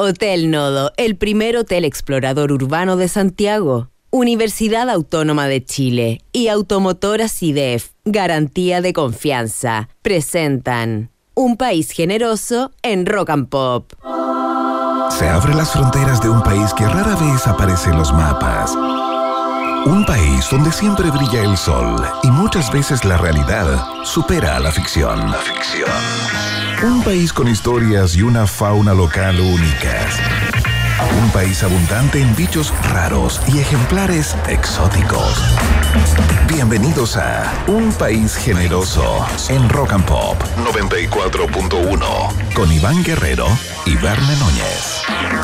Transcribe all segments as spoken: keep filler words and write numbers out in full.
Hotel Nodo, el primer hotel explorador urbano de Santiago. Universidad Autónoma de Chile y Automotora SIDEF, garantía de confianza, presentan Un País Generoso en Rock and Pop. Se abren las fronteras de un país que rara vez aparece en los mapas. Un país donde siempre brilla el sol y muchas veces la realidad supera a la ficción. La ficción. Un país con historias y una fauna local únicas. Un país abundante en bichos raros y ejemplares exóticos. Bienvenidos a Un País Generoso en Rock and Pop noventa y cuatro punto uno con Iván Guerrero y Verne Núñez.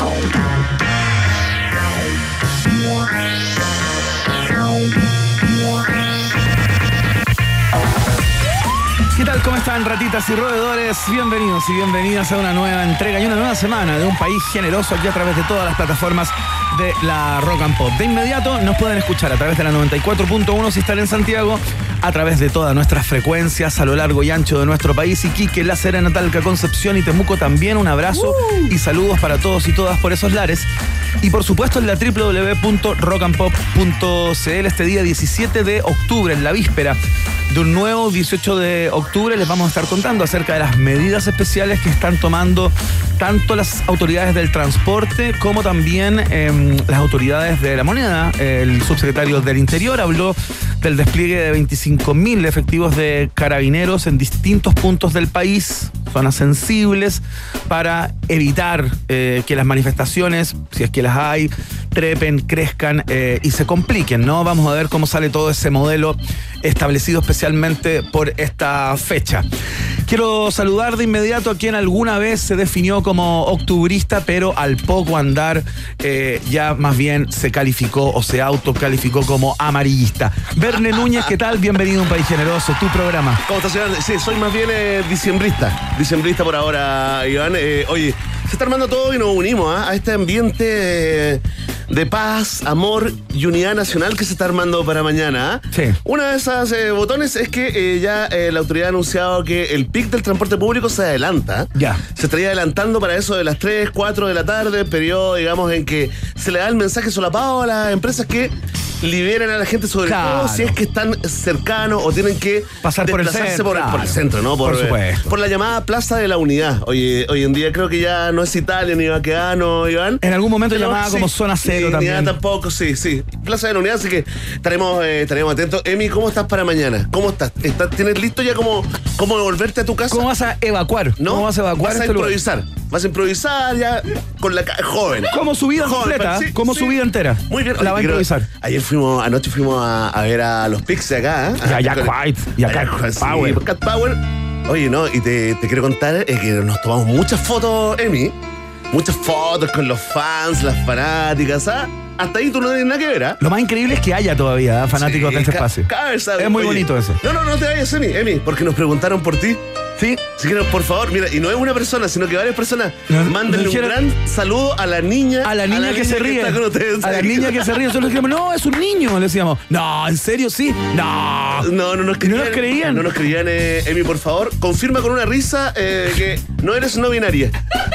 ¿Qué tal? ¿Cómo están, ratitas y roedores? Bienvenidos y bienvenidas a una nueva entrega y una nueva semana de Un País Generoso aquí a través de todas las plataformas de la Rock and Pop. De inmediato nos pueden escuchar a través de la noventa y cuatro punto uno si están en Santiago, a través de todas nuestras frecuencias a lo largo y ancho de nuestro país, Iquique, La Serena, Talca, Concepción y Temuco también. Un abrazo uh. y saludos para todos y todas por esos lares. Y por supuesto en la doble u doble u doble u punto rock and pop punto c l este día diecisiete de octubre, en la víspera de un nuevo dieciocho de octubre, les vamos a estar contando acerca de las medidas especiales que están tomando tanto las autoridades del transporte como también eh, las autoridades de la moneda. El subsecretario del Interior habló del despliegue de veinticinco mil efectivos de carabineros en distintos puntos del país, zonas sensibles, para evitar eh, que las manifestaciones, si es que las hay, trepen, crezcan eh, y se compliquen, ¿no? Vamos a ver cómo sale todo ese modelo establecido especialmente por esta fecha. Quiero saludar de inmediato a quien alguna vez se definió como octubrista, pero al poco andar eh, ya más bien se calificó o se autocalificó como amarillista. Verne Núñez, ¿qué tal? Bienvenido a Un País Generoso, tu programa. ¿Cómo estás, Iván? Sí, soy más bien eh, diciembrista. Diciembrista por ahora, Iván. Eh, oye, se está armando todo y nos unimos ¿eh? a este ambiente eh, de paz, amor y unidad nacional que se está armando para mañana. ¿eh? Sí. Una de esas eh, botones es que eh, ya eh, la autoridad ha anunciado que el pic del transporte público se adelanta. Ya. Se estaría adelantando para eso de las tres, cuatro de la tarde, periodo, digamos, en que se le da el mensaje solapado a las empresas que liberen a la gente, sobre claro. todo si es que están cercanos o tienen que pasar por el centro, por, claro. por el centro, ¿no? Por, por supuesto. Por la llamada Plaza de la Unidad. Hoy, hoy en día creo que ya no es Italia ni Baqueano, Iván. En algún momento Pero, llamada sí, como zona cero también. Unidad tampoco, sí, sí. Plaza de la Unidad, así que estaremos, eh, estaremos atentos. Emi, ¿cómo estás para mañana? ¿Cómo estás? ¿Estás ¿Tienes listo ya cómo, cómo devolverte a tu casa? ¿Cómo vas a evacuar? ¿No? ¿Cómo vas a evacuar? Vas a este improvisar. lugar? Vas a improvisar ya con la ca- joven. Como su vida Joven, completa, sí, como sí. su vida entera. Muy bien. La va a Oye, improvisar. Ayer fuimos, anoche fuimos a, a ver a los Pics de acá, ¿eh? Y a Jack White, y a Cat Power. Sí, Cat Power. Oye, no, y te, te quiero contar es que nos tomamos muchas fotos, Emi. Muchas fotos con los fans, las fanáticas, ¿ah? Hasta ahí tú no tienes nada que ver, ¿ah? Lo más increíble es que haya todavía ¿eh? fanáticos Sí, de este ca- espacio. cada vez sabe. Es muy Oye, bonito eso. No, no, no te vayas, Emi, Emi, porque nos preguntaron por ti. Sí. Así que, por favor, mira, y no es una persona, sino que varias personas. Nos- Mándenle nos dijeron- un gran saludo a la niña. A la niña que se ríe. está con ustedes. A la niña que se ríe. Nosotros le decíamos, no, es un niño. Le decíamos, no, ¿en serio sí? No. No, no nos ¿Y creían. no nos creían? No nos creían, eh, Emi, por favor. Confirma con una risa eh, que no eres no binaria.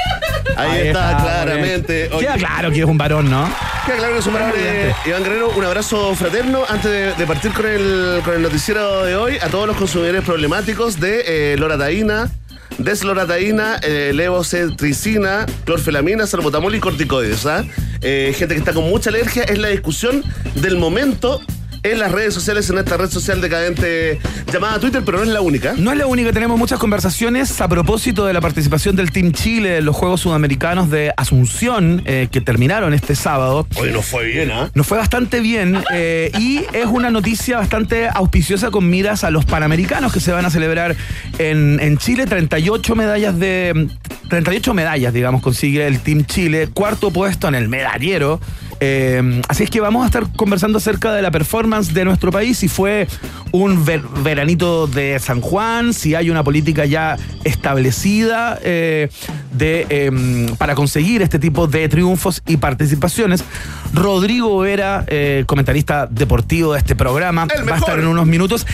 Ahí, Ahí está, está, claramente. Queda claro que es un varón, ¿no? Queda claro que es un varón. Eh, Iván Guerrero, un abrazo fraterno antes de, de partir con el, con el noticiero de hoy a todos los consumidores problemáticos de eh, loratadina, desloratadina, eh, levocetricina, clorfelamina, salbutamol y corticoides. ¿ah? Eh, gente que está con mucha alergia, es la discusión del momento en las redes sociales, en esta red social decadente llamada Twitter, pero no es la única. No es la única, tenemos muchas conversaciones a propósito de la participación del Team Chile en los Juegos Sudamericanos de Asunción, eh, que terminaron este sábado. Hoy nos fue bien, ¿ah? ¿eh? Nos fue bastante bien eh, y es una noticia bastante auspiciosa con miras a los Panamericanos que se van a celebrar en, en Chile. treinta y ocho medallas de... treinta y ocho medallas, digamos, consigue el Team Chile. Cuarto puesto en el medallero. Eh, así es que vamos a estar conversando acerca de la performance de nuestro país, si fue un ver- veranito de San Juan, si hay una política ya establecida eh, de, eh, para conseguir este tipo de triunfos y participaciones. Rodrigo Vera, eh, comentarista deportivo de este programa, va a estar en unos minutos.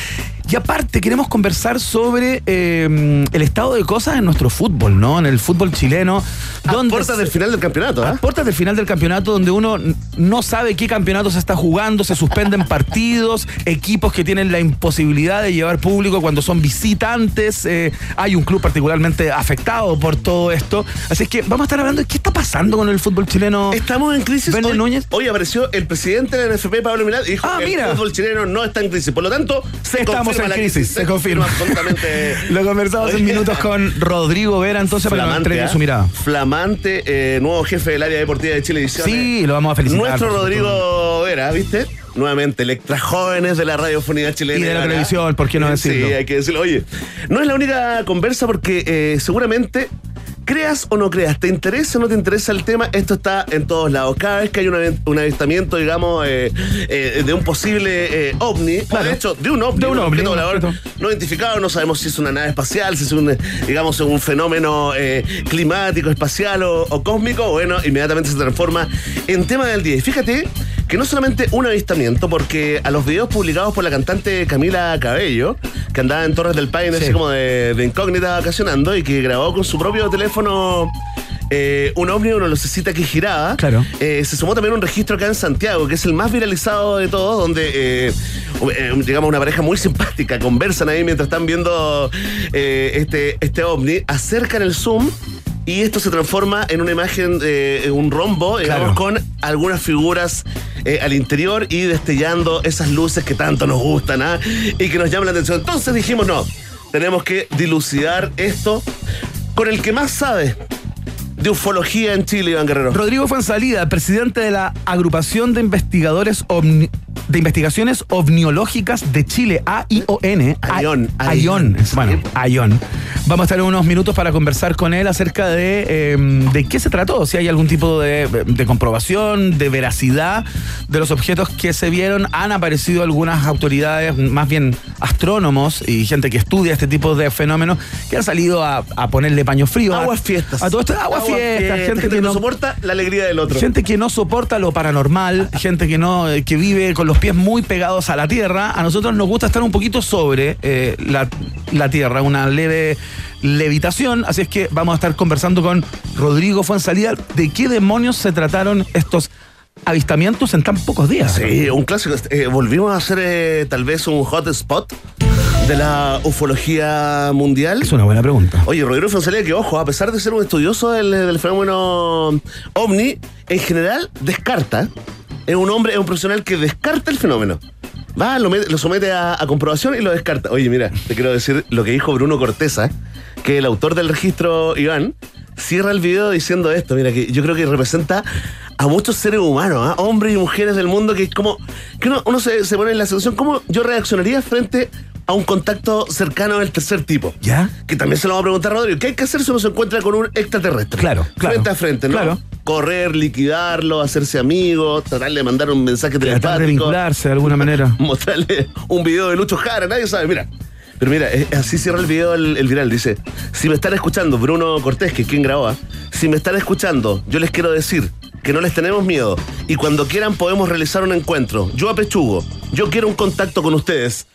Y aparte queremos conversar sobre eh, el estado de cosas en nuestro fútbol, ¿no? En el fútbol chileno. A puertas del final del campeonato, ¿eh? A puertas del final del campeonato, donde uno no sabe qué campeonato se está jugando, se suspenden partidos, equipos que tienen la imposibilidad de llevar público cuando son visitantes. Eh, hay un club particularmente afectado por todo esto. Así es que vamos a estar hablando de qué está pasando con el fútbol chileno. Estamos en crisis. Verne Hoy, Núñez. hoy apareció el presidente de la N F P, Pablo Milad, y dijo Ah, que mira. el fútbol chileno no está en crisis. Por lo tanto, se Estamos confirma en la crisis, se confirma. absolutamente. Lo conversamos en minutos con Rodrigo Vera, entonces, para que nos entregue ¿eh? su mirada. Flamante, eh, nuevo jefe del área deportiva de Chilevisión. Sí, lo vamos a felicitar. Nuestro por supuesto. Rodrigo Vera, ¿viste? Nuevamente, electra jóvenes de la radiofonía chilena. Y de la ¿verdad? televisión, ¿por qué no decirlo? Sí, hay que decirlo. Oye, no es la única conversa porque eh, seguramente, creas o no creas, te interesa o no te interesa el tema, esto está en todos lados. Cada vez que hay un, un avistamiento, digamos, eh, eh, de un posible eh, ovni, Claro. de hecho, de un ovni, De un ovni, objeto un volador objeto. no identificado, no sabemos si es una nave espacial, si es un, digamos, un fenómeno eh, climático, espacial o, o cósmico, bueno, inmediatamente se transforma en tema del día. Y fíjate que no solamente un avistamiento, porque a los videos publicados por la cantante Camila Cabello, que andaba en Torres del Paine, Sí. así como de, de incógnita vacacionando, y que grabó con su propio teléfono eh, un ovni, una lucecita que giraba. Claro. Eh, se sumó también un registro acá en Santiago, que es el más viralizado de todos, donde, eh, eh, digamos, una pareja muy simpática, conversan ahí mientras están viendo eh, este, este ovni, acercan el zoom y esto se transforma en una imagen, eh, un rombo, digamos, Claro. con algunas figuras eh, al interior y destellando esas luces que tanto nos gustan, ¿ah? Y que nos llaman la atención. Entonces dijimos, no, tenemos que dilucidar esto con el que más sabe de ufología en Chile, Iván Guerrero. Rodrigo Fuenzalida, presidente de la Agrupación de Investigadores Ovni- de Investigaciones Ovniológicas de Chile, A I O N. AION. A- AION. Sí. Bueno, AION. Vamos a estar en unos minutos para conversar con él acerca de, eh, de qué se trató, si hay algún tipo de, de comprobación, de veracidad de los objetos que se vieron. Han aparecido algunas autoridades, más bien astrónomos y gente que estudia este tipo de fenómenos, que han salido a, a ponerle paño frío. Aguas a, fiestas. A todo esto, aguas fiestas, gente que no no soporta la alegría del otro. Gente que no soporta lo paranormal, gente que no, eh, que vive con los pies muy pegados a la tierra. A nosotros nos gusta estar un poquito sobre eh, la, la tierra, una leve levitación. Así es que vamos a estar conversando con Rodrigo Fuenzalida de qué demonios se trataron estos avistamientos en tan pocos días. Sí, un clásico. Eh, volvimos a hacer eh, tal vez un hot spot de la ufología mundial. Es una buena pregunta. Oye, Rodrigo Fuenzalida, que ojo, a pesar de ser un estudioso del, del fenómeno ovni, en general descarta. Es un hombre, es un profesional que descarta el fenómeno. Va, lo, met- lo somete a, a comprobación y lo descarta. Oye, mira, te quiero decir lo que dijo Bruno Cortesa, que el autor del registro, Iván, cierra el video diciendo esto. Mira, que yo creo que representa a muchos seres humanos, ¿eh? Hombres y mujeres del mundo, que es como que uno, uno se, se pone en la situación, ¿cómo yo reaccionaría frente a un contacto cercano del tercer tipo? ¿Ya? Que también se lo vamos a preguntar a Rodrigo. ¿Qué hay que hacer si uno se encuentra con un extraterrestre? Claro, claro. Frente a frente, ¿no? Claro. Correr, liquidarlo, hacerse amigo, tratarle de mandar un mensaje Tratar de telepático, vincularse de alguna manera. mostrarle un video de Lucho Jara, nadie sabe, mira. Pero mira, es- así cierra el video el, el viral. Dice, si me están escuchando, Bruno Cortés, que es quien grabó, ¿ah? Si me están escuchando, yo les quiero decir que no les tenemos miedo y cuando quieran podemos realizar un encuentro. Yo apechugo, yo quiero un contacto con ustedes.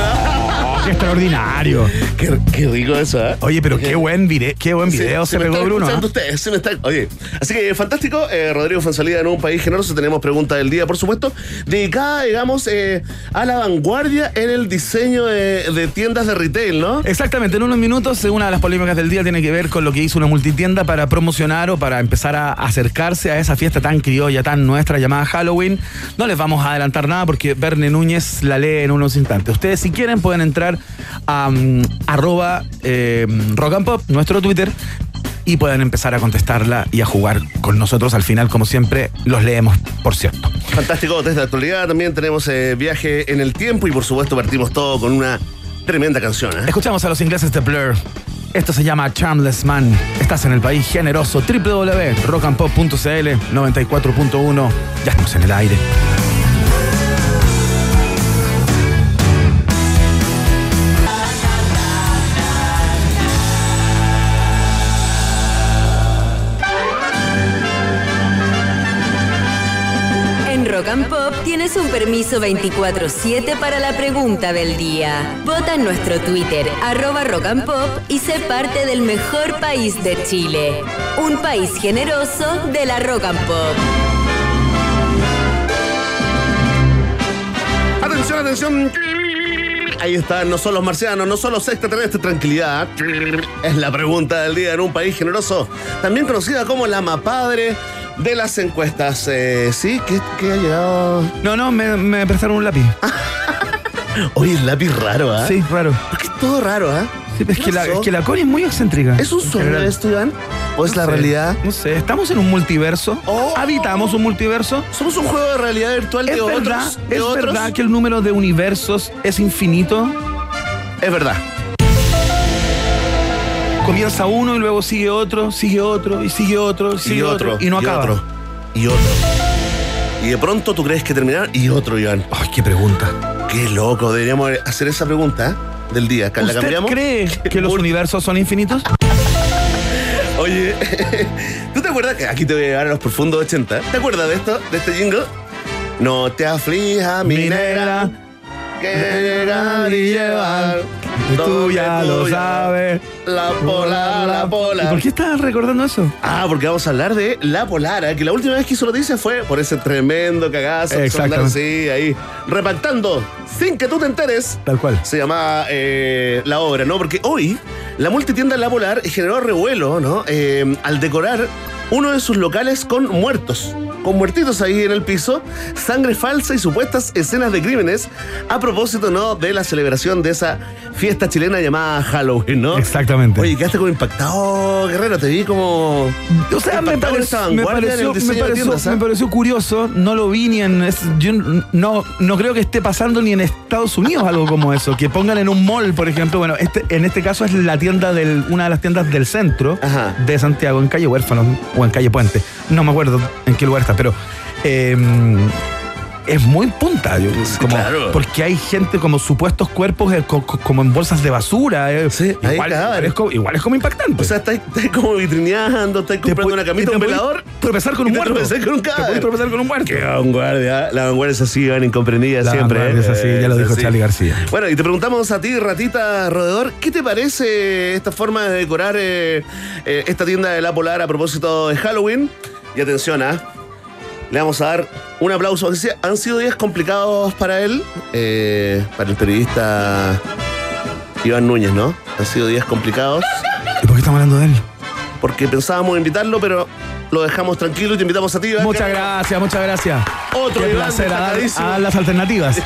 Oh, qué extraordinario. Qué, qué rico eso, ¿eh? Oye, pero qué buen video, qué buen video Sí, se me pegó están Bruno. escuchando ¿eh? ustedes, sí me están- Oye, así que fantástico. eh, Rodrigo Fuenzalida en un país generoso. Tenemos pregunta del día, por supuesto, dedicada, digamos, eh, a la vanguardia en el diseño de, de tiendas de retail, ¿no? Exactamente, en unos minutos una de las polémicas del día tiene que ver con lo que hizo una multitienda para promocionar o para empezar a acercarse a esa fiesta tan criolla, tan nuestra llamada Halloween. No les vamos a adelantar nada porque Verne Núñez la lee en unos instantes. Ustedes, si quieren, pueden entrar a um, arroba eh, rock and pop, nuestro Twitter, y pueden empezar a contestarla y a jugar con nosotros. Al final, como siempre, los leemos, por cierto. Fantástico, desde la actualidad también tenemos eh, viaje en el tiempo y por supuesto partimos todo con una tremenda canción, ¿eh? Escuchamos a los ingleses de Blur. Esto se llama Charmless Man. Estás en el país generoso. doble u doble u doble u punto rock and pop punto c l noventa y cuatro punto uno. Ya estamos en el aire. En Rock and Pop tienes un permiso veinticuatro siete para la pregunta del día. Vota en nuestro Twitter, arroba Rock and Pop, y sé parte del mejor país de Chile. Un país generoso de la Rock and Pop. Atención, atención. Ahí están, no son los marcianos, no son los extraterrestres, tranquilidad. Es la pregunta del día en un país generoso, también conocida como la mapadre de las encuestas. Eh, ¿Sí? ¿Qué, ¿Qué ha llegado? No, no, me, me prestaron un lápiz. Oye, el lápiz raro, ¿ah? ¿eh? Sí, raro. Porque es todo raro, ¿ah? ¿eh? Sí, es, que la, es que la Connie es muy excéntrica. ¿Es un sueño esto, Iván? ¿O es no la sé, realidad? No sé, estamos en un multiverso. Oh. Habitamos un multiverso. Somos un juego de realidad virtual de ¿Es otros. verdad, de ¿Es otros? verdad que el número de universos es infinito? Es verdad. Comienza uno y luego sigue otro, sigue otro, y sigue otro, sigue y otro, otro, y no y acaba. Otro, y otro. Y de pronto tú crees que terminar y otro, Iván. Ay, qué pregunta. Qué loco, deberíamos hacer esa pregunta, ¿eh? Del día. ¿La ¿Usted cambiamos? cree que los universos son infinitos? Oye, ¿tú te acuerdas que aquí te voy a llevar a los profundos ochenta? ¿Te acuerdas de esto, de este jingle? No te aflija, mi negra, que llegar y llevar. Tú ya lo sabes. La polar, la polar. ¿Y por qué estás recordando eso? Ah, porque vamos a hablar de La Polara, que la última vez que hizo noticia fue por ese tremendo cagazo. Exactamente. Sí, ahí, repactando, sin que tú te enteres. Tal cual. Se llamaba eh, la obra, ¿no? Porque hoy la multitienda La Polar generó revuelo, ¿no? Eh, al decorar uno de sus locales con muertos, con muertitos ahí en el piso, sangre falsa y supuestas escenas de crímenes, a propósito, ¿no? De la celebración de esa fiesta chilena llamada Halloween, ¿no? Exactamente. Oye, quedaste como impactado, Guerrero, te vi como... O sea, me, impactado en parec- esta me, vanguardia en el pareció, me, diseño de pareció, tiendas, ¿ah? me pareció curioso, no lo vi ni en... es- yo no, no creo que esté pasando ni en Estados Unidos algo como eso, que pongan en un mall, por ejemplo, bueno, este, en este caso es la tienda del, una de las tiendas del centro Ajá. de Santiago, en calle Huérfano o en calle Puente, no me acuerdo en qué lugar está, pero... eh, es muy punta, yo, como, claro. porque hay gente como supuestos cuerpos eh, co- co- como en bolsas de basura. eh. Sí, ahí igual, cadáveres. igual, es como, igual es como impactante. O sea, estás, estás como vitrineando, estás comprando pu- una camita, y te un podés velador. Tropezar con y un te muerto. tropezás con un Te cadáver. podés tropezar con un muerto. Qué vanguardia. La vanguardia es así, van incomprendida La siempre. vanguardia es así, ya lo dijo así. Charly García. Bueno, y te preguntamos a ti, ratita roedor, ¿qué te parece esta forma de decorar eh, eh, esta tienda de La Polar a propósito de Halloween? Y atención, ¿ah? Le vamos a dar un aplauso. Porque sí, han sido días complicados para él, eh, para el periodista Iván Núñez, ¿no? Han sido días complicados ¿Y por qué estamos hablando de él? porque pensábamos invitarlo, pero lo dejamos tranquilo y te invitamos a ti, Iván. Muchas gracias, muchas gracias. Otro Qué Iván placer a dar, destacadísimo. a dar las alternativas.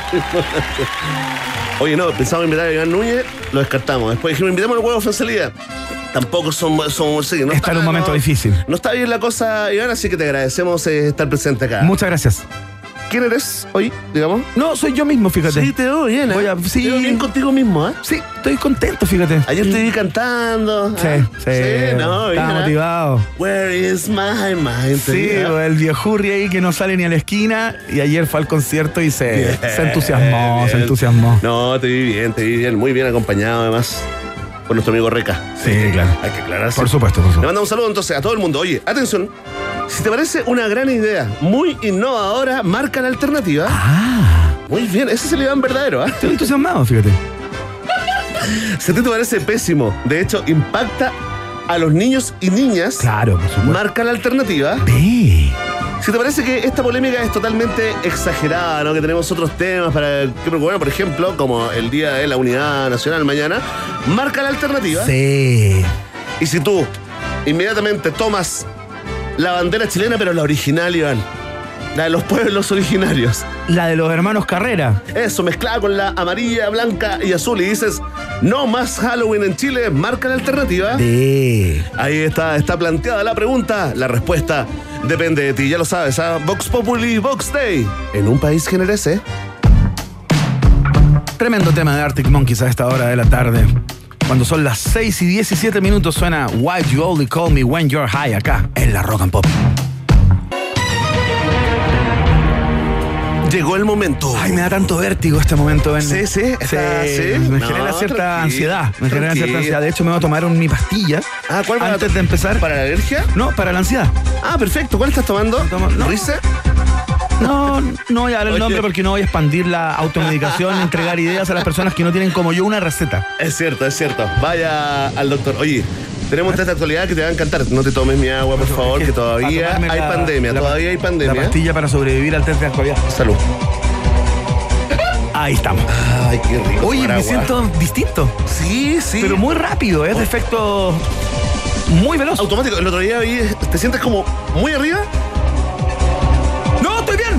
Oye, no, pensamos invitar a Iván Núñez, lo descartamos. Después dijimos, invitamos al huevo Fensalía. Tampoco son, son sí, no Está en un momento no- difícil. No está bien la cosa, Iván, así que te agradecemos eh, estar presente acá. Muchas gracias. ¿Quién eres hoy, digamos? No, soy yo mismo, fíjate. Sí, te veo bien, ¿eh? Voy a- sí. Te veo bien contigo mismo, ¿eh? Sí, estoy contento, fíjate. Ayer te vi cantando. Sí, ¿ah? sí. Sí, no, bien, Estaba ¿eh? motivado. Where is my mind? Te Sí, vi, ¿eh? el viejurri ahí que no sale ni a la esquina y ayer fue al concierto y se, Bien, se entusiasmó, bien. se entusiasmó. No, te vi bien, te vi bien. Muy bien acompañado, además, por nuestro amigo Reca. Sí, claro. Hay que aclararse. Por supuesto, por Le supuesto. mandamos un saludo entonces a todo el mundo. Oye, atención. Si te parece una gran idea, muy innovadora, marca la alternativa. Ah, Muy bien, ese es el Iván verdadero, ¿ah? estoy entusiasmado, fíjate. Si a ti te parece pésimo, de hecho, impacta a los niños y niñas, Claro, por supuesto. marca la alternativa. Ve. Si te parece que esta polémica es totalmente exagerada, ¿no? Que tenemos otros temas para que preocupar, por ejemplo, como el Día de la Unidad Nacional mañana, marca la alternativa. Sí. Y si tú inmediatamente tomas la bandera chilena, pero la original, Iván, la de los pueblos originarios, La de los hermanos Carrera. eso mezclada con la amarilla, blanca y azul, y dices, no más Halloween en Chile, marca la alternativa. Sí. Ahí está, está planteada la pregunta. La respuesta depende de ti, ya lo sabes, ¿ah? Vox Populi, Vox Day. En un país generese. Tremendo tema de Arctic Monkeys a esta hora de la tarde. Cuando son las seis y diecisiete minutos suena Why You Only Call Me When You're High acá en la Rock and Pop. Llegó el momento. Ay, me da tanto vértigo este momento, Ben. Sí, sí, está- sí. Me No, genera cierta tranquilo, ansiedad. Me genera tranquilo. cierta ansiedad. De hecho, me voy a tomar un, mi pastilla Ah, ¿cuál para- antes de empezar. ¿Para la alergia? No, para la ansiedad. Ah, perfecto. ¿Cuál estás tomando? Tomo- no. ¿Rice? No, no voy a dar el nombre porque no voy a expandir la automedicación, entregar ideas a las personas que no tienen como yo una receta. Es cierto, es cierto. Vaya al doctor. Oye, tenemos un test de actualidad que te va a encantar. No te tomes mi agua, por favor, que todavía hay la, pandemia. La, todavía hay pandemia. La pastilla para sobrevivir al test de actualidad. Salud. Ahí estamos. Ay, qué rico. Oye, me agua. siento distinto. Sí, sí. Pero muy rápido, es de efecto muy veloz. Automático. El otro día vi, te sientes como muy arriba. ¡No, estoy bien!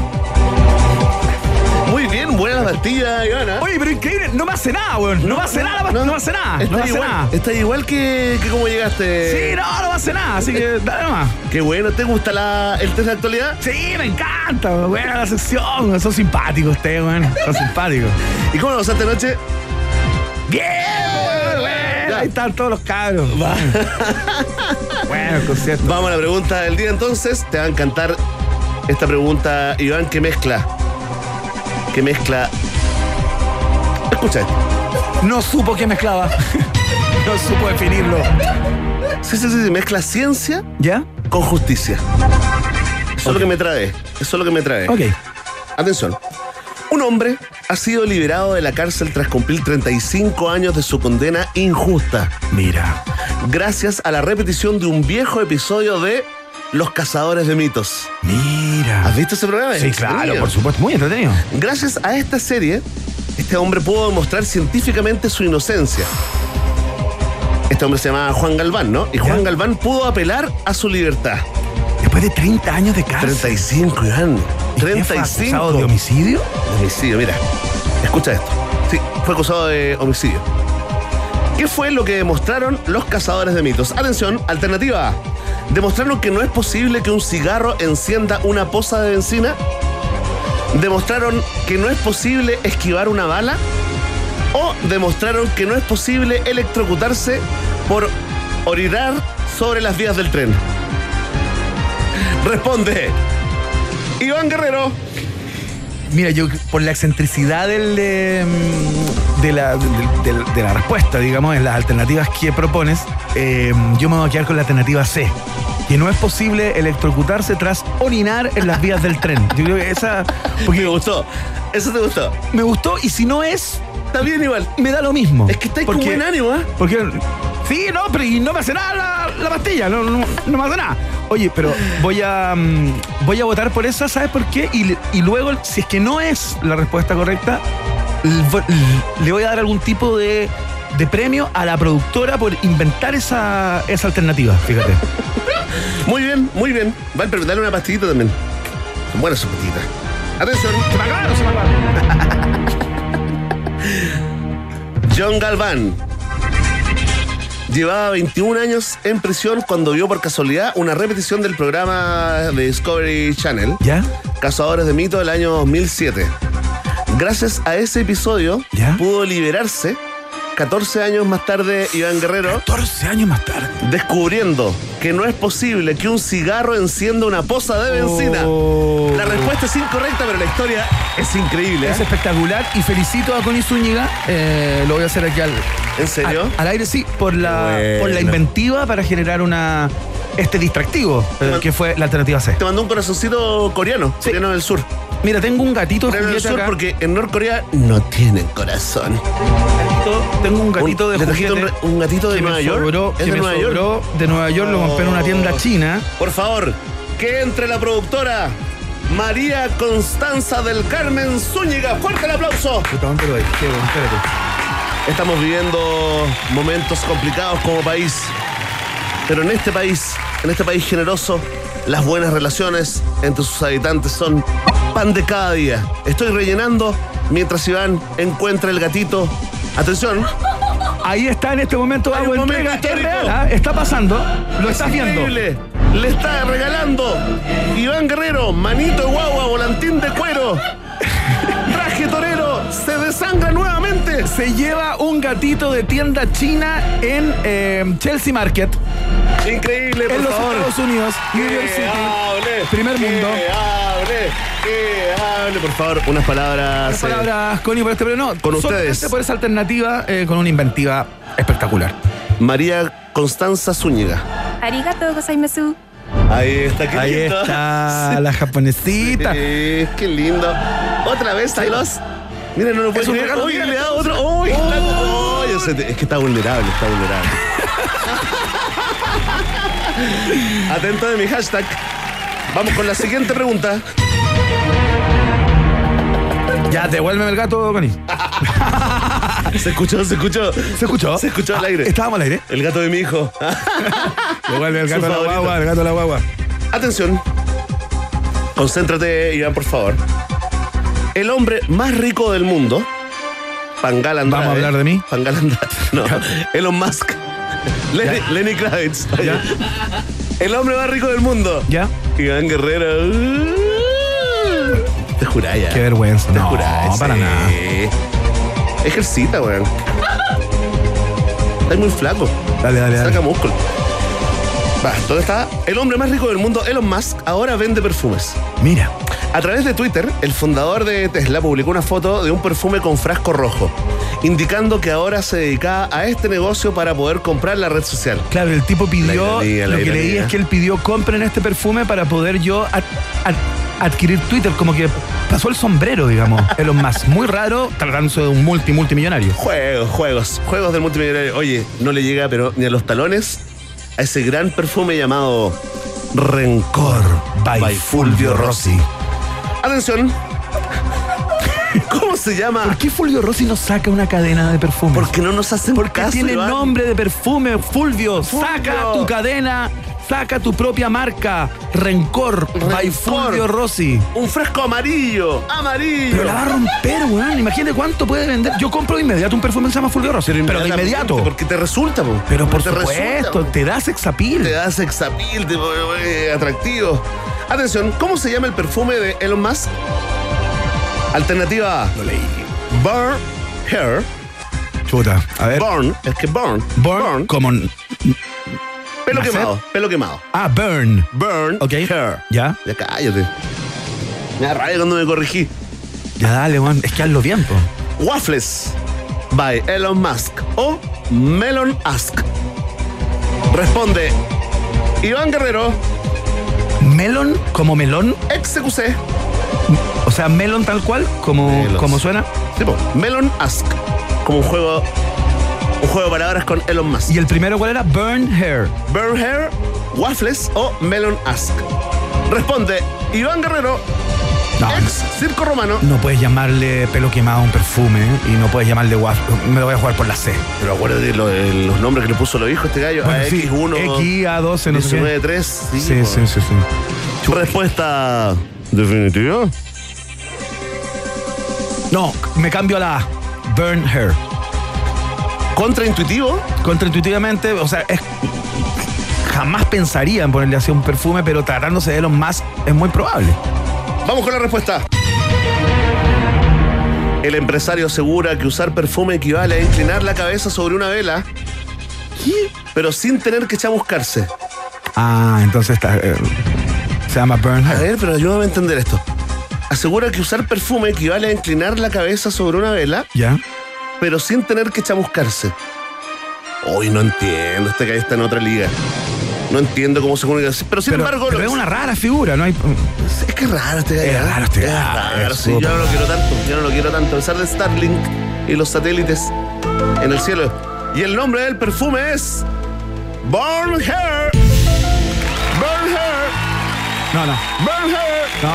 Muy bien, buena la pastilla, Ivana. Oye, pero increíble, no me hace nada, weón. No, no me hace nada, no, no, no me hace nada. Está no me hace igual, nada. Está igual que, que como llegaste. Sí, no, no me hace nada, así que dale nomás. Qué bueno, ¿te gusta la, el test de actualidad? Sí, me encanta, buena la sección. Son simpáticos ustedes, weón. Son simpáticos. ¿Y cómo lo pasaste anoche? Bien, weón, weón. Ahí están todos los cabros. Bueno, el concierto. Vamos a la pregunta del día entonces. Te va a encantar esta pregunta, Iván, que mezcla. Que mezcla. Escucha esto. No supo qué mezclaba. No supo definirlo. Sí, sí, sí, sí, mezcla ciencia ¿Ya? con justicia. Eso es lo que me trae. Eso es lo que me trae. Ok. Atención. Un hombre ha sido liberado de la cárcel tras cumplir treinta y cinco años de su condena injusta. Mira. Gracias a la repetición de un viejo episodio de Los Cazadores de Mitos. Mira. ¿Has visto ese programa? Sí, claro, por supuesto. Muy entretenido. Gracias a esta serie, este hombre pudo demostrar científicamente su inocencia. Este hombre se llamaba Juan Galván, ¿no? Y Juan ¿Ya? Galván pudo apelar a su libertad. Después de treinta años de cárcel. treinta y cinco, Iván. ¿Y qué treinta y fue cinco. acusado de homicidio? De homicidio, mira. Escucha esto. Sí, fue acusado de homicidio. ¿Qué fue lo que demostraron los cazadores de mitos? Atención, alternativa A. Demostraron que no es posible que un cigarro encienda una poza de benzina. Demostraron que no es posible esquivar una bala. O demostraron que no es posible electrocutarse por orinar sobre las vías del tren. Responde Iván Guerrero. Mira, yo por la excentricidad del, de, de, la, de, de, de la respuesta, digamos, en las alternativas que propones, eh, yo me voy a quedar con la alternativa C. Que no es posible electrocutarse tras orinar en las vías del tren. Yo creo que esa... Porque me gustó. Eso te gustó. Me gustó y si no es... Está bien igual. Me da lo mismo. Es que estáis con buen ánimo, ¿eh? Porque... Sí, no, pero y no me hace nada la, la pastilla. No, no, no me hace nada. Oye, pero voy a um, voy a votar por esa, ¿sabes por qué? Y, y luego, si es que no es la respuesta correcta, le voy a dar algún tipo de, de premio a la productora por inventar esa, esa alternativa, fíjate. Muy bien, muy bien. Vale, pero dale una pastillita también. Son buenas sus pastillitas. Atención. ¿Se me acabaron? ¿Se me acabaron? John Galván llevaba veintiún años en prisión cuando vio por casualidad una repetición del programa de Discovery Channel, ¿Ya? Cazadores de Mitos, del año dos mil siete. Gracias a ese episodio, ¿Ya? pudo liberarse catorce años más tarde, Iván Guerrero, catorce años más tarde. descubriendo que no es posible que un cigarro encienda una poza de benzina. Oh. La respuesta es incorrecta, pero la historia es increíble. Es ¿eh? espectacular y felicito a Connie Zúñiga. Eh, lo voy a hacer aquí al, ¿En serio? al, al aire, sí, por la, Bueno. por la inventiva para generar una este distractivo, eh, que fue la alternativa C. Te mandó un corazoncito coreano, Sí. coreano del sur. Mira, tengo un gatito de Coreano del juguete sur acá. porque en Norcorea no tienen corazón. Tengo un gatito de ¿Le trajiste juguete. un, re- un gatito de que Nueva me York? sobró, ¿Es que de me Nueva York? sobró de Nueva York, lo compré en una tienda Oh. china. Por favor, que entre la productora María Constanza del Carmen Zúñiga. ¡Fuerte el aplauso! Puta, ¿dónde lo hay? Qué bueno, espérate. Estamos viviendo momentos complicados como país. Pero en este país, en este país generoso, las buenas relaciones entre sus habitantes son pan de cada día. Estoy rellenando mientras Iván encuentra el gatito. Atención. Ahí está en este momento, Hay hago un momento entrega, es histórico. real, ¿ah? Está pasando, lo estás viendo. Increíble. Le está regalando Iván Guerrero, manito de guagua, volantín de cuero, traje torero, se desangra nuevamente. Se lleva un gatito de tienda china en eh, Chelsea Market, Increíble, por en los favor. Estados Unidos, New York Que City, hable, primer que mundo. hable, que hable, por favor, unas palabras. Las palabras, Connie, por este pero no, Con solamente ustedes. por esa alternativa, eh, con una inventiva espectacular. eh, María Constanza Zúñiga. ありがとうございます。 Ahí está, qué Ahí lindo. está Sí. la japonesita. Sí, qué lindo. Otra vez, Talos. Mira, no lo puedo Es un creer. regalo, Uy, mira. le da otro. Uy, está- Uy, ese te- es que está vulnerable, está vulnerable. Atento de mi hashtag. Vamos con la siguiente pregunta. Ya, devuélveme el gato, Connie. Se escuchó, se escuchó. ¿Se escuchó? Se escuchó al Ah, aire. Estábamos al aire. El gato de mi hijo. Devuelve el Su gato a la favorito. guagua, el gato a la guagua. Atención. Concéntrate, Iván, por favor. El hombre más rico del mundo, Pangal Andrade. ¿Vamos a hablar de mí? Pangal Andrade. No, Elon Musk. Lenny, Lenny Kravitz. Ya. El hombre más rico del mundo, ¿Ya? Iván Guerrero. Te jurás ya. Qué vergüenza. Te No, jurás. para sí. nada. Ejercita, weón. Estás muy flaco. Dale, dale, Saca dale. músculo. Va, ¿dónde está? El hombre más rico del mundo, Elon Musk, ahora vende perfumes. Mira. A través de Twitter, el fundador de Tesla publicó una foto de un perfume con frasco rojo, indicando que ahora se dedica a este negocio para poder comprar la red social. Claro, el tipo pidió, La ironía, la lo que ironía. leí es que él pidió compren este perfume para poder yo ad- ad- adquirir Twitter, como que pasó el sombrero, digamos. Elon Musk, muy raro, tratándose de un multi multimillonario. Juegos, juegos, juegos del multimillonario. Oye, no le llega pero ni a los talones a ese gran perfume llamado Rencor by Fulvio Rossi. Atención. ¿Cómo se llama? ¿Por qué Fulvio Rossi no saca una cadena de perfumes? Porque no nos hacen Porque caso, tiene Iván. nombre de perfume, Fulvio. Fulvio. Saca tu cadena, saca tu propia marca. Rencor, by Rencor. Fulvio Rossi. Un frasco amarillo, amarillo. Pero la va a romper, weón. Imagínate cuánto puede vender. Yo compro de inmediato un perfume que se llama Fulvio Rossi. Pero, de inmediato. Porque te resulta, po. Pero por te supuesto, resulta, po. te da sexapil. Te da sexapil, te eh, atractivo. Atención, ¿cómo se llama el perfume de Elon Musk? Alternativa A. Lo leí. Burn Hair. Chuta. A ver. Burn, es que burn. Burn. Como. Pelo ¿nacer? quemado, pelo quemado. Ah, burn. Burn Ok. Hair. Ya. Ya cállate. Me da rabia cuando me corregí. Ya dale, weón. Es que hazlo bien, po. Waffles by Elon Musk o Melon Ask. Responde Iván Guerrero, Melon como melón. ex C Q C. O sea, melon tal cual, como, Melos. como suena. Tipo, Melon Ask. Como un juego. Un juego de palabras con Elon Musk. Y el primero, ¿cuál era? Burn Hair. Burn Hair, Waffles o Melon Ask. Responde Iván Guerrero, No, ex Circo Romano. no puedes llamarle pelo quemado a un perfume, ¿eh? Y no puedes llamarle waffle. Me lo voy a jugar por la C. Pero acuérdate lo de los nombres que le puso los hijos este gallo. Bueno, A sí, X uno, X, A doce, no sé qué. diecinueve tres. Sí, sí, sí, sí. Respuesta definitiva. No, me cambio a la A. Burn Hair. Contraintuitivo. Contraintuitivamente, o sea, es, jamás pensaría en ponerle así un perfume, pero tratándose de Elon Musk es muy probable. Vamos con la respuesta. El empresario asegura que usar perfume equivale a inclinar la cabeza sobre una vela, pero sin tener que chamuscarse. Ah, entonces está, eh, se llama Burn A Hair. ver, pero ayúdame a entender esto. Asegura que usar perfume equivale a inclinar la cabeza sobre una vela, ¿Ya? pero sin tener que chamuscarse. Hoy no entiendo, este gallo está en otra liga. No entiendo cómo se comunica. Pero sin Pero, embargo, pero lo- es una rara figura, ¿no? Hay, es que es raro este gallo. Es ¿eh? raro este Es gallo, raro, es sí, yo súper no lo quiero tanto, yo no lo quiero tanto. A pesar de Starlink y los satélites en el cielo. Y el nombre del perfume es Burn Hair. Burn Hair. no, no, Burn Hair. no.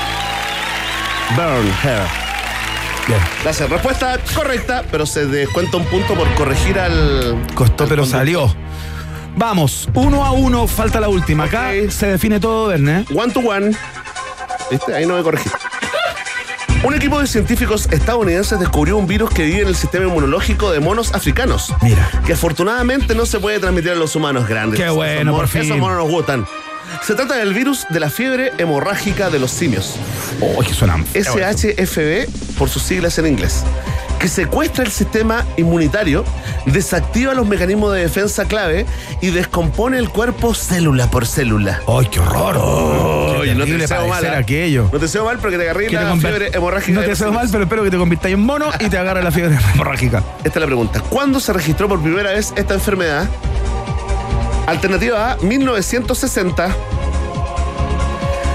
Burn Hair. Bien. Gracias. Respuesta correcta, pero se descuenta un punto por corregir al. Costó, al pero conductor. salió. Vamos, uno a uno, falta la última. Acá Ok. se define todo, Verne. One to one. ¿Viste? Ahí no me corregí. Un equipo de científicos estadounidenses descubrió un virus que vive en el sistema inmunológico de monos africanos. Mira. Que afortunadamente no se puede transmitir a los humanos grandes. Qué bueno, Esos monos- por fin. Esos monos nos gustan. Se trata del virus de la fiebre hemorrágica de los simios. Oh, que suenan feo S eso. H F V por sus siglas en inglés, que secuestra el sistema inmunitario, desactiva los mecanismos de defensa clave y descompone el cuerpo célula por célula. ¡Ay, qué horror! Oye, Qué no te terrible deseo mal. padecer ¿eh? aquello. No te deseo mal porque te agarré Que te la conver- fiebre hemorrágica. No de te los deseo mal, simios. pero espero que te convirtáis en mono y te agarre la fiebre hemorrágica. Esta es la pregunta. ¿Cuándo se registró por primera vez esta enfermedad? Alternativa A, mil novecientos sesenta.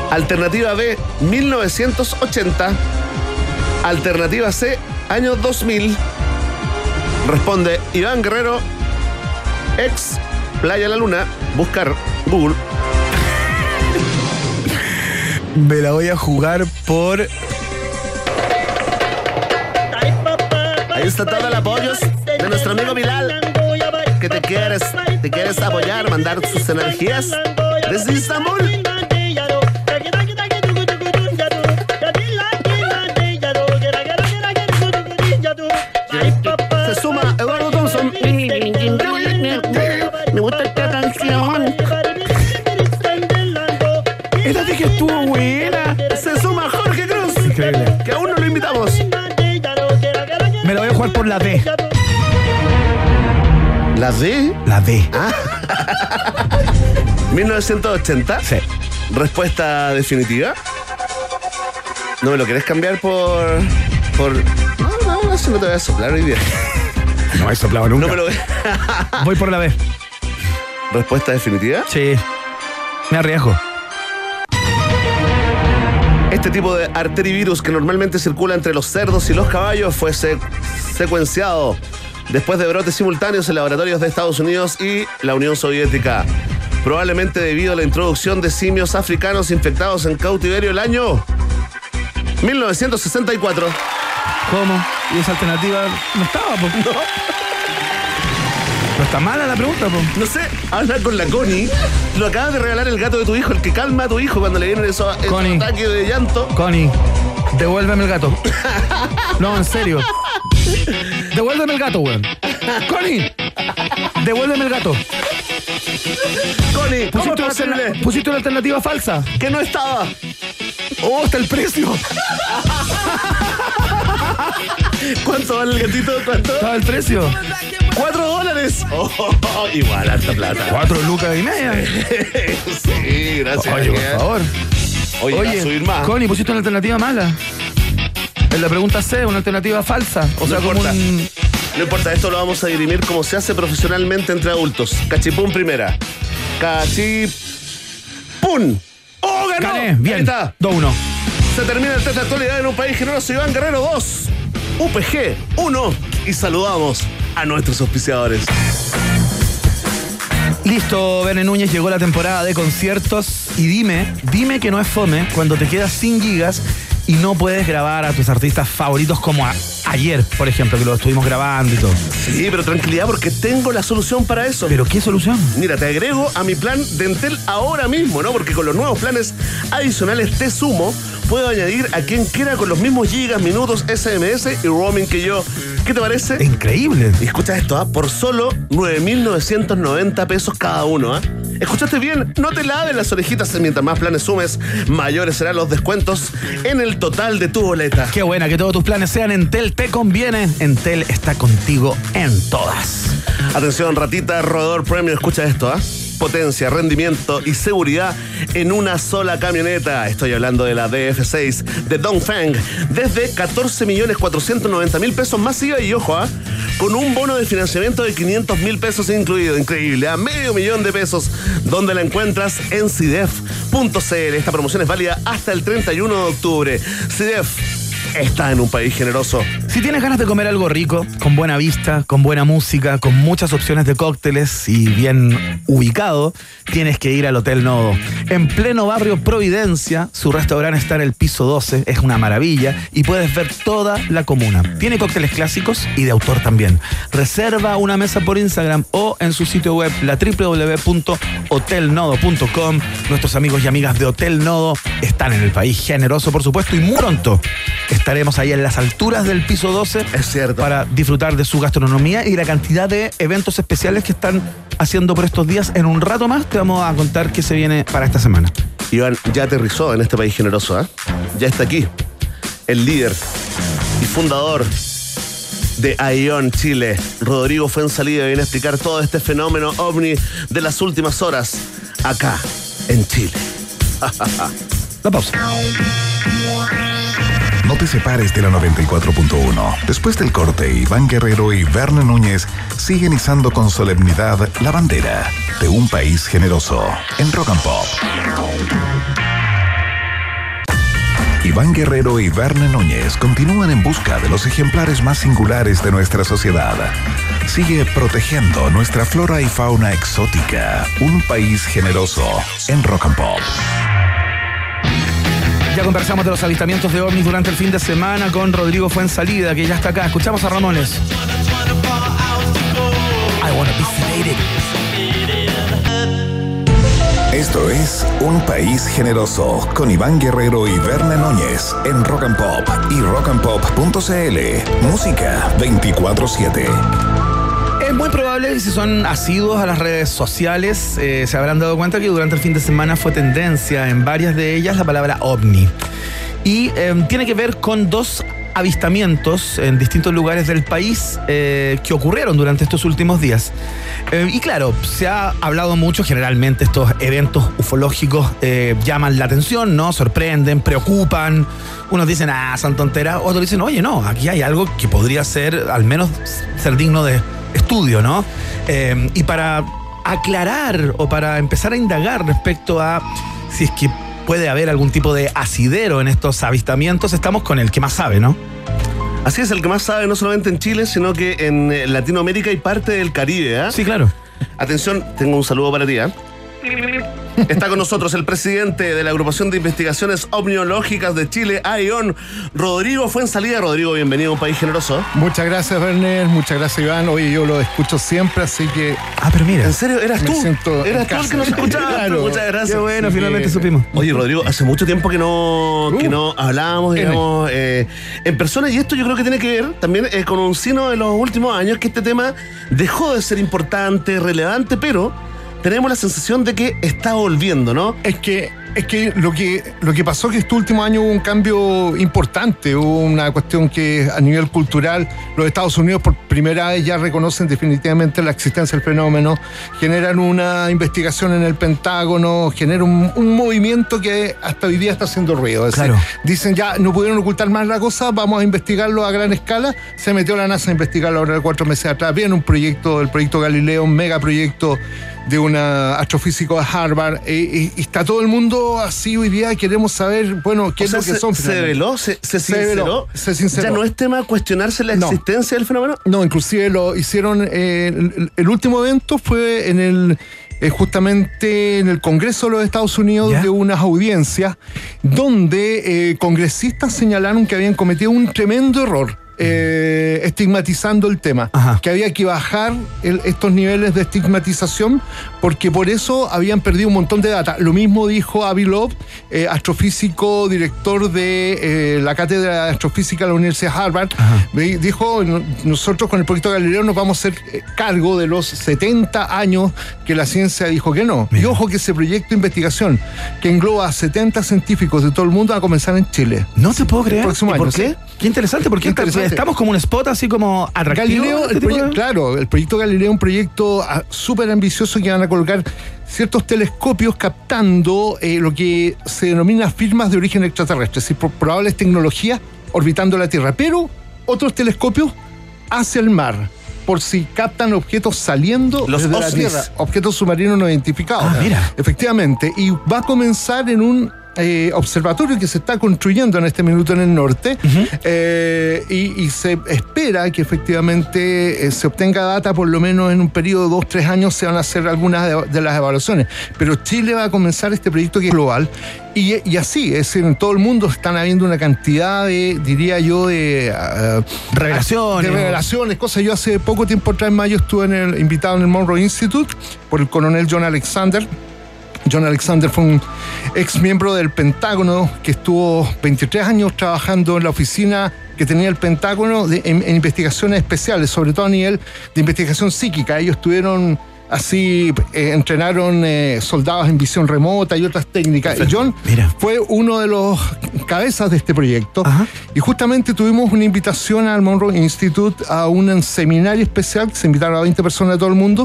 Alternativa B, mil novecientos ochenta. Alternativa C, año dos mil. Responde Iván Guerrero, ex Playa La Luna. Buscar Google. Me la voy a jugar por... Ahí está todo el apoyo de nuestro amigo Bilal, que te quieres, te quieres apoyar, mandar sus energías desde Istambul. Se suma Eduardo Thompson. Me gusta esta canción. Esta dije que estuvo buena. Se suma Jorge Cruz. Increíble. Que aún no lo invitamos. Me la voy a jugar por la D. ¿La D? La D. Ah. mil novecientos ochenta. Sí. Respuesta definitiva. ¿No me lo querés cambiar por...? por... No, no, eso no te voy a soplar hoy día. No he soplado nunca. No me lo... Voy por la B. ¿Respuesta definitiva? Sí. Me arriesgo. Este tipo de arterivirus que normalmente circula entre los cerdos y los caballos fue se- secuenciado después de brotes simultáneos en laboratorios de Estados Unidos y la Unión Soviética. Probablemente debido a la introducción de simios africanos infectados en cautiverio el año mil novecientos sesenta y cuatro. ¿Cómo? ¿Y esa alternativa no estaba, po? No, No está mala la pregunta, po. no sé, habla con la Connie. Lo acabas de regalar el gato de tu hijo, el que calma a tu hijo cuando le vienen esos, esos Connie. ataques de llanto. Connie, devuélveme el gato. No, en serio. Devuélveme el gato, weón. Connie, devuélveme el gato. Connie, ¿cómo Pusiste una, es posible alterna- pusiste una alternativa falsa. que no estaba? Oh, está el precio. ¿Cuánto vale el gatito? ¿Cuánto? Estaba el precio. ¡Cuatro dólares! Oh, igual, alta plata. Cuatro lucas y media. Sí, gracias. Oye, por favor. Oye, va a subir más. Connie, pusiste una alternativa mala. En la pregunta C, una alternativa falsa. O No sea, como importa. un... No importa, esto lo vamos a dirimir como se hace profesionalmente entre adultos. Cachipún primera. Cachipún. ¡Oh, ganó! Gané, bien. Ahí está. dos uno. Se termina el test de actualidad en un país generoso. Iván Guerrero dos. U P G uno. Y saludamos a nuestros auspiciadores. Listo, Verne Núñez, llegó la temporada de conciertos y dime, dime que no es fome cuando te quedas sin gigas y no puedes grabar a tus artistas favoritos como a- ayer, por ejemplo, que lo estuvimos grabando y todo. Sí, pero tranquilidad porque tengo la solución para eso. ¿Pero qué solución? Mira, te agrego a mi plan de Entel ahora mismo, ¿no? Porque con los nuevos planes adicionales Te Sumo, puedo añadir a quien quiera con los mismos gigas, minutos, S M S y roaming que yo. ¿Qué te parece? Increíble. Y escucha esto, ¿ah? Por solo nueve mil novecientos noventa pesos cada uno, ¿ah? ¿Escuchaste bien? No te laves las orejitas. Mientras más planes sumes, mayores serán los descuentos en el total de tu boleta. Qué buena que todos tus planes sean Entel, te conviene. Entel está contigo en todas. Atención, ratita, roedor premio, escucha esto, ¿ah? Potencia, rendimiento y seguridad en una sola camioneta. Estoy hablando de la D F seis de Dongfeng. Desde catorce millones cuatrocientos noventa mil pesos más I V A y ojo, ¿ah? Con un bono de financiamiento de quinientos mil pesos incluido. Increíble, a medio millón de pesos. ¿Dónde la encuentras? En cidef punto c l. Esta promoción es válida hasta el treinta y uno de octubre. Cidef está en un país generoso. Si tienes ganas de comer algo rico, con buena vista, con buena música, con muchas opciones de cócteles y bien ubicado, tienes que ir al Hotel Nodo. En pleno barrio Providencia, su restaurante está en el piso doce, es una maravilla y puedes ver toda la comuna. Tiene cócteles clásicos y de autor también. Reserva una mesa por Instagram o en su sitio web, la doble u doble u doble u punto hotel nodo punto com. Nuestros amigos y amigas de Hotel Nodo están en el país generoso, por supuesto, y muy pronto estaremos ahí en las alturas del piso doce. Es cierto. Para disfrutar de su gastronomía y la cantidad de eventos especiales que están haciendo por estos días. En un rato más te vamos a contar qué se viene para esta semana. Iván ya aterrizó en este país generoso, ¿ah? Ya está aquí. El líder y fundador de Aion Chile, Rodrigo Fuenzalida, viene a explicar todo este fenómeno ovni de las últimas horas acá en Chile. La pausa. No te separes de la noventa y cuatro punto uno. Después del corte, Iván Guerrero y Verne Núñez siguen izando con solemnidad la bandera de un país generoso en Rock and Pop. Iván Guerrero y Verne Núñez continúan en busca de los ejemplares más singulares de nuestra sociedad. Sigue protegiendo nuestra flora y fauna exótica. Un país generoso en Rock and Pop. Ya conversamos de los avistamientos de ovnis durante el fin de semana con Rodrigo Fuenzalida, que ya está acá. Escuchamos a Ramones. I wanna be sedated. Esto es Un País Generoso con Iván Guerrero y Verne Núñez en Rock and Pop y rock and pop punto c l. Música veinticuatro siete. Es muy probable que si son asiduos a las redes sociales eh, se habrán dado cuenta que durante el fin de semana fue tendencia en varias de ellas la palabra ovni. Y eh, tiene que ver con dos avistamientos en distintos lugares del país eh, que ocurrieron durante estos últimos días. Eh, y claro, se ha hablado mucho, generalmente estos eventos ufológicos eh, llaman la atención, ¿no? Sorprenden, preocupan. Unos dicen, ah, son tonteras. Otros dicen, oye, no, aquí hay algo que podría ser, al menos, ser digno de estudio, ¿no? Eh, y para aclarar o para empezar a indagar respecto a si es que puede haber algún tipo de asidero en estos avistamientos, estamos con el que más sabe, ¿no? Así es, el que más sabe, no solamente en Chile, sino que en Latinoamérica y parte del Caribe, ¿eh? Sí, claro. Atención, tengo un saludo para ti, ¿eh? Está con nosotros el presidente de la Agrupación de Investigaciones Ovniológicas de Chile, A I O N, Rodrigo Fuenzalida. Rodrigo, bienvenido a Un País Generoso. Muchas gracias, Werner. Muchas gracias, Iván. Oye, yo lo escucho siempre, así que... Ah, pero mira. ¿En serio? ¿Eras me tú? siento ¿Eras en tú el casa. que nos escuchaba? Claro. Muchas gracias. Qué bueno, Sí. finalmente supimos. Oye, Rodrigo, hace mucho tiempo que no, Uh. que no hablábamos, digamos, eh, en persona, y esto yo creo que tiene que ver también eh, con un signo de los últimos años, que este tema dejó de ser importante, relevante, pero tenemos la sensación de que está volviendo, ¿no? Es que, es que lo que lo que pasó es que este último año hubo un cambio importante, hubo una cuestión que a nivel cultural los Estados Unidos por primera vez ya reconocen definitivamente la existencia del fenómeno, generan una investigación en el Pentágono, generan un, un movimiento que hasta hoy día está haciendo ruido. Es decir, Claro. dicen ya no pudieron ocultar más la cosa, vamos a investigarlo a gran escala. Se metió la NASA a investigarlo ahora cuatro meses atrás. Viene un proyecto, el proyecto Galileo, un megaproyecto de un astrofísico de Harvard, y, y, y está todo el mundo así hoy día. Queremos saber, bueno, qué O es sea, lo que se, son. se finalmente. veló, se, se Se sinceró. veló, se sinceró. Ya no es tema cuestionarse la No. existencia del fenómeno. No, inclusive lo hicieron, eh, el, el último evento fue en el eh, justamente en el Congreso de los Estados Unidos, ¿Ya? de unas audiencias donde eh, congresistas señalaron que habían cometido un tremendo error. Eh, estigmatizando el tema. Ajá. Que había que bajar el- estos niveles de estigmatización, porque por eso habían perdido un montón de data. Lo mismo dijo Avi Loeb, eh, astrofísico, director de eh, la cátedra de astrofísica de la Universidad de Harvard. Ajá. Di- dijo, "No- nosotros con el proyecto Galileo nos vamos a hacer eh, cargo de los setenta años que la ciencia dijo que no". Mira. Y ojo que ese proyecto de investigación que engloba a setenta científicos de todo el mundo va a comenzar en Chile. No te puedo creer. El próximo ¿Y año, por qué? sí. Qué interesante, porque Qué interesante. estamos como un spot así como atractivo. Galileo, este el tipo proye- de- claro, el proyecto Galileo es un proyecto ah, súper ambicioso que van a colocar ciertos telescopios captando eh, lo que se denomina firmas de origen extraterrestre, es decir, por probables tecnologías orbitando la Tierra, pero otros telescopios hacia el mar, por si captan objetos saliendo Los desde la ovnis. Tierra, objetos submarinos no identificados. Ah, mira. Efectivamente, y va a comenzar en un eh, observatorio que se está construyendo en este minuto en el norte, eh, y, y se espera que efectivamente eh, se obtenga data por lo menos en un periodo de dos, tres años se van a hacer algunas de, de las evaluaciones. Pero Chile va a comenzar este proyecto que es global, y, y así, es decir, en todo el mundo están habiendo una cantidad de, diría yo, de... ah, Revelaciones. de revelaciones, cosas. Yo hace poco tiempo atrás, en mayo, estuve en el, invitado en el Monroe Institute por el coronel John Alexander. John Alexander fue un ex miembro del Pentágono que estuvo veintitrés años trabajando en la oficina que tenía el Pentágono de- en, en investigaciones especiales, sobre todo a nivel de investigación psíquica. Ellos tuvieron así, eh, entrenaron eh, soldados en visión remota y otras técnicas. Y John Mira. fue uno de los cabezas de este proyecto. Ajá. Y justamente tuvimos una invitación al Monroe Institute a un seminario especial, que se invitaron a veinte personas de todo el mundo,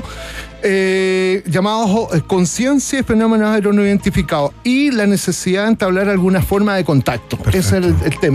eh, llamado eh, Conciencia y Fenómenos Aéreos No Identificados, y la necesidad de entablar alguna forma de contacto. Perfecto. Ese es el, el tema.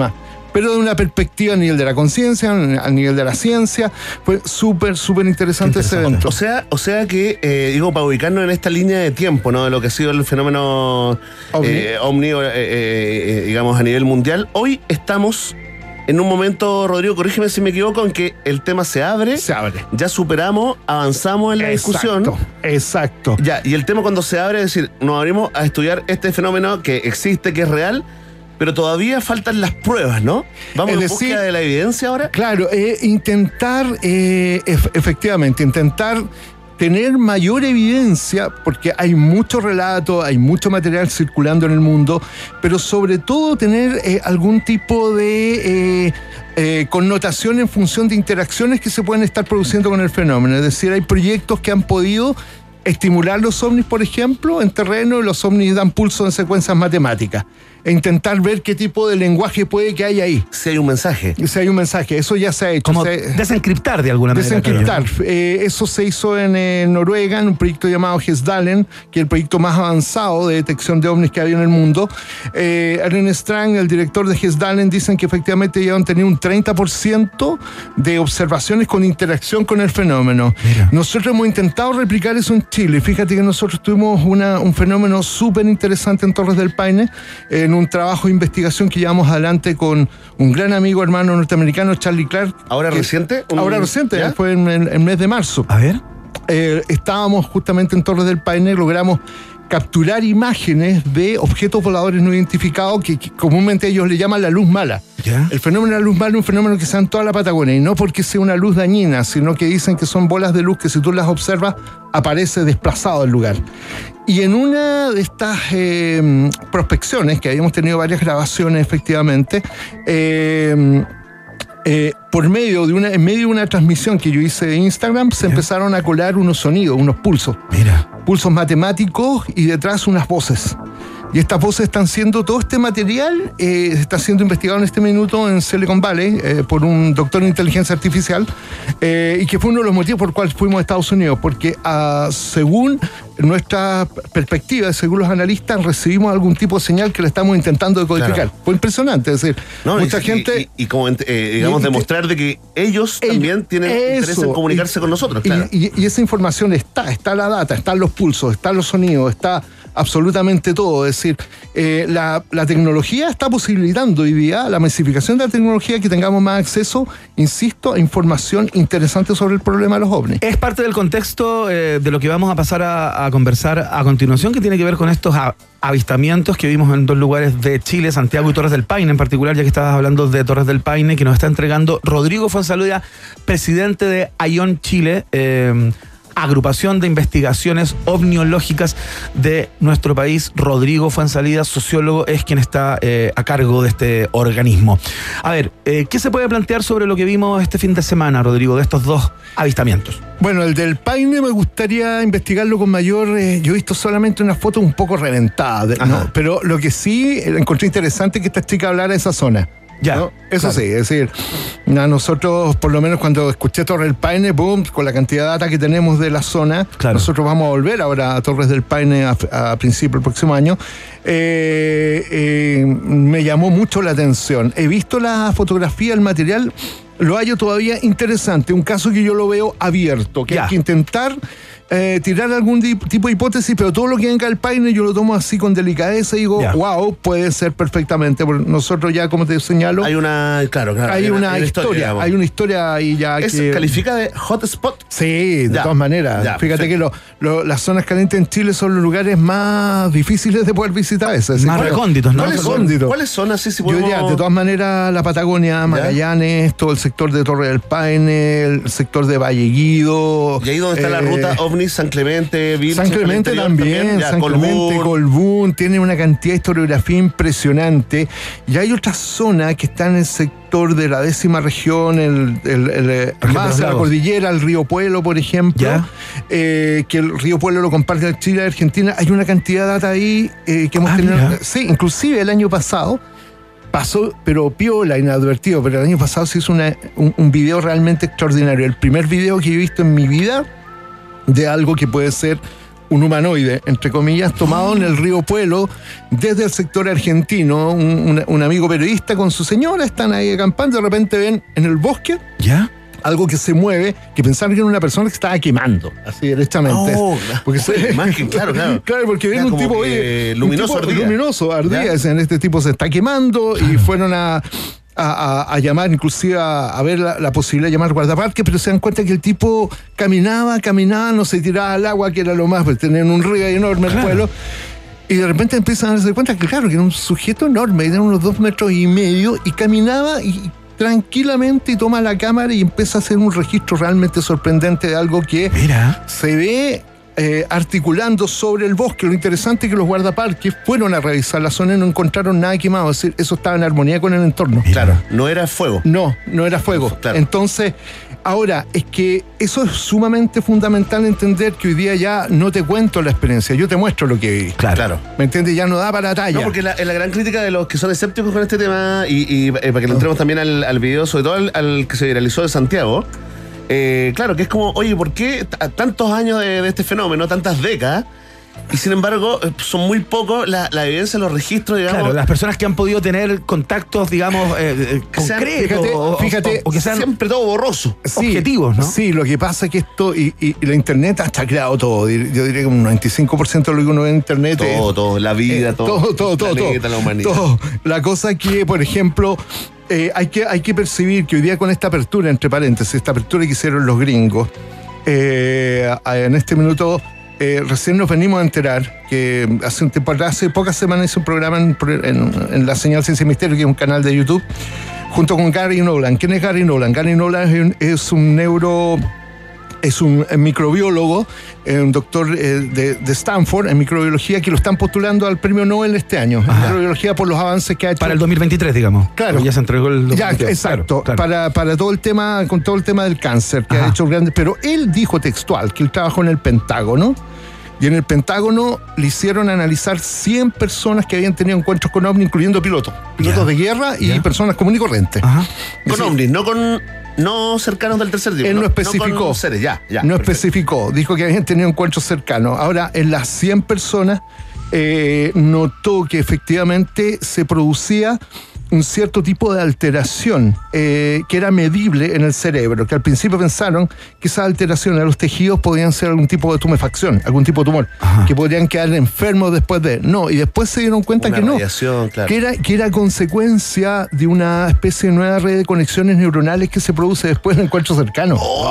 pero de una perspectiva a nivel de la conciencia, a nivel de la ciencia. Fue súper, súper interesante ese evento. O sea, o sea que, eh, digo, para ubicarnos en esta línea de tiempo, ¿no? De lo que ha sido el fenómeno Ovni, eh, ovni eh, eh, digamos, a nivel mundial. Hoy estamos en un momento, Rodrigo, corrígeme si me equivoco, en que el tema se abre. Se abre. Ya superamos, avanzamos en la Exacto, discusión. Exacto. Ya, y el tema cuando se abre es decir, nos abrimos a estudiar este fenómeno que existe, que es real, pero todavía faltan las pruebas, ¿no? Vamos Es en decir, búsqueda de la evidencia ahora. Claro, eh, intentar, eh, ef- efectivamente, intentar tener mayor evidencia, porque hay mucho relato, hay mucho material circulando en el mundo, pero sobre todo tener eh, algún tipo de eh, eh, connotación en función de interacciones que se pueden estar produciendo con el fenómeno. Es decir, hay proyectos que han podido estimular los ovnis, por ejemplo, en terreno, y los ovnis dan pulso en secuencias matemáticas. E intentar ver qué tipo de lenguaje puede que haya ahí. Si hay un mensaje. Si hay un mensaje, eso ya se ha hecho. Como se, desencriptar de alguna manera. Desencriptar. Eh, eso se hizo en eh, Noruega, en un proyecto llamado Hesdalen, que es el proyecto más avanzado de detección de ovnis que había en el mundo. Eh, Ernest Strang, el director de Hesdalen, dicen que efectivamente ya han tenido un treinta por ciento de observaciones con interacción con el fenómeno. Mira. Nosotros hemos intentado replicar eso en Chile. Fíjate que nosotros tuvimos una, un fenómeno súper interesante en Torres del Paine, en un trabajo de investigación que llevamos adelante con un gran amigo hermano norteamericano, Charlie Clark. ¿Ahora que, reciente? Un, ahora reciente, ¿ya? fue en el, el mes de marzo. A ver. Eh, estábamos justamente en Torres del Paine, logramos capturar imágenes de objetos voladores no identificados que, que comúnmente ellos le llaman la luz mala. ¿Ya? El fenómeno de la luz mala es un fenómeno que se da en toda la Patagonia, y no porque sea una luz dañina, sino que dicen que son bolas de luz que si tú las observas aparece desplazado el lugar. Y en una de estas eh, prospecciones, que habíamos tenido varias grabaciones efectivamente, eh, Eh, por medio de una, en medio de una transmisión que yo hice de Instagram, se empezaron a colar unos sonidos, unos pulsos. Mira. Pulsos matemáticos y detrás unas voces. Y estas voces están siendo, todo este material eh, está siendo investigado en este minuto en Silicon Valley eh, por un doctor en inteligencia artificial eh, y que fue uno de los motivos por los cuales fuimos a Estados Unidos, porque uh, según nuestra perspectiva, según los analistas, recibimos algún tipo de señal que le estamos intentando decodificar. Claro. Fue impresionante, es decir, no, mucha y, gente... Y, y, y como, eh, digamos, y, demostrar de que ellos, ellos también tienen eso, interés en comunicarse y, con nosotros, y, claro. Y, y esa información está, está la data, están los pulsos, están los sonidos, está absolutamente todo. Es decir, eh, la, la tecnología está posibilitando hoy día, la masificación de la tecnología, que tengamos más acceso, insisto, a información interesante sobre el problema de los ovnis. Es parte del contexto eh, de lo que vamos a pasar a, a conversar a continuación, que tiene que ver con estos a, avistamientos que vimos en dos lugares de Chile, Santiago y Torres del Paine en particular, ya que estabas hablando de Torres del Paine, que nos está entregando Rodrigo Fuenzalida, presidente de AION Chile, eh, agrupación de investigaciones ovniológicas de nuestro país. Rodrigo Fuenzalida, sociólogo, es quien está eh, a cargo de este organismo. A ver, eh, ¿qué se puede plantear sobre lo que vimos este fin de semana, Rodrigo, de estos dos avistamientos? Bueno, el del Paine me gustaría investigarlo con mayor... Eh, yo he visto solamente una foto un poco reventada, ¿no? Pero lo que sí encontré interesante es que esta chica hablara de esa zona. Ya, ¿no? Eso claro. sí, es decir, a nosotros, por lo menos cuando escuché Torres del Paine, boom, con la cantidad de data que tenemos de la zona, claro. Nosotros vamos a volver ahora a Torres del Paine a, a principio del próximo año. Eh, eh, me llamó mucho la atención. He visto la fotografía, el material, lo hallo todavía interesante. Un caso que yo lo veo abierto, que ya. hay que intentar eh, tirar algún tipo de hipótesis, pero todo lo que venga del Paine yo lo tomo así con delicadeza y digo, ya. wow, puede ser perfectamente. Porque nosotros ya, como te señalo, hay una, claro, claro, hay, hay una, una historia, historia hay una historia ahí ya ¿Es, que... ¿Califica de hotspot? Sí, de ya. todas maneras. Ya, Fíjate perfecto. que lo, lo, las zonas calientes en Chile son los lugares más difíciles de poder visitar. Es decir, Más bueno, recónditos, ¿no? ¿Cuáles son? Recónditos. ¿Cuáles son? Así si Yo podemos... diría, de todas maneras, la Patagonia, Magallanes, todo el sector de Torre del Paine, el sector de Valleguido. Y ahí donde está eh, la ruta OVNI, San Clemente, Vilche, San Clemente también, ya, San Clemente, Colbún. Colbún, tiene una cantidad de historiografía impresionante. Y hay otras zonas que están en el sector de la décima región, el, el, el, el más hacia la cordillera, el río Puelo, por ejemplo, eh, que el río Puelo lo comparte Chile y Argentina. Hay una cantidad de data ahí eh, que hemos ah, tenido. Mira. Sí, inclusive el año pasado pasó, pero piola, inadvertido, pero el año pasado se hizo una, un, un video realmente extraordinario. El primer video que yo he visto en mi vida de algo que puede ser un humanoide, entre comillas, tomado en el río Puelo desde el sector argentino. Un, un, un amigo periodista con su señora están ahí acampando, de repente ven en el bosque ¿Ya? algo que se mueve, que pensaron que era una persona que estaba quemando, así derechamente. Oh, porque fue la imagen, claro, claro. Claro, porque ven Era un como tipo, que oye, luminoso un tipo ardía. luminoso, ardía, ¿Ya? dicen, este tipo se está quemando, y fueron a, a, a, a llamar, inclusive a, a ver la, la posibilidad de llamar guardaparques, pero se dan cuenta que el tipo caminaba, caminaba, no se tiraba al agua, que era lo más, pues tenían un río enorme Claro. el pueblo. Y de repente empiezan a darse cuenta que, claro, que era un sujeto enorme, era unos dos metros y medio, y caminaba y tranquilamente y toma la cámara y empieza a hacer un registro realmente sorprendente de algo que Mira. se ve eh, articulando sobre el bosque. Lo interesante es que los guardaparques fueron a revisar la zona y no encontraron nada quemado, es decir, eso estaba en armonía con el entorno. Claro, no era fuego. No, no era fuego. Claro. Entonces, ahora, es que eso es sumamente fundamental entender, que hoy día ya no te cuento la experiencia, yo te muestro lo que vi. Claro. Claro. ¿Me entiendes? Ya no da para la talla. No, porque la, la gran crítica de los que son escépticos con este tema, y, y eh, para que le entremos también al, al video, sobre todo al, al que se viralizó de Santiago, eh, claro, que es como, oye, ¿por qué t- tantos años de, de este fenómeno, tantas décadas? Y sin embargo, eh, son muy pocos la, la evidencia, los registros, digamos. Claro, las personas que han podido tener contactos, digamos, eh, eh, Que sean- concretos, fíjate, o, fíjate, o- o que sean siempre todo borroso. Sí, objetivos, ¿no? Sí, lo que pasa es que esto, y, y- y la internet ha chacreado todo. Dir- Yo diría que un noventa y cinco por ciento de lo que uno ve en internet es- Todo, todo, la vida, Eh, todo. todo, todo, todo, el planeta, todo. la humanidad. Todo. La cosa que, por ejemplo, eh, hay que, hay que percibir que hoy día con esta apertura, entre paréntesis, esta apertura que hicieron los gringos, eh, en este minuto eh, recién nos venimos a enterar que hace un tiempo atrás, hace pocas semanas hice un programa en, en, en la señal Ciencia y Misterio, que es un canal de YouTube, junto con Gary Nolan. ¿Quién es Gary Nolan? Gary Nolan es un, es un neuro... Es un microbiólogo, eh, un doctor eh, de, de Stanford en microbiología, que lo están postulando al premio Nobel este año, en microbiología, por los avances que ha hecho. Para el dos mil veintitrés, digamos. Claro. O ya se entregó el dos mil Ya, veintidós. exacto, Claro, claro. Para, para todo el tema, con todo el tema del cáncer, que Ajá. ha hecho grandes. Pero él dijo textual que él trabajó en el Pentágono, y en el Pentágono le hicieron analizar cien personas que habían tenido encuentros con ovnis, incluyendo pilotos, pilotos Ya. de guerra y Ya. personas comunes y corrientes. Ajá. Con ovnis, no con. No cercanos del tercer tipo. Él no especificó. con seres, ya, ya. No perfecto. especificó, dijo que habían tenido encuentros cercanos. Ahora, en las cien personas, eh, notó que efectivamente se producía un cierto tipo de alteración eh, que era medible en el cerebro, que al principio pensaron que esas alteraciones a los tejidos podían ser algún tipo de tumefacción, algún tipo de tumor, Ajá. que podrían quedar enfermos después de... No, y después se dieron cuenta Una que no, radiación, claro. que era, que era consecuencia de una especie de nueva red de conexiones neuronales que se produce después del encuentro cercano.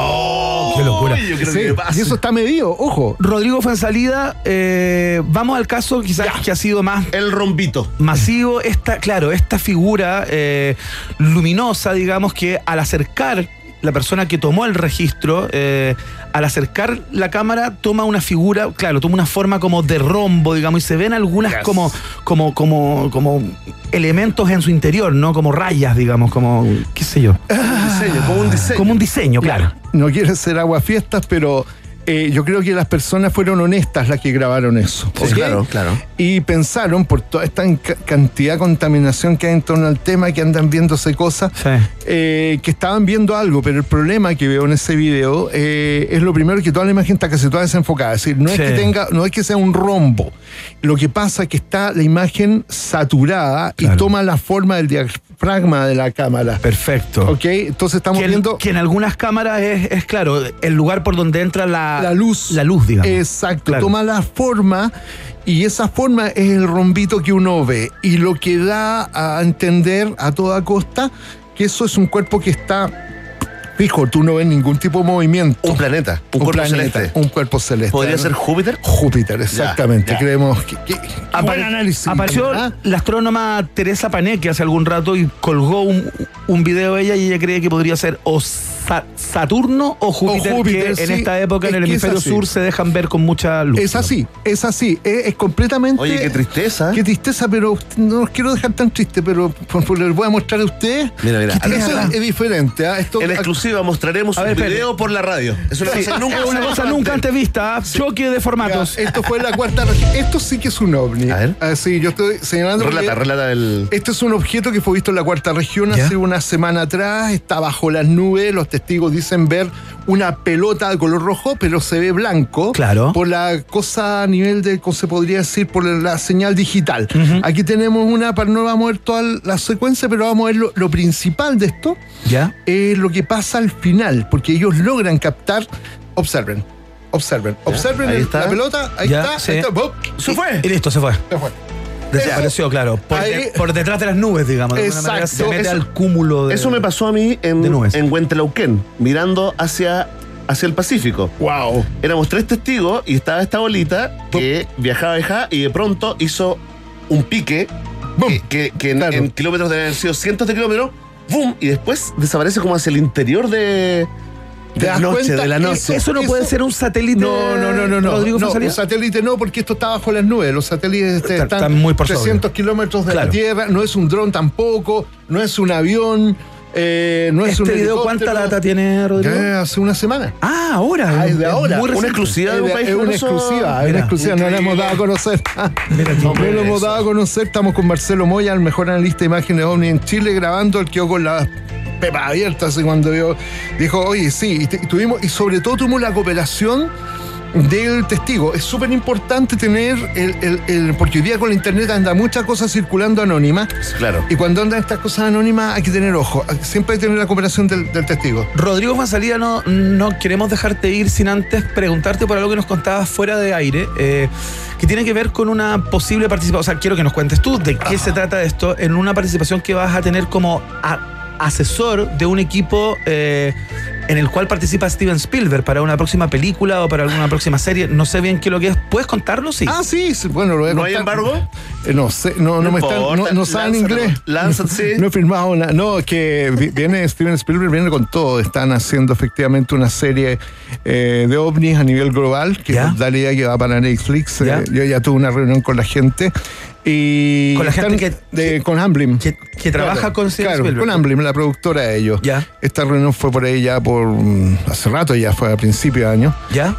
Oh, Qué locura. Yo creo Sí, que pasa. y eso está medido, ojo. Rodrigo Fuensalida, eh, vamos al caso quizás que ha sido más El rombito. masivo, esta, claro, esta figura eh, luminosa, digamos, que al acercar la persona que tomó el registro, eh, al acercar la cámara, toma una figura, claro, toma una forma como de rombo, digamos, y se ven algunas Yes. como, como, como, como elementos en su interior, ¿no? Como rayas, digamos, como, qué sé yo, Un diseño, como un diseño. como un diseño, claro. No quiere ser aguafiestas, pero eh, yo creo que las personas fueron honestas las que grabaron eso. Sí, ¿ok? claro, claro. Y pensaron, por toda esta ca- cantidad de contaminación que hay en torno al tema, que andan viéndose cosas, Sí. eh, que estaban viendo algo, pero el problema que veo en ese video eh, es lo primero, que toda la imagen está casi toda desenfocada. Es decir, no es Sí. que tenga, no es que sea un rombo. Lo que pasa es que está la imagen saturada Claro. y toma la forma del diafragma de la cámara. Perfecto. ¿Ok? Entonces estamos Que, viendo... que en algunas cámaras es, es claro, el lugar por donde entra la, La luz. La luz, digamos. Exacto, Claro. toma la forma, y esa forma es el rombito que uno ve, y lo que da a entender a toda costa que eso es un cuerpo que está fijo, tú no ves ningún tipo de movimiento. Un planeta, un, cuerpo planeta, celeste. un cuerpo celeste. ¿Podría ser Júpiter? Júpiter, exactamente. Ya, ya. Creemos que, que- que Apare- buen análisis. Apareció ¿Ah? la astrónoma Teresa Paneque hace algún rato y colgó un, un video de ella, y ella cree que podría ser o Sa- Saturno o Júpiter, O Júpiter, que en sí. esta época en Es el que es hemisferio así. sur se dejan ver con mucha luz. Es así, es así, es, es completamente... Oye, qué tristeza. Qué tristeza, pero no los quiero dejar tan tristes, pero por, por- les voy a mostrar a ustedes. Mira, mira, que acá eso está. es, es diferente. ¿ah? Esto, En exclusiva mostraremos A un ver, espérate. video por la radio. Es una cosa nunca, Es una cosa nunca antes vista, ¿ah? Choque de formatos. Esto fue la cuarta región. Esto sí que es un ovni. A ver. Así, yo estoy señalando. Relata, porque relata el. Este es un objeto que fue visto en la cuarta región ¿Ya? hace una semana atrás. Está bajo las nubes. Los testigos dicen ver una pelota de color rojo, pero se ve blanco. Claro. Por la cosa a nivel de, ¿cómo se podría decir? Por la señal digital. Uh-huh. Aquí tenemos una, para no vamos a ver toda la secuencia, pero vamos a ver lo, lo principal de esto. Ya. Es lo que pasa al final, porque ellos logran captar. Observen. Observen, ¿Ya? observen el, la pelota, ahí ya, está, sí. ahí está, ¡pum! Se fue. Y listo, se fue. Se fue. Desapareció, claro. Por, ahí, de, por detrás de las nubes, digamos. De exacto. manera se mete eso, al cúmulo de Eso me pasó a mí en, de nubes. en Huentelauquén, mirando hacia, hacia el Pacífico. Wow. Éramos tres testigos y estaba esta bolita que viajaba, viajaba y de pronto hizo un pique que, que, que en, claro. en kilómetros deben haber sido cientos de kilómetros, ¡boom! Y después desaparece como hacia el interior de... De la noche, de la noche. Eso no eso, puede ser un satélite. No, no, no, no, no. Rodrigo no un satélite no, porque esto está bajo las nubes. Los satélites está, están, están muy por trescientos kilómetros de claro. la Tierra. No es un dron tampoco. No es un avión. Eh, no es ¿Este un video cuánta data tiene, Rodrigo? Ya hace una semana. Ah, ahora. Ah, es de ahora. Muy una exclusiva de un país. Es una exclusiva. Es una exclusiva. No la hemos dado a conocer. Mira, no lo hemos dado a conocer. Estamos con Marcelo Moya, el mejor analista de imágenes OVNI en Chile, grabando. Él quedó con la pepa abierta así cuando vio, dijo, oye, sí, y, te, y tuvimos, y sobre todo tuvimos la cooperación del testigo. Es súper importante tener el, el, el, porque hoy día con la internet anda muchas cosas circulando anónimas. Claro. Y cuando andan estas cosas anónimas hay que tener ojo. Siempre hay que tener la cooperación del, del testigo. Rodrigo Fansalida, no, no queremos dejarte ir sin antes preguntarte por algo que nos contabas fuera de aire, eh, que tiene que ver con una posible participación. O sea, quiero que nos cuentes tú de qué ah. se trata esto en una participación que vas a tener como a, asesor de un equipo eh, en el cual participa Steven Spielberg para una próxima película o para alguna próxima serie. No sé bien qué es lo que es. ¿Puedes contarlo? Sí. Ah, sí, sí. Bueno, lo voy a ¿No contar. hay embargo? Eh, no sé, no, no, no me están, no, no saben inglés. Lánzate, sí. No he firmado nada. No, que viene Steven Spielberg, viene con todo. Están haciendo efectivamente una serie eh, de ovnis a nivel global, que da la idea que va para Netflix. Eh, yo ya tuve una reunión con la gente. Y con la gente que, de, que con Amblin que, que trabaja claro, con Steven claro, Spielberg. Con Amblin, la productora de ellos. Ya. Esta reunión fue por ahí ya por hace rato, ya fue a principio de año. Ya.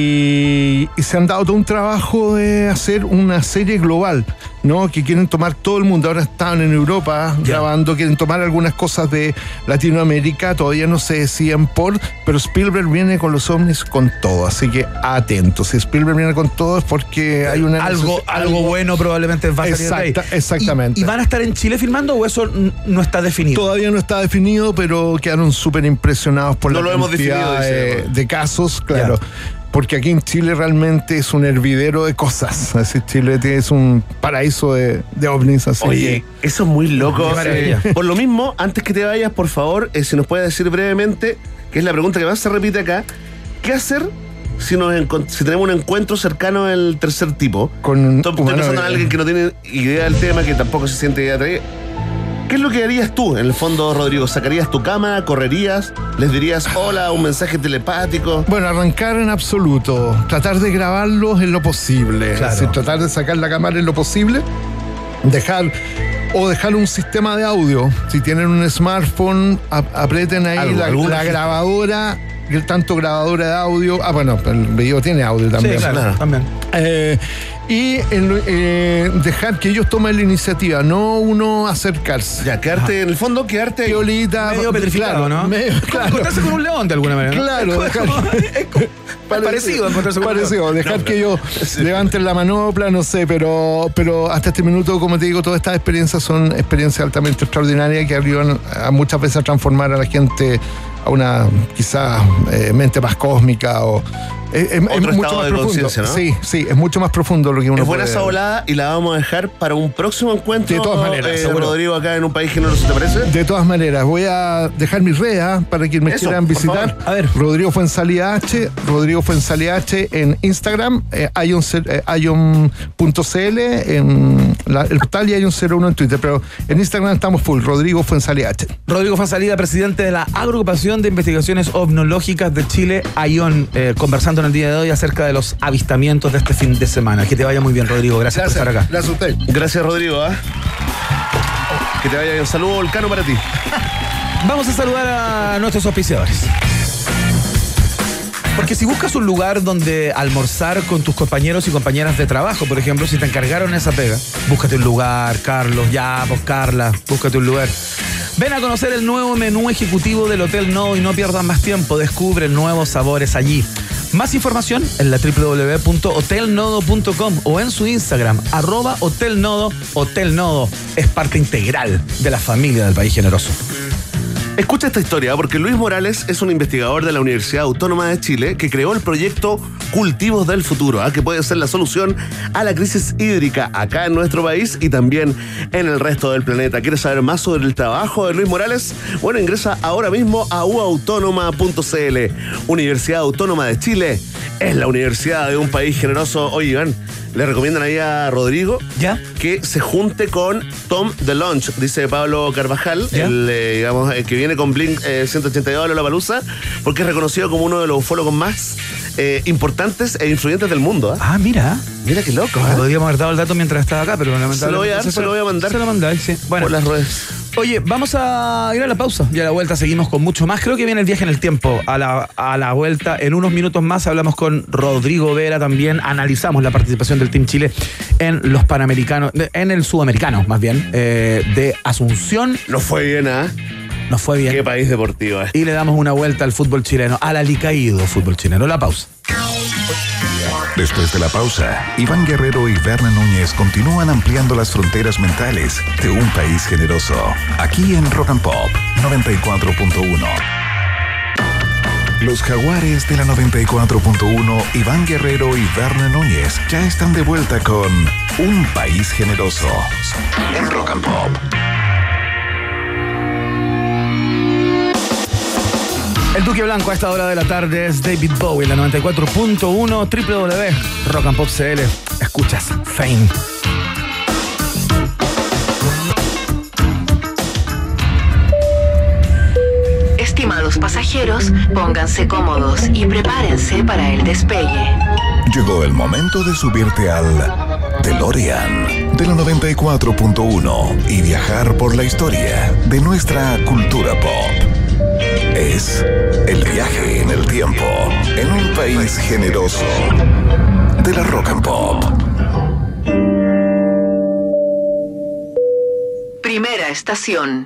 Y, y se han dado todo un trabajo de hacer una serie global, ¿no? Que quieren tomar todo el mundo. Ahora están en Europa ya. grabando, quieren tomar algunas cosas de Latinoamérica, todavía no se decían por, pero Spielberg viene con los ovnis con todo, así que atentos. Si Spielberg viene con todo es porque hay una algo, neces- algo, algo bueno probablemente va a salir Exacta, de ahí. Exactamente. ¿Y, ¿Y van a estar en Chile filmando o eso no está definido? Todavía no está definido, pero quedaron súper impresionados por no la lo cantidad hemos definido, de, de casos, claro. Ya. Porque aquí en Chile realmente es un hervidero de cosas. Así Chile es un paraíso de, de ovnis. Así Oye, que... eso es muy loco. Eh, por lo mismo, antes que te vayas, por favor, eh, si nos puedes decir brevemente, que es la pregunta que más se repite acá, ¿qué hacer si, nos encont- si tenemos un encuentro cercano del tercer tipo? Con un Estoy humano pensando en de- alguien que no tiene idea del tema, que tampoco se siente idea de... ¿Qué es lo que harías tú, en el fondo, Rodrigo? ¿Sacarías tu cámara? ¿Correrías? ¿Les dirías hola, un mensaje telepático? Bueno, arrancar en absoluto. Tratar de grabarlos en lo posible. Claro. Es decir, tratar de sacar la cámara en lo posible. Dejar... O dejar un sistema de audio. Si tienen un smartphone, ap- aprieten ahí Algo, la, alguna- la grabadora, el tanto grabadora de audio. Ah, bueno, el video tiene audio también. Sí, claro, Claro. también. Eh, y el, eh, dejar que ellos tomen la iniciativa, no uno acercarse. Ya, quedarte, en el fondo, quedarte ahí. Piolita, Medio petrificado, claro, ¿no? medio- Como claro. encontrarse con un león de alguna manera, ¿no? Claro, es como, dejar- es como- es parecido a encontrarse con un león. Parecido, dejar No, que ellos levanten la manopla, no sé, pero, pero hasta este minuto, como te digo, todas estas experiencias son experiencias altamente extraordinarias que ayudan a muchas veces a transformar a la gente a una quizás eh, mente más cósmica o es, es- es Otro mucho estado más de profundo. conciencia, ¿no? Sí, sí, es mucho más profundo lo que uno Es buena puede- esa volada y la vamos a dejar para un próximo encuentro. De todas maneras, eh, seguro. Rodrigo, acá en un país generoso, ¿te parece? De todas maneras, voy a dejar mis redes ¿ah? para quienes me Eso, quieran por visitar. favor. A ver. Rodrigo Fuenzalía H, Rodrigo Fuenzalía H en Instagram, eh, ion punto c l en la- el portal y ion cero uno en Twitter, pero en Instagram estamos full, Rodrigo Fuenzalía H. Rodrigo Fansalida, presidente de la Agrupación de Investigaciones Ovnológicas de Chile, AION, eh, conversando en el día de hoy acerca de los avistamientos de este fin de semana. Que te vaya muy bien, Rodrigo. Gracias, por estar acá. Gracias a usted. Gracias, Rodrigo. ¿ah? Que te vaya bien. Un saludo volcano para ti. Vamos a saludar a nuestros auspiciadores. Porque si buscas un lugar donde almorzar con tus compañeros y compañeras de trabajo, por ejemplo, si te encargaron esa pega, búscate un lugar, Carlos, ya, pues Carla, búscate un lugar. Ven a conocer el nuevo menú ejecutivo del Hotel Nodo y no pierdas más tiempo. Descubre nuevos sabores allí. Más información en la doble u doble u doble u punto hotel nodo punto com o en su Instagram, arroba Hotel Nodo. Hotel Nodo es parte integral de la familia del País Generoso. Escucha esta historia, porque Luis Morales es un investigador de la Universidad Autónoma de Chile que creó el proyecto Cultivos del Futuro, ¿eh? que puede ser la solución a la crisis hídrica acá en nuestro país y también en el resto del planeta. ¿Quieres saber más sobre el trabajo de Luis Morales? Bueno, ingresa ahora mismo a u autónoma punto c l. Universidad Autónoma de Chile es la universidad de un país generoso. Oye, Iván, le recomiendan ahí a Rodrigo ¿Ya? que se junte con Tom DeLonge, dice Pablo Carvajal, ¿Ya? el, eh, digamos, el que viene con Blink eh, ciento ochenta y dos de Lollapalooza, porque es reconocido como uno de los ufólogos más eh, importantes e influyentes del mundo. ¿eh? Ah, mira. Mira qué loco. ¿eh? ¿eh? Podríamos haber dado el dato mientras estaba acá, pero lamentablemente... Se lo voy a dar, se, se lo voy a mandar. Se lo mandáis, sí. Bueno. Por las redes. Oye, vamos a ir a la pausa y a la vuelta seguimos con mucho más. Creo que viene el viaje en el tiempo. A la, a la vuelta, en unos minutos más, hablamos con Rodrigo Vera también. Analizamos la participación del Team Chile en los Panamericanos, en el Sudamericano, más bien, eh, de Asunción. Nos fue bien, ¿ah? ¿eh? Nos fue bien. Qué país deportivo, ¿eh? Y le damos una vuelta al fútbol chileno, al alicaído fútbol chileno. La pausa. Después de la pausa, Iván Guerrero y Berna Núñez continúan ampliando las fronteras mentales de un país generoso. Aquí en Rock and Pop noventa y cuatro punto uno. Los jaguares de la noventa y cuatro punto uno, Iván Guerrero y Berna Núñez, ya están de vuelta con Un País Generoso en Rock and Pop. El Duque Blanco a esta hora de la tarde es David Bowie, la noventa y cuatro punto uno, doble u doble u doble u Rock and Pop C L. Escuchas Fame. Estimados pasajeros, pónganse cómodos y prepárense para el despegue. Llegó el momento de subirte al DeLorean de la noventa y cuatro punto uno y viajar por la historia de nuestra cultura pop. Es el viaje en el tiempo en un país generoso de la Rock and Pop. Primera estación.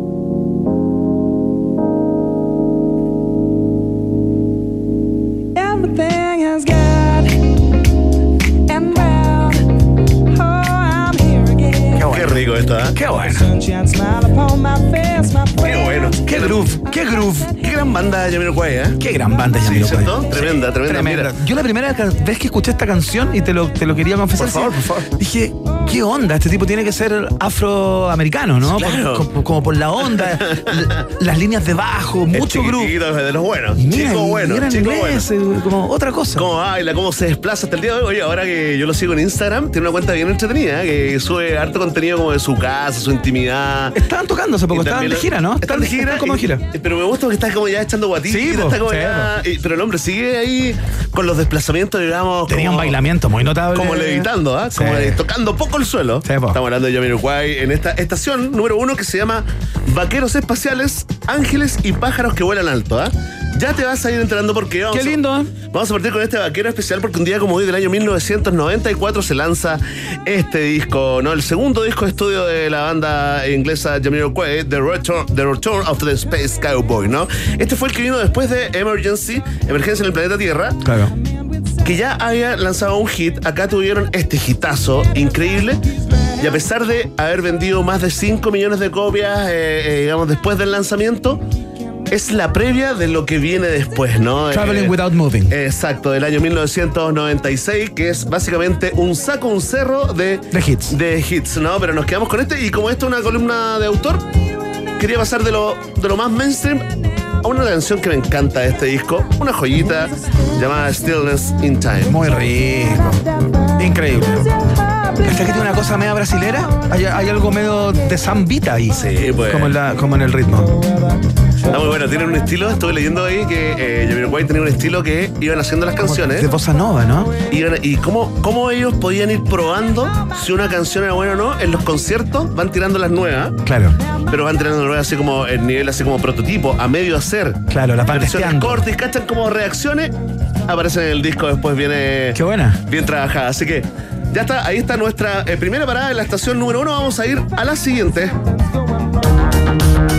Everything has got and round. Oh, I'm here again. Qué rico esto, ¿eh? Qué bueno. Sunshine smile upon my face, my Qué friend. bueno. Qué groove, qué groove. Qué gran banda Jamiroquai, ¿eh? Qué gran banda, Sí, Jamiroquai. ¿cierto? Tremenda, tremenda. Mira. Yo la primera vez que escuché esta canción, y te lo, te lo quería confesar, Por favor, sí, por favor. dije, ¿qué onda? Este tipo tiene que ser afroamericano, ¿no? Claro. Por- como, como por la onda, l- las líneas de bajo, mucho groove. Chiquitito, de los buenos. Mira, Chico y bueno, era en chico inglés, bueno. eh, como otra cosa. Cómo baila, cómo se desplaza hasta el día de hoy. Oye, ahora que yo lo sigo en Instagram, tiene una cuenta bien entretenida, ¿eh? Que sube harto contenido como de su casa, su intimidad. Estaban tocando hace poco, Y estaban también de lo- gira, ¿no? Están de gira. Están como de y- gira. y- Pero me gusta porque está como ya echando guatita. Sí, po, está como sí, ya, y- pero el hombre sigue ahí con los desplazamientos, digamos. Tenía un como- bailamiento muy notable. Como levitando, ¿ah? Como Sí. le- tocando poco el suelo. Sí, po. Estamos hablando de Jamiroquai en esta estación número uno que se llama Vaqueros Espaciales, Ángeles y Pájaros que Vuelan Alto, ¿ah? Ya te vas a ir enterando por qué. Vamos Qué a- lindo, ¿eh? Vamos a partir con este vaquero especial porque un día como hoy del año mil novecientos noventa y cuatro se lanza este disco, ¿no? El segundo disco de estudio de la banda inglesa Jamiroquai, The Return, The Return of the Space Cowboy, ¿no? Este fue el que vino después de Emergency, Emergencia en el Planeta Tierra, Claro. que ya había lanzado un hit. Acá tuvieron este hitazo increíble. Y a pesar de haber vendido más de cinco millones de copias, eh, eh, digamos, después del lanzamiento, es la previa de lo que viene después, ¿no? Traveling Eh, Without Moving. Exacto, del año mil novecientos noventa y seis, que es básicamente un saco, un cerro de, De hits. de hits, ¿no? Pero nos quedamos con este y como esto es una columna de autor, quería pasar de lo, de lo más mainstream a una canción que me encanta de este disco, una joyita llamada Stillness in Time. Muy rico. Increíble. ¿Hasta que tiene una cosa media brasilera? Hay, hay algo medio de zambita ahí. Sí, pues. Como en, la, como en el ritmo. Está muy bueno, tienen un estilo, estuve leyendo ahí que eh, Jamiroquai tenía un estilo que iban haciendo las canciones. De bossa nova, ¿no? Iban- y cómo, cómo ellos podían ir probando si una canción era buena o no. En los conciertos van tirando las nuevas, Claro. pero van tirando las nuevas así como el nivel así como prototipo, a medio hacer. Claro, las van Versiones testeando. cortas y cachan como reacciones, aparecen en el disco, después viene Qué buena. bien trabajada. Así que ya está, ahí está nuestra eh, primera parada en la estación número uno. Vamos a ir a la siguiente.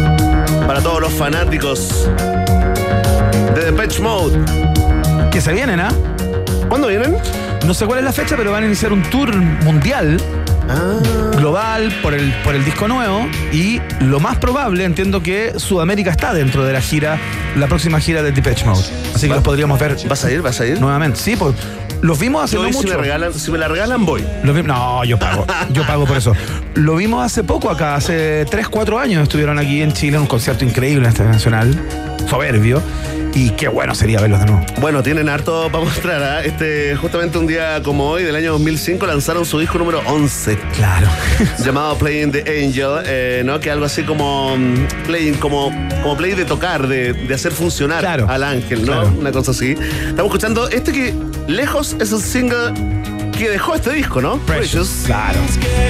para todos los fanáticos de Depeche Mode. Que se vienen, ¿ah? ¿Cuándo vienen? No sé cuál es la fecha, pero van a iniciar un tour mundial Ah, global por el, por el disco nuevo, y lo más probable, entiendo que Sudamérica está dentro de la gira, la próxima gira de Depeche Mode. Así que los podríamos ver ¿vas a ir? ¿Vas a ir? nuevamente. Sí, pues los vimos hace Yo no hoy si mucho. me, regalan, si me la regalan, voy. Lo vi- no, yo pago. Yo pago por eso. Lo vimos hace poco acá, hace tres, cuatro años estuvieron aquí en Chile en un concierto increíble en este Nacional. Soberbio. Y qué bueno sería verlos de nuevo. Bueno, tienen harto para mostrar. ¿ah? Este, justamente un día como hoy, del año dos mil cinco, lanzaron su disco número once. Claro. Llamado Playing the Angel, eh, ¿no? Que algo así como mm, playing, como, como play de tocar, de, de hacer funcionar Claro. al ángel, ¿no? Claro. Una cosa así. Estamos escuchando este que lejos es el single que dejó este disco, ¿no? Precious. Claro.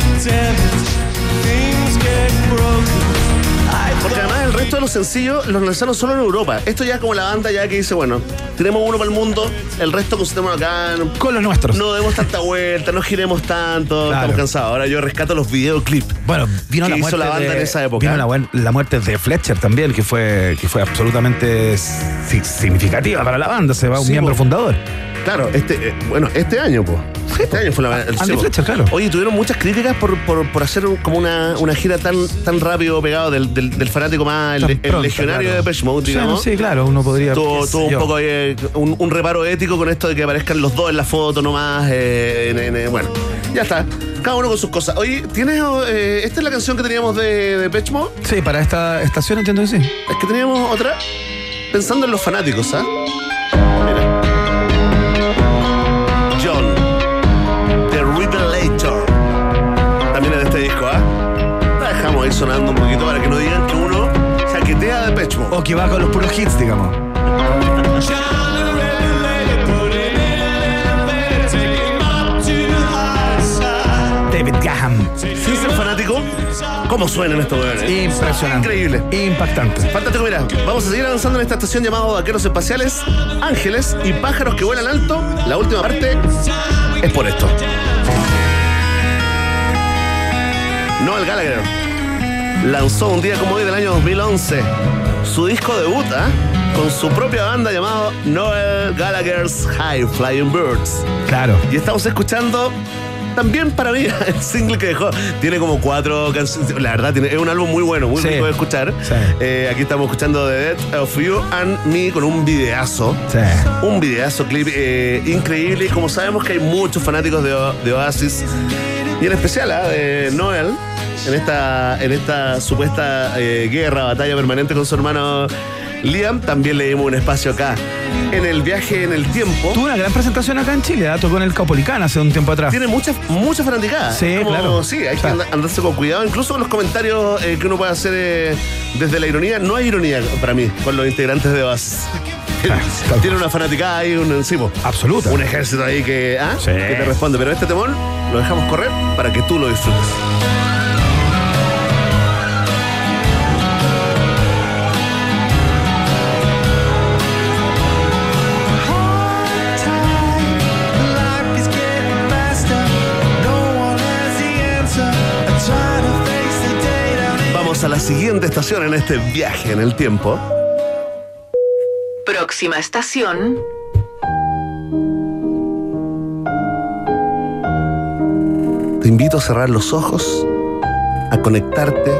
Porque además el resto de los sencillos los lanzaron solo en Europa. Esto ya es como la banda ya que dice, bueno, tenemos uno para el mundo, el resto concentremos acá. No, Con los nuestros. no demos tanta vuelta, no giremos tanto, Claro. estamos cansados. Ahora yo rescato los videoclips. Bueno, vino ¿Qué la hizo muerte la banda de, en esa época? Vino la, buen- la muerte de Fletcher también, que fue, que fue absolutamente si- significativa para la banda. Se va un Sí, miembro po. fundador. Claro, este, eh, bueno, este año, pues. Este año fue la. el Andy sí, po. Fletcher, claro. Oye, tuvieron muchas críticas por, por, por hacer un- como una, una gira tan, tan rápido pegado del, del, del fanático más, el, Tan el pronto, legionario claro. de Depeche Mode, Sí, digamos. sí, claro, uno podría. Tuvo, qué sé tuvo un yo. poco eh, un, un reparo ético con esto de que aparezcan los dos en la foto nomás. eh, en- en- bueno, ya está. Cada uno con sus cosas. Oye, ¿tienes. eh, esta es la canción que teníamos de, de Depeche Mode? Sí, para esta estación entiendo que sí. Es que teníamos otra. Pensando en los fanáticos, ¿ah? Mira. John, The Revelator. También es de este disco, ¿ah? La dejamos ahí sonando un poquito para que no digan que uno chaquetea de Depeche Mode. O que va con los puros hits, digamos. David Gaham. Sin ser fanático, ¿cómo suenan estos weones? Impresionante. Increíble. Impactante. Fantástico, mira, vamos a seguir avanzando en esta estación llamada Vaqueros Espaciales, Ángeles y Pájaros que vuelan alto. La última parte es por esto. Noel Gallagher lanzó un día como hoy del año dos mil once su disco debut, ¿ah? Con su propia banda llamado Noel Gallagher's High Flying Birds. Claro. Y estamos escuchando también para mí el single que dejó. Tiene como cuatro canciones. La verdad, tiene, es un álbum muy bueno, muy Sí. rico de escuchar. Sí. Eh, aquí estamos escuchando The Death of You and Me con un videazo. Sí. Un videazo clip eh, increíble. Y como sabemos que hay muchos fanáticos de, O- de Oasis, y en especial ¿ah? de Noel, en esta, en esta supuesta eh, guerra, batalla permanente con su hermano Liam, también le dimos un espacio acá. En el viaje en el tiempo. Tuvo una gran presentación acá en Chile, ¿eh? Tocó en el Caupolicán hace un tiempo atrás. Tiene muchas mucha fanaticada. Sí, Como- claro. Sí, hay O sea, que and- andarse con cuidado. Incluso con los comentarios eh, que uno puede hacer eh, desde la ironía. No hay ironía para mí con los integrantes de Oasis. claro. Tiene una fanaticada ahí, un encima. Absoluta. Un ejército ahí que, ¿ah? Sí. que te responde. Pero este temón lo dejamos correr para que tú lo disfrutes. Vamos a la siguiente estación en este viaje en el tiempo. Próxima estación. Te invito a cerrar los ojos, a conectarte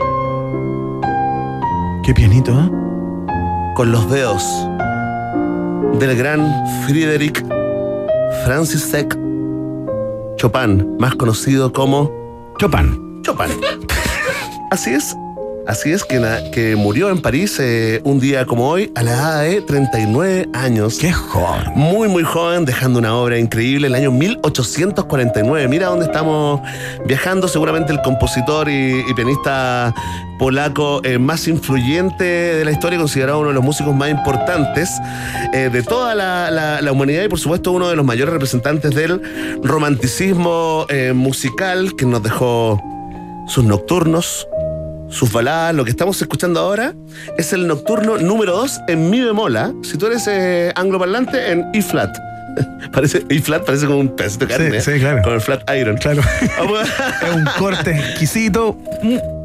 Qué pianito, ¿eh? con los dedos del gran Friedrich František Chopin, más conocido como Chopin. Chopin. Así es, así es que, na- que murió en París eh, un día como hoy a la edad de treinta y nueve años. Qué joven. Muy, muy joven, dejando una obra increíble en el año mil ochocientos cuarenta y nueve. Mira dónde estamos viajando. Seguramente el compositor y, y pianista polaco eh, más influyente de la historia, considerado uno de los músicos más importantes eh, de toda la, la- la humanidad y por supuesto uno de los mayores representantes del romanticismo eh, musical, que nos dejó sus nocturnos, sus baladas. Lo que estamos escuchando ahora es el nocturno número dos en mi bemol. ¿Ah? Si tú eres eh, angloparlante, en E flat. Parece, E flat parece como un pedacito de carne. Sí, ¿eh? sí, claro. Con el flat iron. Claro. Vamos Es un corte exquisito.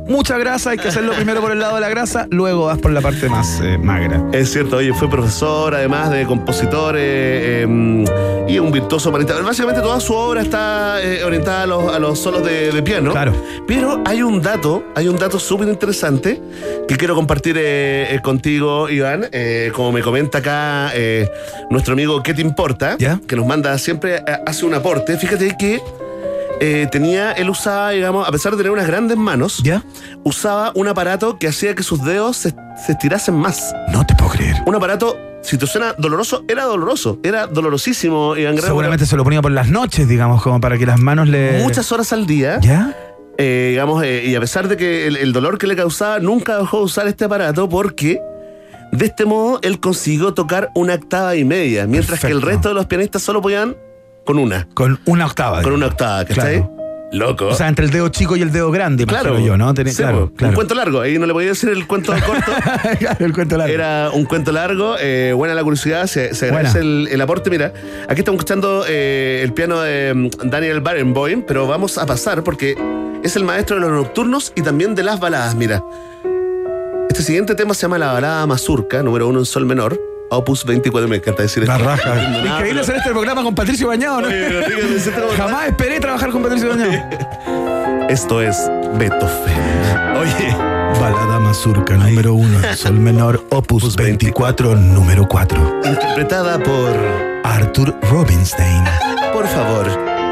mucha grasa, hay que hacerlo primero por el lado de la grasa, luego vas por la parte más eh, magra. Es cierto, oye, fue profesor, además de compositor eh, eh, y un virtuoso pianista. Básicamente toda su obra está eh, orientada a los, a los solos de, de piano. Claro. Pero hay un dato, hay un dato súper interesante que quiero compartir eh, eh, contigo, Iván. Eh, como me comenta acá eh, nuestro amigo ¿Qué te importa? ¿Ya? Que nos manda siempre, eh, hace un aporte. Fíjate que eh, tenía, él usaba, digamos, a pesar de tener unas grandes manos, ¿Ya? usaba un aparato que hacía que sus dedos se, se estirasen más. No te puedo creer. Un aparato, si te suena doloroso, era doloroso, era dolorosísimo, Iván Guerrero. Seguramente se lo ponía por las noches, digamos, como para que las manos le... Muchas horas al día, ¿Ya? eh, digamos, eh, y a pesar de que el, el dolor que le causaba, nunca dejó de usar este aparato porque de este modo él consiguió tocar una octava y media, mientras Perfecto. que el resto de los pianistas solo podían con una, Con una octava. con digamos. una octava, ¿cachai? Claro. Loco. O sea, entre el dedo chico y el dedo grande, claro, imagino yo, ¿no? Tenía- Sí, claro, po. claro. Un cuento largo, ahí no le podía decir el cuento corto. Claro, el cuento largo. Era un cuento largo, eh, buena la curiosidad, se, se agradece el, el aporte. Mira, aquí estamos escuchando eh, el piano de mm, Daniel Barenboim, pero vamos a pasar porque es el maestro de los nocturnos y también de las baladas. Mira, este siguiente tema se llama la balada mazurca, número uno en sol menor, opus veinticuatro. Me encanta decir La esto. raja. No entiendo nada, Increíble pero- hacer este programa con Patricio Bañado, ¿no? Oye, pero fíjate, me siento como- Jamás esperé trabajar con Patricio Bañado. Esto es Beethoven. Oye. Balada mazurca número uno, sol menor, opus veinticuatro, número cuatro. Interpretada por... Arthur Rubinstein. Por favor,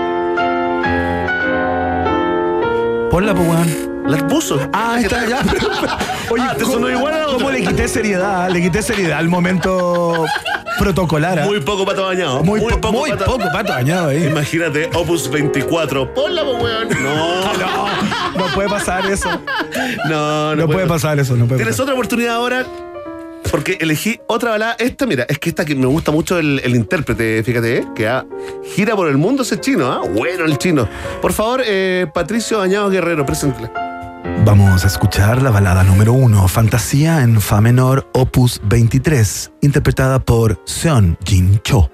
Ponla, pues, weón. las puso. Ah, está ya. Oye, Ah, ¿te ¿cómo- sonó igual a la ¿cómo otra? le quité seriedad? Le quité seriedad al momento protocolar. ¿ah? Muy poco pato bañado. muy, po- poco muy pato- poco pato bañado ahí. Imagínate, opus veinticuatro. Ponla, po, weón. No, No, no puede pasar eso. no, no, No puede pasar eso, no puede Tienes pasar. otra oportunidad ahora porque elegí otra balada. Esta, mira, es que esta que me gusta mucho el, el intérprete, fíjate, ¿eh? que ah, gira por el mundo ese chino, ¿ah? Bueno el chino. Por favor, eh, Patricio Bañados Guerrero, preséntela. Vamos a escuchar la balada número uno, Fantasía en Fa menor, opus veintitrés, interpretada por Seon Jin Cho.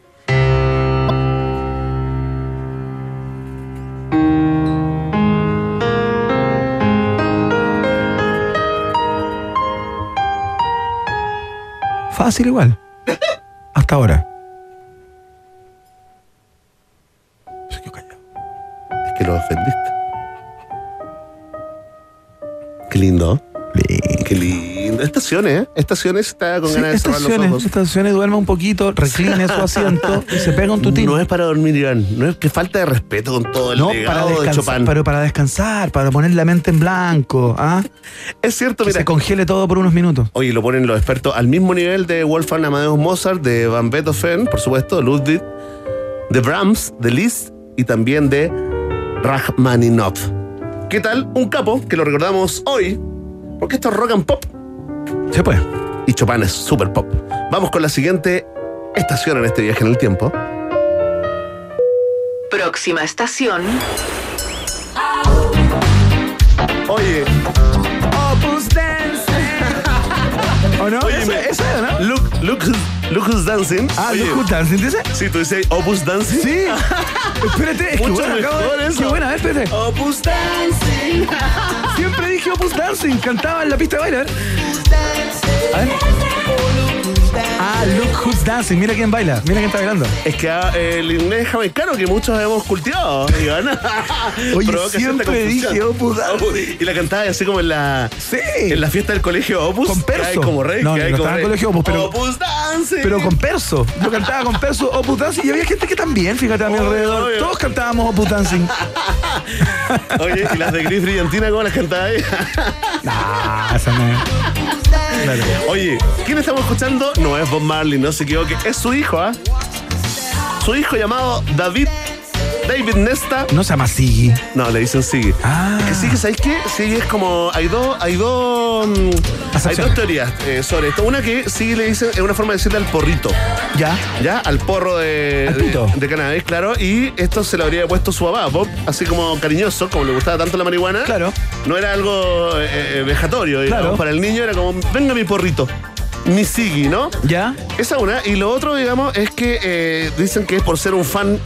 Fácil igual. Hasta ahora. Se quedó callado. Es que lo ofendiste. Qué lindo. Qué lindo. Estaciones, ¿eh? Estaciones está con Sí, ganas de cerrar los estaciones, ojos. estaciones, duerma un poquito, recline su asiento y se pega un tutín. No es para dormir, Iván. No es que falta de respeto con todo el No, para legado de descansar, Chopin. pero para descansar, para poner la mente en blanco, ¿ah? Es cierto, Que mira. se congele todo por unos minutos. Oye, lo ponen los expertos al mismo nivel de Wolfgang Amadeus Mozart, de Van Beethoven, por supuesto, Ludwig, de Brahms, de Liszt y también de Rachmaninoff. ¿Qué tal? Un capo que lo recordamos hoy, porque esto es rock and pop Se puede. y Chopin es super pop. Vamos con la siguiente estación en este viaje en el tiempo. Próxima estación. Oye, Opus Dance. ¿O no? Oye, ¿Ese, me- ese, o no? look, look, who's- look who's dancing. Ah, Oye, Look Who's Dancing, ¿dice? sí, tú dices Opus Dancing. Sí. Espérate, es que Mucho bueno, acabo de- mejor eso. Qué buena, a ver, espérate. Opus Dancing. Siempre dije Opus Dancing, cantaba en la pista de baile, a ver. A ver. Ah, Look Who's Dancing, mira quién baila, mira quién está bailando. Es que ah, el inglés jamaicano que muchos hemos cultivado, Iván. Oye, Provoca cierta siempre confusión. dije Opus Dancing. Y la cantaba así como en la, Sí. en la fiesta del colegio Opus. Con que hay perso. como rey. No, que no hay estaba como en rey. colegio Opus, pero- Opus Dancing. Pero con perso. Yo cantaba con perso Opus Dancing y había gente que también, fíjate a mi Obvio, alrededor. obvio. Todos cantábamos Opus Dancing. Oye, ¿y las de Gris Brillantina cómo las cantaba ahí? Ah, esa no es. Claro. Oye, ¿quién estamos escuchando? No es Bob Marley, no se equivoque. Es su hijo, ¿ah? Su hijo llamado David, David Nesta. No se llama Siggy. No, le dicen Siggy. Ah. Es que Siggy, ¿sabes qué? Siggy es como. Hay dos. Hay dos. mm, hay Acepciones. dos teorías eh, sobre esto. Una que Siggy le dicen. Es una forma de decirle al porrito. Ya. ¿Ya? Al porro de, Al pito. de, de cannabis, claro. Y esto se lo habría puesto su papá, Bob, así como cariñoso, como le gustaba tanto la marihuana. Claro. No era algo eh, eh, vejatorio, digamos. Claro. Para el niño era como, venga mi porrito. Mi Siggy, ¿no? Ya. Esa una. Y lo otro, digamos, es que eh, dicen que es por ser un fan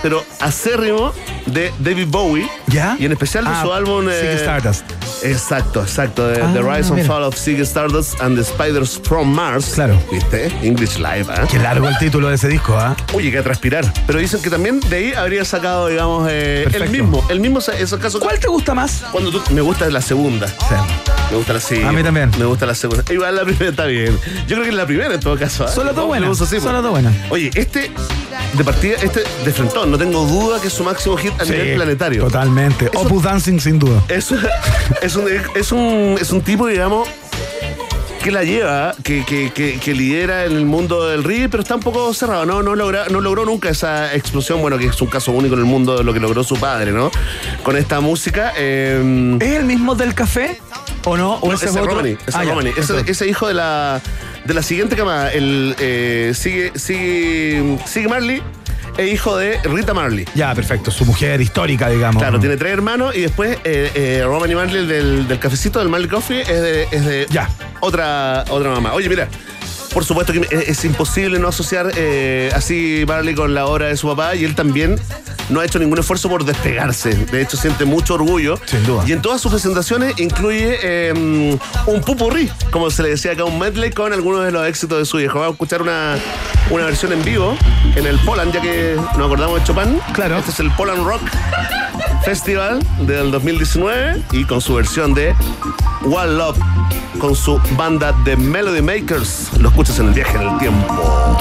pero acérrimo de David Bowie. ¿Ya? Y en especial de Ah, su álbum... Ziggy eh, Stardust. Exacto, exacto. The, Ah, The Rise and mira. Fall of Ziggy Stardust and the Spiders from Mars. Claro. ¿Viste? English Live, ¿ah? Qué largo el título de ese disco, ¿ah? Oye, que a transpirar. Pero dicen que también de ahí habría sacado, digamos, eh, el Perfecto. mismo. El mismo, esos casos. ¿Cuál te gusta más? Cuando tú, me gusta la segunda. Sí. Me gusta la segunda. A mí también. Me gusta la segunda. Igual la primera está bien. Yo creo que es la primera en todo caso. ¿eh? Son las dos Vamos, buenas. vamos así, Son pues. las dos buenas. Oye, este de partida, este de frentón, no tengo duda que es su máximo hit a nivel planetario. Totalmente. Eso- Opus Dancing, sin duda. Es, es, un, es, un, es un tipo, digamos, que la lleva, que, que, que, que lidera en el mundo del reggae, pero está un poco cerrado, ¿no? No, logra, no logró nunca esa explosión, bueno, que es un caso único en el mundo de lo que logró su padre, ¿no? Con esta música. Eh, ¿Es el mismo del café? ¿O no? ¿O no, ese ese es otro? Romany, ese Ah, ya. Romany. Ese, Entonces, ese hijo de la, de la siguiente camada, el eh, sigue, sigue, sigue Marley, es hijo de Rita Marley. Ya, perfecto. Su mujer histórica, digamos. Claro, tiene tres hermanos y después eh, eh, Romany Marley del, del cafecito, del Marley Coffee, es de, es de Ya. otra, otra mamá. Oye, mira, por supuesto que es, es imposible no asociar eh, así Marley con la obra de su papá y él también no ha hecho ningún esfuerzo por despegarse. De hecho, siente mucho orgullo. Sin duda. Y en todas sus presentaciones incluye eh, un pupurrí, como se le decía acá, un medley con algunos de los éxitos de su viejo. Vamos a escuchar una, una versión en vivo en el Poland, ya que nos acordamos de Chopin. Claro. Este es el Poland Rock Festival del dos mil diecinueve y con su versión de One Love con su banda The Melody Makers. Lo escuchas en el viaje en el tiempo.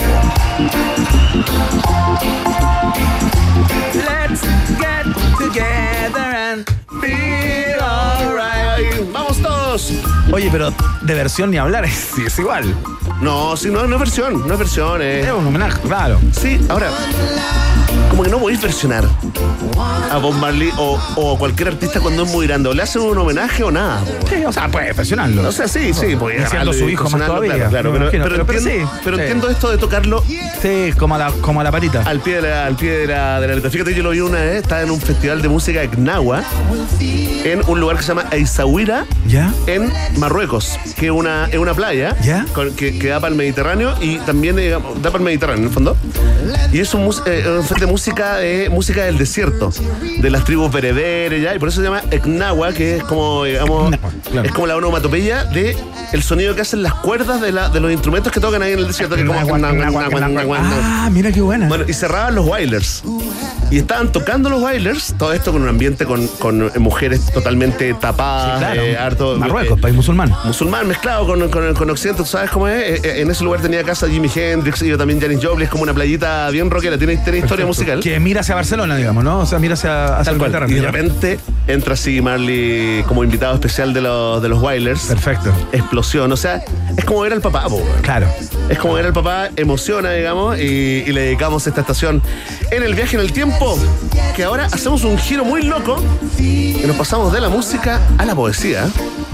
Let's get together and feel alright. ¡Vamos todos! Oye, pero de versión ni hablar, es, sí, es igual. No, sí, no, no es versión, no es versión. Es Eh. un homenaje, claro. Sí, ahora, como que no podéis versionar a Bob Marley o, o cualquier artista cuando es muy grande. O le hacen un homenaje o nada. po. Sí, o sea, puede versionarlo. O sea, sí, sí, porque Y siendo agarrarlo su y hijo más versionarlo, todavía. Claro, claro, Me pero, imagino, pero pero- pero entiendo, sí, pero sí. entiendo esto de tocarlo Sí, como a la, como a la patita. al pie de la, al pie de la, de la letra. Fíjate, yo lo vi una vez, estaba en un festival de música de Gnawa, en un lugar que se llama Essaouira, ¿Ya? en Marruecos, que es una, es una playa ¿Ya? con- que, que da para el Mediterráneo y también digamos, da para el Mediterráneo en el fondo. Y es un, mus- eh, un festival de música, de música del desierto, de las tribus bereberes, ¿ya? Y por eso se llama Gnawa, que es como, digamos, Gnawa, claro. es como la onomatopeya de el sonido que hacen las cuerdas de, la, de los instrumentos que tocan ahí en el desierto, que es como... Ah, mira qué buena. Bueno, y cerraban los Wailers. Y estaban tocando los Wailers, todo esto con un ambiente con, con mujeres totalmente tapadas, claro. eh, harto. Marruecos, eh, país musulmán. musulmán mezclado con, con, con Occidente, ¿tú sabes cómo es? Eh, eh, en ese lugar tenía casa Jimi Hendrix y yo también Janis Joplin, es como una playita bien rockera, tiene, tiene historia Perfecto. musical. Que mira hacia Barcelona, digamos, ¿no? O sea, mira hacia, hacia Tal el cual. Mediterráneo. Y de ¿ya? repente entra así Marley como invitado especial de los, de los Wailers. Perfecto. Explosión, o sea, es como ver al papá, po, weón. Claro. Es como ver al papá, emociona, digamos, y, y le dedicamos esta estación en el viaje en el tiempo, que ahora hacemos un giro muy loco y nos pasamos de la música a la poesía.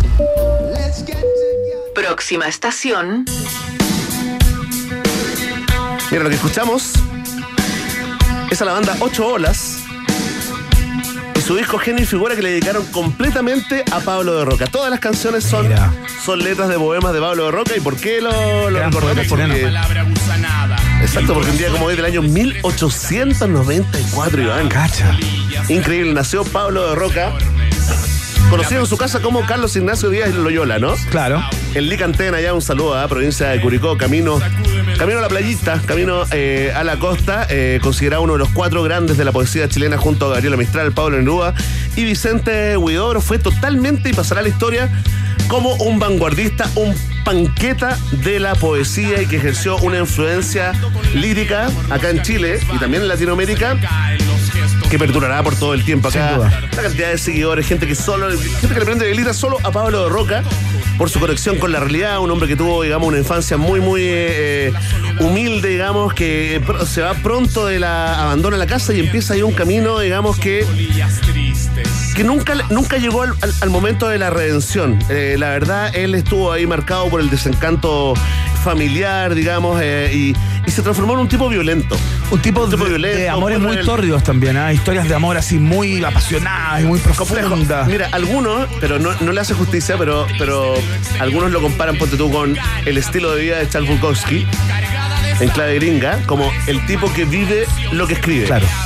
Próxima estación. Mira, lo que escuchamos es a la banda Ocho Olas y su disco Genio y Figura, que le dedicaron completamente a Pablo de Roca. Todas las canciones son, Mira. son letras de poemas de Pablo de Roca. ¿Y por qué lo, lo Gran recordamos? poeta Porque, chileno. exacto, porque un día como hoy del año mil ochocientos noventa y cuatro, Iván. Cacha. Increíble, nació Pablo de Roca, conocido en su casa como Carlos Ignacio Díaz Loyola, ¿no? Claro. En Licantén, allá un saludo a provincia de Curicó, camino, camino a la playita, camino eh, a la costa, eh, considerado uno de los cuatro grandes de la poesía chilena junto a Gabriela Mistral, Pablo Neruda y Vicente Huidobro. Fue totalmente y pasará a la historia como un vanguardista, un panqueta de la poesía y que ejerció una influencia lírica acá en Chile y también en Latinoamérica, que perdurará por todo el tiempo. Sin Acá duda. una cantidad de seguidores, gente que solo, gente que le prende velita solo a Pablo de Roca por su conexión con la realidad, un hombre que tuvo, digamos, una infancia muy, muy eh, humilde, digamos, que pr- se va pronto de la, abandona la casa y empieza ahí un camino, digamos, que que nunca, nunca llegó al, al- al momento de la redención. Eh, la verdad, él estuvo ahí marcado por el desencanto familiar, digamos, eh, y, y se transformó en un tipo violento. Un tipo, Un tipo de, violento, de amores muy muy rebelde. tórridos también, ¿ah? Historias de amor así muy apasionadas y muy Complejo. profundas. Mira, algunos, pero no, no le hace justicia, pero, pero algunos lo comparan, ponte tú, con el estilo de vida de Charles Bukowski en clave gringa, como el tipo que vive lo que escribe. Claro.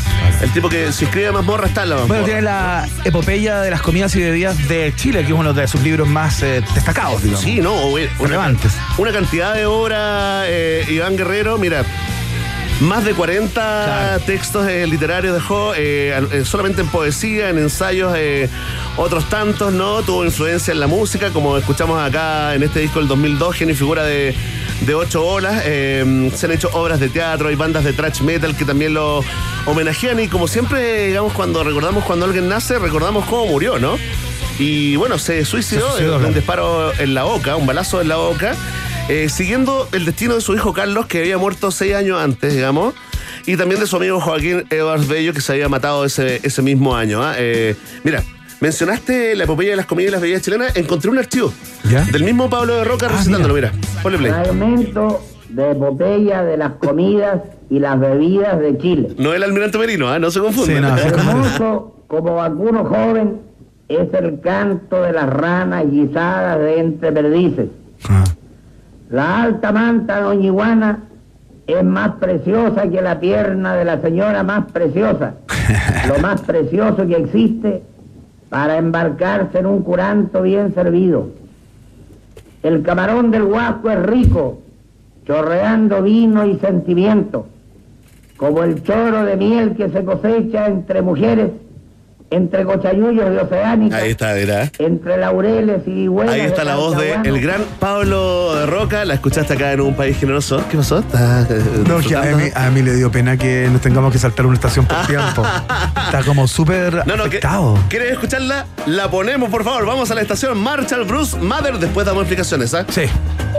El tipo que se inscribe a Mazmorra está en la Mazmorra. Bueno, tiene la epopeya de las comidas y bebidas de Chile, que es uno de sus libros más eh, destacados, digamos. Sí, no, güey, una, Relevantes. una cantidad de obras, eh, Iván Guerrero, mira, más de cuarenta Claro. textos eh, literarios dejó, eh, eh, solamente en poesía, en ensayos, eh, otros tantos, ¿no? Tuvo influencia en la música, como escuchamos acá en este disco del dos mil dos, genio y figura de, de ocho olas. Eh, se han hecho obras de teatro, hay bandas de thrash metal que también lo homenajean, y como siempre, digamos, cuando recordamos cuando alguien nace, recordamos cómo murió, ¿no? Y bueno, se suicidó, Se suicidó, de un claro. disparo en la boca, un balazo en la boca, eh, siguiendo el destino de su hijo Carlos, que había muerto seis años antes, digamos, y también de su amigo Joaquín Edwards Bello, que se había matado ese, ese mismo año. ¿ah? Eh, mira, mencionaste la epopeya de las comidas y las bebidas chilenas, encontré un archivo ¿Ya? del mismo Pablo de Roca Ah, recitándolo, mira. Ponle play. Fragmento de botella de las comidas y las bebidas de Chile. No el almirante Merino, ¿ah? No se confundan. Sí, no. Hermoso como vacuno joven es el canto de las ranas guisadas de entre perdices. Ah. La alta manta doñiguana es más preciosa que la pierna de la señora más preciosa. Lo más precioso que existe para embarcarse en un curanto bien servido. El camarón del Huasco es rico, chorreando vino y sentimiento, como el choro de miel que se cosecha entre mujeres, entre cochayullos de Oceánica, Ahí está, mira. entre laureles y huevas. Ahí está la voz de el gran Pablo de Roca. La escuchaste acá en Un País Generoso. ¿Qué pasó? ¿Estás, eh, No, que a disfrutando? mí, a mí le dio pena que nos tengamos que saltar una estación por tiempo. Está como súper No, no, que- afectado. ¿quieres escucharla? La ponemos, por favor. Vamos a la estación Marshall Bruce Mother. Después damos explicaciones, ¿ah? Sí.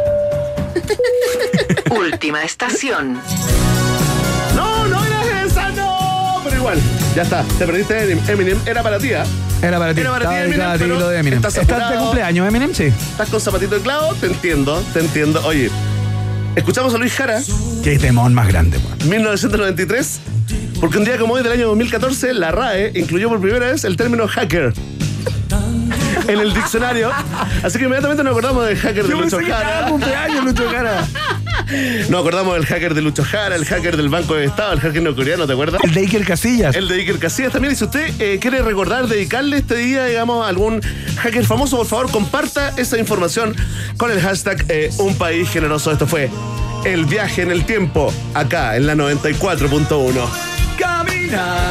Última estación. No, no era esa, no. Pero igual, ya está. Te perdiste Eminem. Eminem era para ti, ¿ah? Era para ti. Era para Estaba ti, dedicada a Eminem, ti pero lo de Eminem. estás ¿Estás de apurado. cumpleaños, Eminem? Sí. ¿Estás con zapatito de clavo? Te entiendo, te entiendo. Oye, escuchamos a Luis Jara, Qué temón más grande, weón. mil novecientos noventa y tres, porque un día como hoy del año dos mil catorce, la R A E incluyó por primera vez el término hacker en el diccionario. Así que inmediatamente nos acordamos del hacker de Lucho Jara. cumpleaños, Lucho Jara. Nos acordamos del hacker de Lucho Jara, el hacker del Banco de Estado, el hacker norcoreano, ¿te acuerdas? El de Iker Casillas. El de Iker Casillas también. Y si usted eh, quiere recordar, dedicarle este día, digamos, a algún hacker famoso, por favor, comparta esa información con el hashtag eh, Un País Generoso. Esto fue El Viaje en el Tiempo, acá en la noventa y cuatro punto uno. Camina.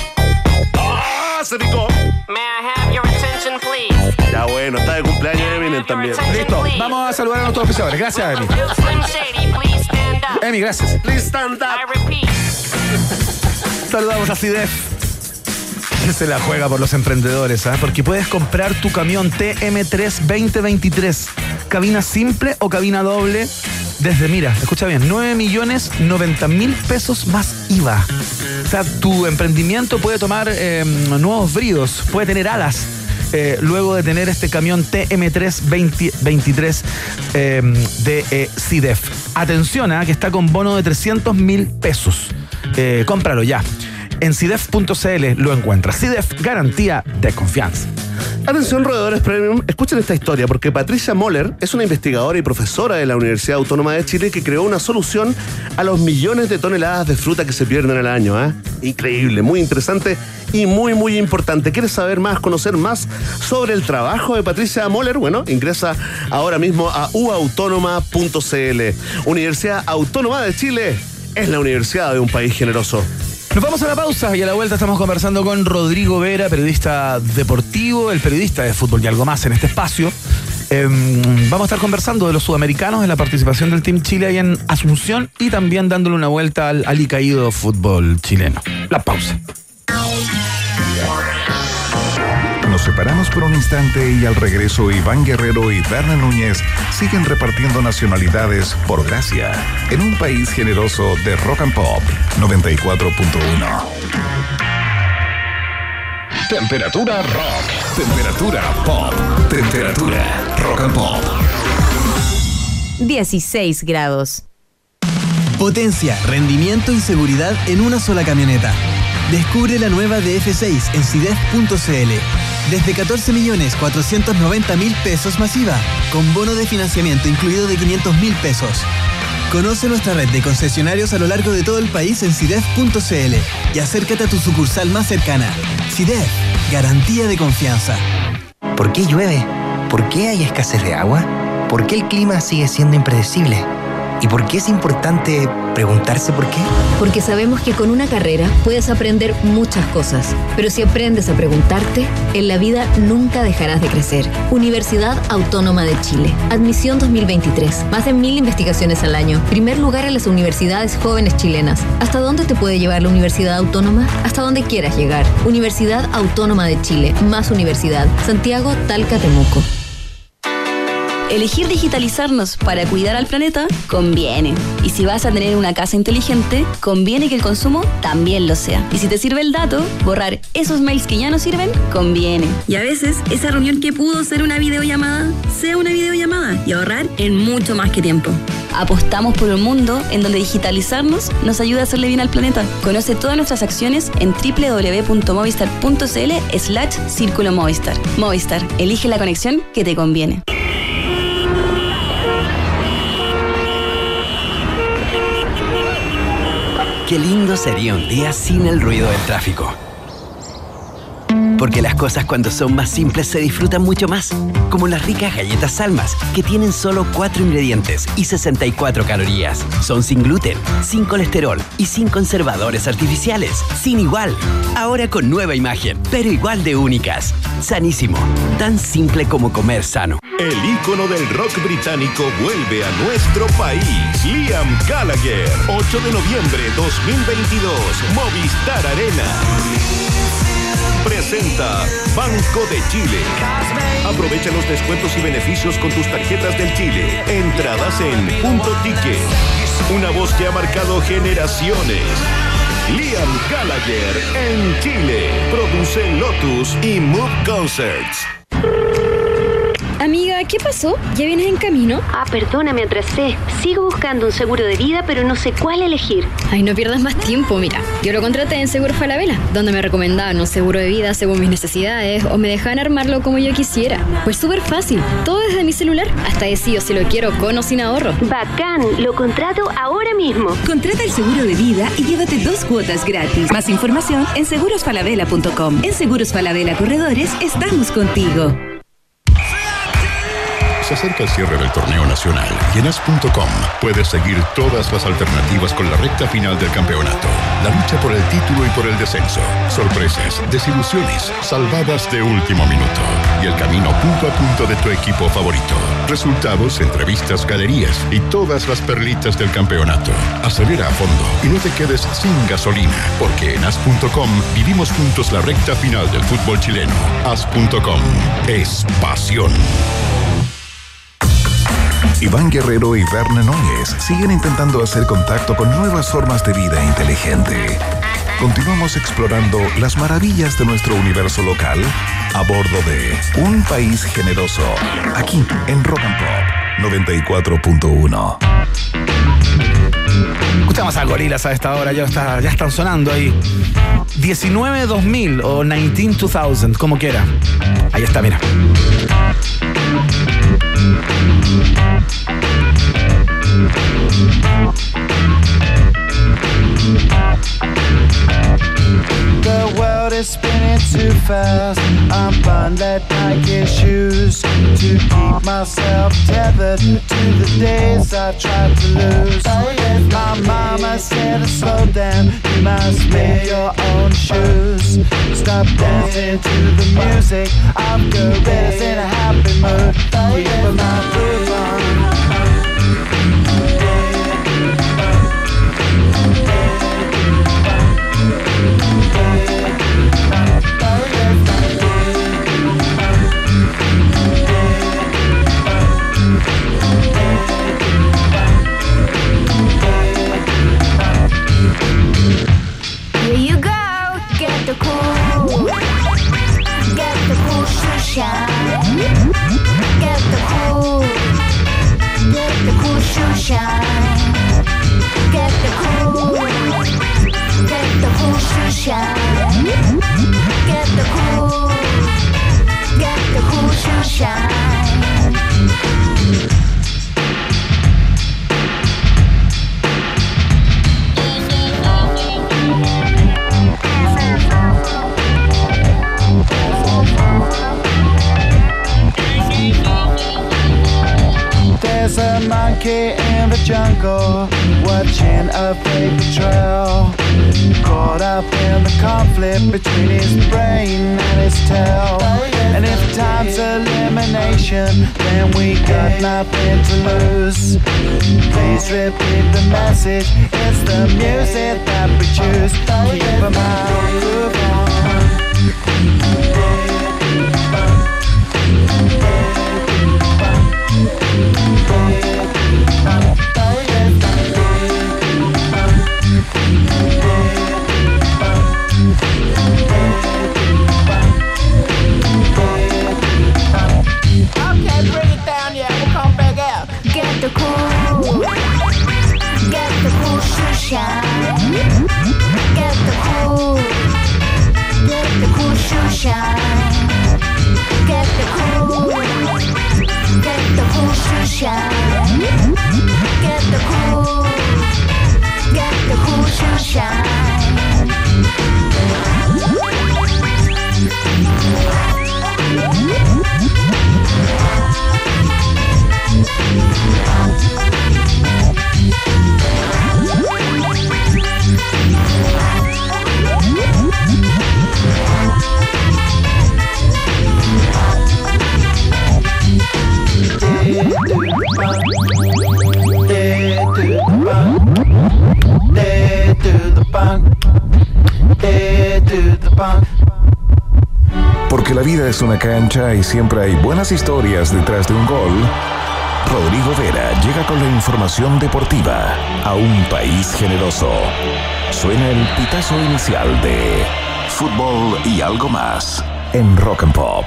¡Ah! Se picó. May I have your attention, please? Ya bueno, está de cumpleaños Eminem también. Listo. Vamos a saludar a nuestros oficiadores. Gracias, Emi. Real Slim Shady, please stand up. Emi, gracias. Please stand I up. repeat, Saludamos a CIDEF, que se la juega por los emprendedores, ¿ah? Porque puedes comprar tu camión T M tres veinte veintitrés, cabina simple o cabina doble, desde, mira, escucha bien, nueve millones noventa mil pesos más I V A. O sea, tu emprendimiento puede tomar eh, nuevos bríos, puede tener alas. Eh, luego de tener este camión T M tres veinte veintitrés eh, de eh, CIDEF. Atención, ¿ah? Que está con bono de trescientos mil pesos. Eh, cómpralo ya. En cidef punto c l lo encuentras. CIDEF, garantía de confianza. Atención, roedores premium, escuchen esta historia, porque Patricia Moller es una investigadora y profesora de la Universidad Autónoma de Chile que creó una solución a los millones de toneladas de fruta que se pierden al año. ¿eh? Increíble, muy interesante y muy, muy importante. ¿Quieres saber más, conocer más sobre el trabajo de Patricia Moller? Bueno, ingresa ahora mismo a u autónoma punto c l. Universidad Autónoma de Chile es la universidad de un país generoso. Nos vamos a la pausa y a la vuelta estamos conversando con Rodrigo Vera, periodista deportivo, el periodista de fútbol y algo más en este espacio. Eh, vamos a estar conversando de los sudamericanos, de la participación del Team Chile ahí en Asunción y también dándole una vuelta al alicaído fútbol chileno. La pausa. Nos separamos por un instante y al regreso Iván Guerrero y Berna Núñez siguen repartiendo nacionalidades por gracia en un país generoso de Rock and Pop noventa y cuatro punto uno. Temperatura rock, temperatura pop, temperatura rock and pop. dieciséis grados. Potencia, rendimiento y seguridad en una sola camioneta. Descubre la nueva D F seis en cidef punto c l. Desde catorce millones cuatrocientos noventa mil pesos masiva, con bono de financiamiento incluido de quinientos mil pesos. Conoce nuestra red de concesionarios a lo largo de todo el país en sidef punto cl y acércate a tu sucursal más cercana. Sidef, garantía de confianza. ¿Por qué llueve? ¿Por qué hay escasez de agua? ¿Por qué el clima sigue siendo impredecible? ¿Y por qué es importante preguntarse por qué? Porque sabemos que con una carrera puedes aprender muchas cosas, pero si aprendes a preguntarte, en la vida nunca dejarás de crecer. Universidad Autónoma de Chile. Admisión dos mil veintitrés. Más de mil investigaciones al año. Primer lugar en las universidades jóvenes chilenas. ¿Hasta dónde te puede llevar la Universidad Autónoma? Hasta donde quieras llegar. Universidad Autónoma de Chile. Más universidad. Santiago, Talca, Temuco. Elegir digitalizarnos para cuidar al planeta conviene. Y si vas a tener una casa inteligente, conviene que el consumo también lo sea. Y si te sirve el dato, borrar esos mails que ya no sirven, conviene. Y a veces, esa reunión que pudo ser una videollamada, sea una videollamada y ahorrar en mucho más que tiempo. Apostamos por un mundo en donde digitalizarnos nos ayuda a hacerle bien al planeta. Conoce todas nuestras acciones en doble u doble u doble u punto movistar punto cl slash círculo Movistar. Movistar, elige la conexión que te conviene. Qué lindo sería un día sin el ruido del tráfico. Porque las cosas cuando son más simples se disfrutan mucho más. Como las ricas galletas Salmas, que tienen solo cuatro ingredientes y sesenta y cuatro calorías. Son sin gluten, sin colesterol y sin conservadores artificiales. Sin igual. Ahora con nueva imagen, pero igual de únicas. Sanísimo. Tan simple como comer sano. El ícono del rock británico vuelve a nuestro país. Liam Gallagher. ocho de noviembre dos mil veintidós. Movistar Arena. Presenta Banco de Chile. Aprovecha los descuentos y beneficios con tus tarjetas del Chile. Entradas en Punto Ticket. Una voz que ha marcado generaciones. Liam Gallagher en Chile. Produce Lotus y Move Concerts. Amiga, ¿qué pasó? ¿Ya vienes en camino? Ah, perdona, me atrasé. Sigo buscando un seguro de vida, pero no sé cuál elegir. Ay, no pierdas más tiempo, mira. Yo lo contraté en Seguros Falabella, donde me recomendaban un seguro de vida según mis necesidades o me dejaban armarlo como yo quisiera. Pues súper fácil, todo desde mi celular. Hasta decido si lo quiero con o sin ahorro. Bacán, lo contrato ahora mismo. Contrata el seguro de vida y llévate dos cuotas gratis. Más información en seguros falabella punto com. En Seguros Falabella Corredores estamos contigo. Se acerca el cierre del torneo nacional y en as punto com puedes seguir todas las alternativas con la recta final del campeonato. La lucha por el título y por el descenso. Sorpresas, desilusiones, salvadas de último minuto. Y el camino punto a punto de tu equipo favorito. Resultados, entrevistas, galerías y todas las perlitas del campeonato. Acelera a fondo y no te quedes sin gasolina, porque en as punto com vivimos juntos la recta final del fútbol chileno. as punto com es pasión. Iván Guerrero y Verne Núñez siguen intentando hacer contacto con nuevas formas de vida inteligente. Continuamos explorando las maravillas de nuestro universo local a bordo de Un País Generoso, aquí en Rock and Pop noventa y cuatro punto uno. Escuchamos a Gorillaz a esta hora, ya, está, ya están sonando ahí. diecinueve dos mil o diecinueve dos mil, como quiera. Ahí está, mira. The world is spinning too fast. I'm buying that Nike shoes to keep myself tethered to the days I tried to lose. My mama said to slow down, you must make your own shoes. Stop dancing to the music. I'm good, in a happy mood. Keep my groove on. Here you go, get the cool, get the cool shine, get the cool. monkey in the jungle, watching a paper trail. Caught up in the conflict between his brain and his tail. And if time's elimination, then we got nothing to lose. Please repeat the message, it's the music that we choose. Keep 'em out, move on. Okay, bring it down, yeah, we'll come back out. Get the cool, get the cool shoe shine. Get the cool, get the cool shoe shine. Get the cool, get the cool shoe shine. Get the cool, get the cool shoe shine. Porque la vida es una cancha y siempre hay buenas historias detrás de un gol. Rodrigo Vera llega con la información deportiva a un país generoso. Suena el pitazo inicial de fútbol y algo más en Rock and Pop.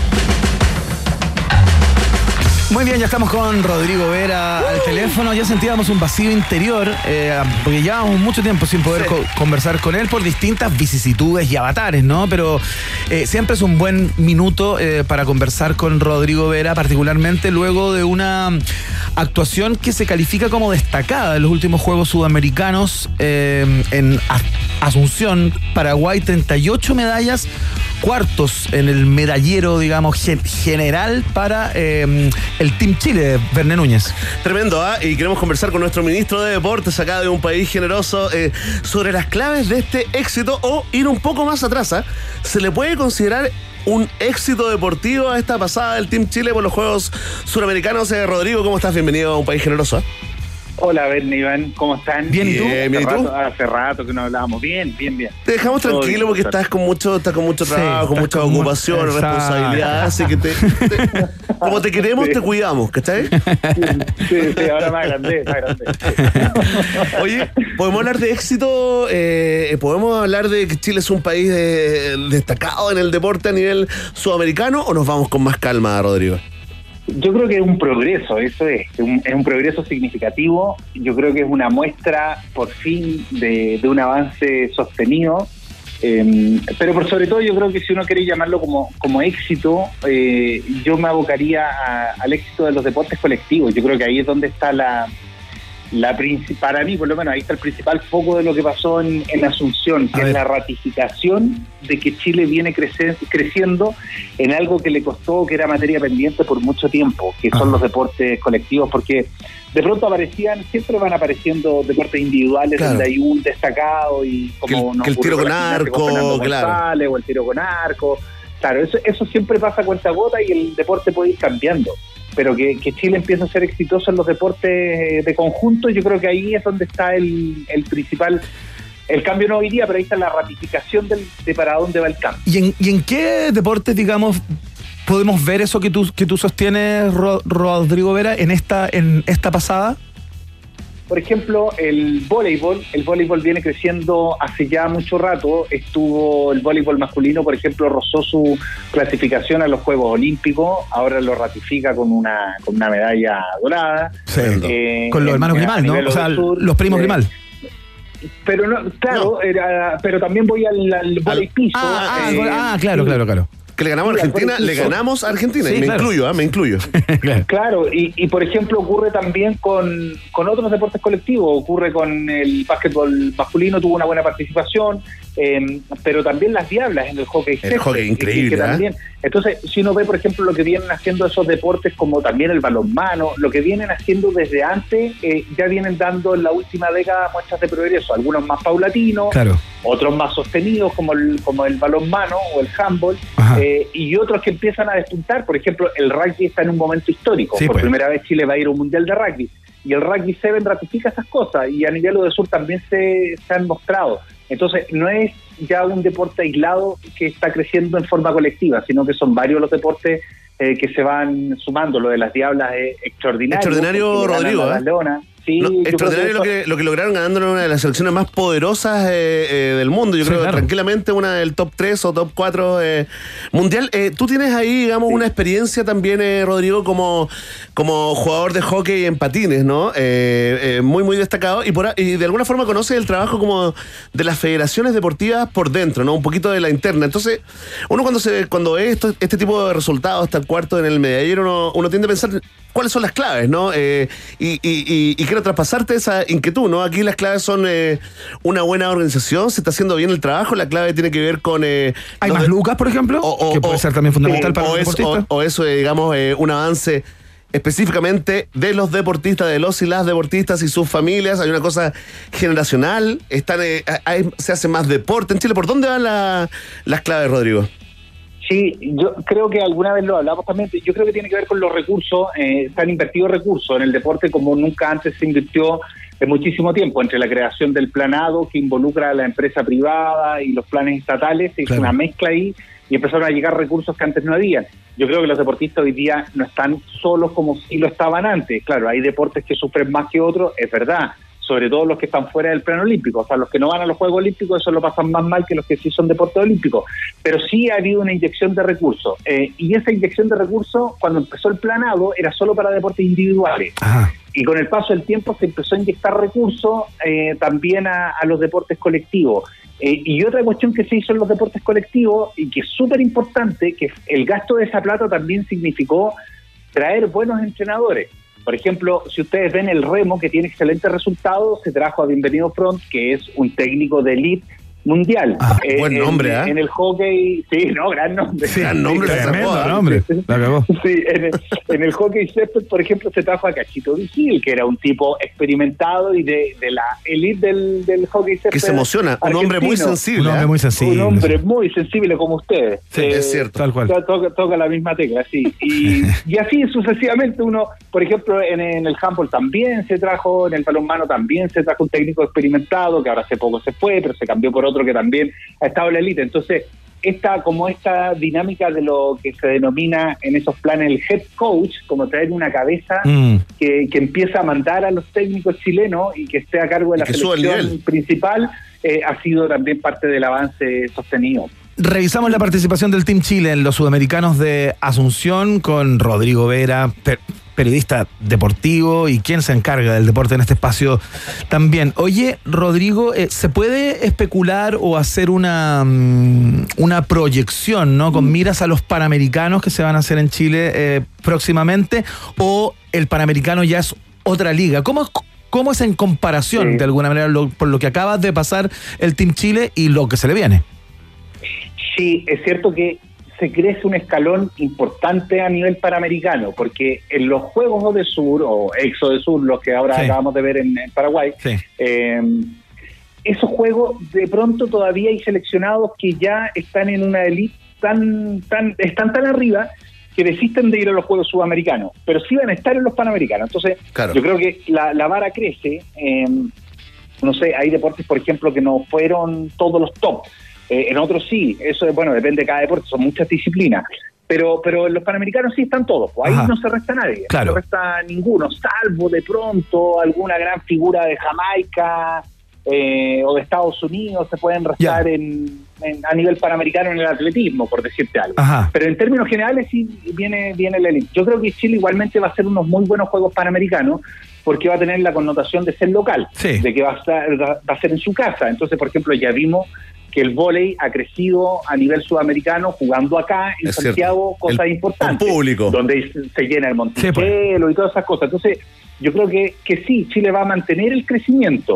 Muy bien, ya estamos con Rodrigo Vera al teléfono. Ya sentíamos un vacío interior, eh, porque llevábamos mucho tiempo sin poder sí. co- conversar con él por distintas vicisitudes y avatares, ¿no? Pero eh, siempre es un buen minuto eh, para conversar con Rodrigo Vera, particularmente luego de una actuación que se califica como destacada en los últimos Juegos Sudamericanos eh, en Asunción, Paraguay, treinta y ocho medallas, cuartos en el medallero, digamos, gen- general para eh, el Team Chile, Verne Núñez. Tremendo, ¿ah? ¿eh? Y queremos conversar con nuestro ministro de Deportes acá de un país generoso eh, sobre las claves de este éxito o ir un poco más atrás. ¿eh? ¿Se le puede considerar un éxito deportivo a esta pasada del Team Chile por los Juegos Suramericanos? Eh, Rodrigo, ¿cómo estás? Bienvenido a un país generoso. ¿eh? Hola, Bernie, Iván, ¿cómo están? Bien, ¿y tú? Bien, ¿y hace, tú? Rato, hace rato que no hablábamos. Bien, bien, bien. Te dejamos Todo tranquilo bien, porque doctor. estás con mucho, estás con mucho Sí, trabajo, con mucha con ocupación, mu- responsabilidad, así que te, te- como te queremos, Sí. te cuidamos, ¿cachai? Sí, sí, ahora más grande, más grande. Oye, ¿podemos hablar de éxito? Eh, ¿Podemos hablar de que Chile es un país eh, destacado en el deporte a nivel sudamericano o nos vamos con más calma, Rodrigo? Yo creo que es un progreso, eso es, un, es un progreso significativo. Yo creo que es una muestra, por fin, de, de un avance sostenido. Eh, pero por sobre todo yo creo que si uno quiere llamarlo como, como éxito, eh, yo me abocaría a, al éxito de los deportes colectivos. Yo creo que ahí es donde está la... La princi- para mí, por lo menos, ahí está el principal foco de lo que pasó en, en Asunción, que es la ratificación de que Chile viene crece- creciendo en algo que le costó, que era materia pendiente por mucho tiempo, que son los deportes colectivos, porque de pronto aparecían, siempre van apareciendo deportes individuales, Claro. donde hay un destacado y como Que el- nos que el ocurrió tiro con la gimnasia arco, Fernando claro. González, o el tiro con arco. Claro, eso, eso siempre pasa a cuenta gota y el deporte puede ir cambiando. Pero que, que Chile empieza a ser exitoso en los deportes de conjunto, yo creo que ahí es donde está el, el principal, el cambio no hoy día, pero ahí está la ratificación del, de para dónde va el cambio. ¿Y en, y en qué deportes, digamos, podemos ver eso que tú, que tú sostienes, Ro- Rodrigo Vera, en esta, en esta pasada? Por ejemplo, el voleibol, el voleibol viene creciendo hace ya mucho rato. Estuvo el voleibol masculino, por ejemplo, rozó su clasificación a los Juegos Olímpicos, ahora lo ratifica con una con una medalla dorada. Sí. Eh, Con los en- hermanos a Grimal, ¿no? nivel O sea, del sur, los primos eh, Grimal. Pero no, claro, Era, pero también voy al, al voleibol piso. Ah, ah, eh, ah, claro, sí. claro, claro. Que le ganamos a Sí, Argentina, al le piso. ganamos a Argentina, Sí, y me claro. incluyo, ¿eh? me incluyo. Claro, y, y por ejemplo ocurre también con, con otros deportes colectivos, ocurre con el básquetbol masculino, tuvo una buena participación, Eh, pero también las diablas en el hockey. El hockey, increíble. Que, que también, ¿eh? Entonces, si uno ve, por ejemplo, lo que vienen haciendo esos deportes, como también el balonmano, lo que vienen haciendo desde antes, eh, ya vienen dando en la última década muestras de progreso, algunos más paulatinos, claro. otros más sostenidos, como el, como el balonmano o el handball, eh, y otros que empiezan a despuntar. Por ejemplo, el rugby está en un momento histórico. Sí, por pues. primera vez Chile va a ir a un mundial de rugby, y el Rugby siete ratifica esas cosas, y a nivel de sur también se, se han mostrado. Entonces, no es ya un deporte aislado que está creciendo en forma colectiva, sino que son varios los deportes eh, que se van sumando. Lo de las diablas es extraordinario. Extraordinario, Rodrigo. ¿eh? Las leonas. Sí, no, extraordinario que lo, que, lo que lograron ganando en una de las selecciones más poderosas eh, eh, del mundo. Yo sí, creo claro. que tranquilamente una del top tres o top cuatro eh, mundial. Eh, tú tienes ahí, digamos, sí. una experiencia también, eh, Rodrigo, como, como jugador de hockey en patines, ¿no? Eh, eh, muy, muy destacado. Y, por, y de alguna forma conoces el trabajo como de las federaciones deportivas por dentro, ¿no? Un poquito de la interna. Entonces, uno cuando se cuando ve esto, este tipo de resultados, hasta el cuarto en el medallero, uno, uno tiende a pensar cuáles son las claves, ¿no? Eh, y, y, y, y quiero traspasarte esa inquietud, ¿no? Aquí las claves son eh, una buena organización, se está haciendo bien el trabajo, la clave tiene que ver con... Eh, ¿Hay más de, lucas, por ejemplo? O, o, que puede o, ser también fundamental o, para los deportistas. O, o eso, eh, digamos, eh, un avance específicamente de los deportistas, de los y las deportistas y sus familias. Hay una cosa generacional, están, eh, hay, se hace más deporte en Chile. ¿Por dónde van la, las claves, Rodrigo? Sí, yo creo que alguna vez lo hablamos también. Yo creo que tiene que ver con los recursos. Eh, se han invertido recursos en el deporte como nunca antes se invirtió en muchísimo tiempo, entre la creación del planado que involucra a la empresa privada y los planes estatales. Se hizo claro. una mezcla ahí y empezaron a llegar recursos que antes no había. Yo creo que los deportistas hoy día no están solos como si lo estaban antes. Claro, hay deportes que sufren más que otros, es verdad, sobre todo los que están fuera del plano olímpico. O sea, los que no van a los Juegos Olímpicos, eso lo pasan más mal que los que sí son deportes olímpicos. Pero sí ha habido una inyección de recursos. Eh, y esa inyección de recursos, cuando empezó el planado, era solo para deportes individuales. Ajá. Y con el paso del tiempo se empezó a inyectar recursos eh, también a, a los deportes colectivos. Eh, y otra cuestión que se hizo en los deportes colectivos, y que es súper importante, que el gasto de esa plata también significó traer buenos entrenadores. Por ejemplo, si ustedes ven el remo, que tiene excelentes resultados, se trajo a Bienvenido Front, que es un técnico de elite mundial. Ah, eh, buen nombre, ¿eh? En, en el hockey, sí, no, gran nombre. Sí, gran nombre, sí, tremendo nombre. La cagó. Sí, en el, en el hockey césped, por ejemplo, se trajo a Cachito Vigil, que era un tipo experimentado y de, de la elite del, del hockey césped. Que se emociona, argentino. un hombre muy sensible. Un hombre muy sensible. Un hombre muy sensible como ustedes. Sí, eh, es cierto. Tal cual. Toca, toca la misma tecla, sí. Y, y así sucesivamente uno, por ejemplo, en, en el handball también se trajo, en el balonmano también se trajo un técnico experimentado, que ahora hace poco se fue, pero se cambió por otro que también ha estado en la élite. Entonces, esta como esta dinámica de lo que se denomina en esos planes el head coach, como traer una cabeza mm. que, que empieza a mandar a los técnicos chilenos y que esté a cargo de la selección principal, eh, ha sido también parte del avance sostenido. Revisamos la participación del Team Chile en los Sudamericanos de Asunción con Rodrigo Vera, per- periodista deportivo y quien se encarga del deporte en este espacio también. Oye, Rodrigo, eh, ¿se puede especular o hacer una, um, una proyección, ¿no? Con miras a los Panamericanos que se van a hacer en Chile eh, próximamente, o el Panamericano ya es otra liga? ¿Cómo es, cómo es en comparación, sí. de alguna manera, lo, por lo que acaba de pasar el Team Chile y lo que se le viene? Sí, es cierto que se crece un escalón importante a nivel panamericano, porque en los Juegos Odesur, o Exo de Sur, los que ahora sí. acabamos de ver en, en Paraguay, sí. eh, esos juegos de pronto todavía hay seleccionados que ya están en una elite tan, tan, están tan arriba que desisten de ir a los Juegos Sudamericanos, pero sí van a estar en los Panamericanos. Entonces, claro. yo creo que la, la vara crece. Eh, no sé, hay deportes, por ejemplo, que no fueron todos los top. Eh, en otros sí, eso bueno, depende de cada deporte, son muchas disciplinas, pero pero en los Panamericanos sí están todos, pues ahí Ajá. no se resta nadie, claro. no se resta ninguno, salvo de pronto alguna gran figura de Jamaica eh, o de Estados Unidos se pueden restar en, en, a nivel panamericano en el atletismo, por decirte algo. Ajá. Pero en términos generales sí viene, viene la élite. Yo creo que Chile igualmente va a hacer unos muy buenos Juegos Panamericanos, porque va a tener la connotación de ser local, sí. de que va a, estar, va a ser en su casa. Entonces, por ejemplo, ya vimos que el vóley ha crecido a nivel sudamericano jugando acá en es Santiago, cierto. Cosas el, importantes. El público. Donde se llena el Monticello sí, pues. y todas esas cosas. Entonces, yo creo que, que sí, Chile va a mantener el crecimiento.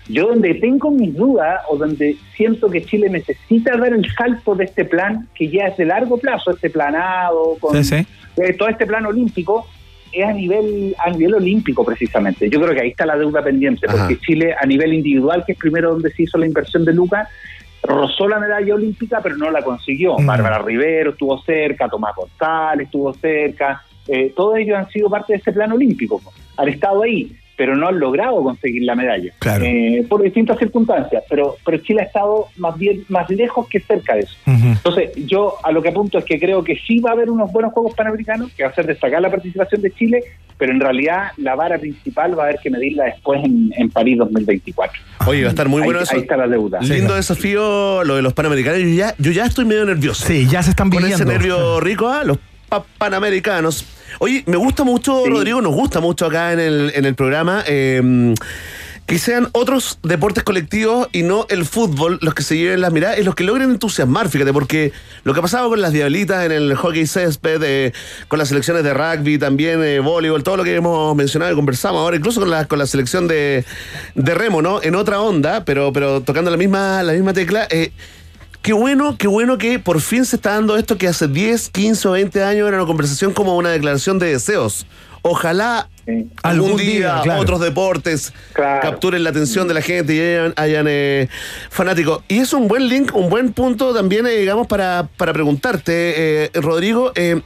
Yo donde tengo mis dudas o donde siento que Chile necesita dar el salto de este plan, que ya es de largo plazo, este planado, con sí, sí. Eh, todo este plan olímpico, es a nivel a nivel olímpico precisamente. Yo creo que ahí está la deuda pendiente, Ajá. porque Chile a nivel individual, que es primero donde se hizo la inversión de lucas, rozó la medalla olímpica, pero no la consiguió. Mm. Bárbara Rivero estuvo cerca, Tomás González estuvo cerca, eh, todos ellos han sido parte de ese plan olímpico, han estado ahí, pero no han logrado conseguir la medalla, Claro. eh, por distintas circunstancias, pero pero Chile ha estado más bien más lejos que cerca de eso. Uh-huh. Entonces, yo a lo que apunto es que creo que sí va a haber unos buenos Juegos Panamericanos, que va a hacer destacar la participación de Chile, pero en realidad la vara principal va a haber que medirla después en, en París dos mil veinticuatro. Oye, va a estar muy Ahí- bueno eso. ahí está la deuda. Lindo desafío lo de los Panamericanos. Yo ya, yo ya estoy medio nervioso. Sí, ya se están Con viviendo. ese nervio rico, ¿ah? Los pa- Panamericanos. Oye, me gusta mucho, Sí. Rodrigo, nos gusta mucho acá en el, en el programa, eh, que sean otros deportes colectivos y no el fútbol los que se lleven las miradas y los que logren entusiasmar, fíjate, porque lo que ha pasado con las Diablitas en el hockey césped, eh, con las selecciones de rugby, también eh, voleibol, todo lo que hemos mencionado y conversamos ahora, incluso con la, con la selección de, de remo, ¿no? En otra onda, pero, pero tocando la misma, la misma tecla. Eh, Qué bueno, qué bueno que por fin se está dando esto que hace diez, quince o veinte años era una conversación como una declaración de deseos. Ojalá Sí. algún, Algún día, día, claro. otros deportes Claro. capturen la atención de la gente y hayan, hayan, eh, fanáticos. Y es un buen link, un buen punto también, eh, digamos, para, para preguntarte, eh, Rodrigo, eh,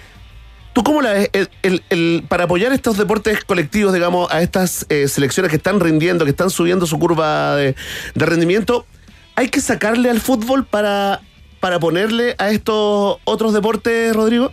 ¿tú cómo la ves? El, el- el- para apoyar estos deportes colectivos, digamos, a estas eh, selecciones que están rindiendo, que están subiendo su curva de, de rendimiento, ¿hay que sacarle al fútbol para, para ponerle a estos otros deportes, Rodrigo?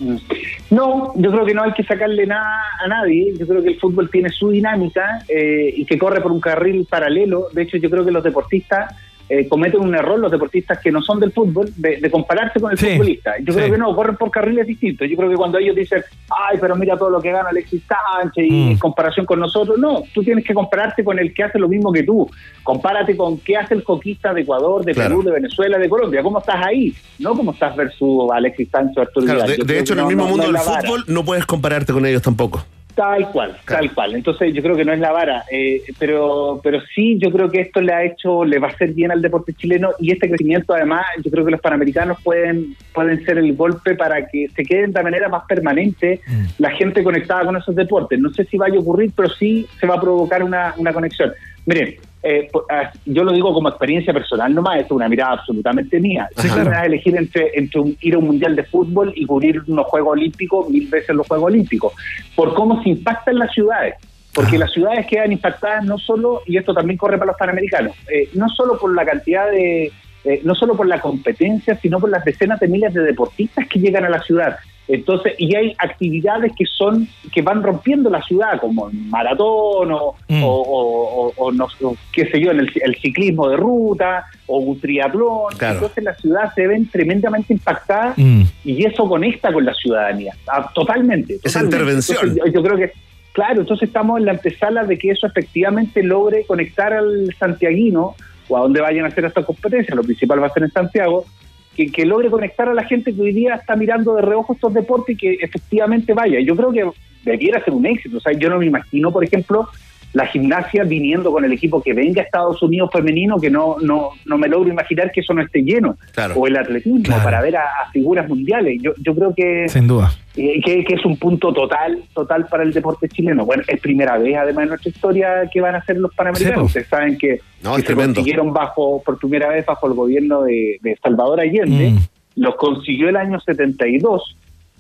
No, yo creo que no hay que sacarle nada a nadie. Yo creo que el fútbol tiene su dinámica eh, y que corre por un carril paralelo. De hecho, yo creo que los deportistas eh, cometen un error, los deportistas que no son del fútbol, de, de compararse con el Sí, futbolista. Yo sí. creo que no, corren por carriles distintos. Yo creo que cuando ellos dicen, ay, pero mira todo lo que gana Alexis Sánchez y Mm. en comparación con nosotros, no, tú tienes que compararte con el que hace lo mismo que tú. Compárate con qué hace el hockeyista de Ecuador, de Claro. Perú, de Venezuela, de Colombia. ¿Cómo estás ahí? No cómo estás versus Alexis Sánchez o Arturo Claro, Vidal. de, Yo de creo hecho, que en el no- mismo no- mundo no del es la vara. fútbol no puedes compararte con ellos tampoco. Tal cual, tal cual. Entonces yo creo que no es la vara, eh, pero pero sí yo creo que esto le ha hecho, le va a hacer bien al deporte chileno y este crecimiento además yo creo que los panamericanos pueden pueden ser el golpe para que se queden de manera más permanente la gente conectada con esos deportes. No sé si vaya a ocurrir, pero sí se va a provocar una, una conexión. Miren, eh, po- ah, yo lo digo como experiencia personal nomás, esto es una mirada absolutamente mía. Sí, Si claro. me vas a elegir entre, entre un- ir a un mundial de fútbol y cubrir unos Juegos Olímpicos, mil veces los Juegos Olímpicos, por cómo se impactan las ciudades. Porque las ciudades quedan impactadas no solo, y esto también corre para los panamericanos, eh, no solo por la cantidad de, eh, no solo por la competencia, sino por las decenas de miles de deportistas que llegan a la ciudad. Entonces, y hay actividades que son, que van rompiendo la ciudad, como el maratón o, Mm. o, o- o- o no, o qué sé yo, en el, el ciclismo de ruta o un triatlón. Claro. Entonces las ciudades se ven tremendamente impactadas Mm. y eso conecta con la ciudadanía, ah, totalmente. Esa totalmente. intervención. Entonces, yo, yo creo que, claro, entonces estamos en la antesala de que eso efectivamente logre conectar al santiaguino o a donde vayan a hacer esta competencia, lo principal va a ser en Santiago, que, que logre conectar a la gente que hoy día está mirando de reojo estos deportes y que efectivamente vaya. Yo creo que debiera ser un éxito. O sea, yo no me imagino, por ejemplo, la gimnasia viniendo con el equipo que venga a Estados Unidos femenino, que no no no me logro imaginar que eso no esté lleno. Claro. O el atletismo, Claro. para ver a, a figuras mundiales. Yo, yo creo que... Sin duda. Eh, que, que es un punto total total para el deporte chileno. Bueno, es primera vez además en nuestra historia que van a ser los panamericanos. Sí, po. Ustedes saben que, No, que es se tremendo. consiguieron bajo por primera vez bajo el gobierno de, de Salvador Allende. Mm. Los consiguió el año setenta y dos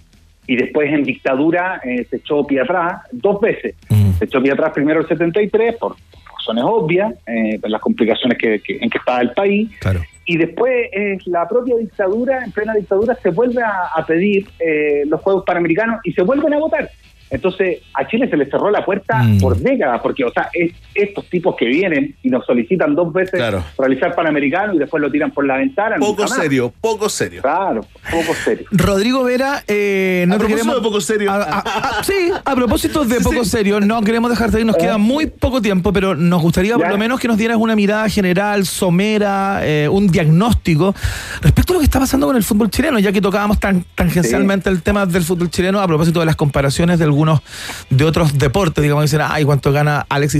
y después en dictadura eh, se echó pie atrás dos veces. Mm. Se echó pie atrás primero el setenta y tres por razones obvias, eh, por las complicaciones que, que- en que estaba el país. Claro. Y después eh, la propia dictadura, en plena dictadura, se vuelve a, a pedir eh, los Juegos Panamericanos y se vuelven a votar. Entonces, a Chile se le cerró la puerta Mm. por décadas, porque, o sea, es- estos tipos que vienen y nos solicitan dos veces Claro. realizar Panamericano y después lo tiran por la ventana. Poco nunca más. serio, poco serio. Claro, poco serio. Rodrigo Vera, eh, no A te propósito queremos... de poco serio. A- a- a- sí, a propósito de poco serio, no queremos dejarte ir, nos queda muy poco tiempo, pero nos gustaría por Ya. lo menos que nos dieras una mirada general, somera, eh, un diagnóstico respecto a lo que está pasando con el fútbol chileno, ya que tocábamos tan tangencialmente el tema del fútbol chileno a propósito de las comparaciones de algunos de otros deportes, digamos, dicen, ay, cuánto gana Alexis Sánchez. Bueno,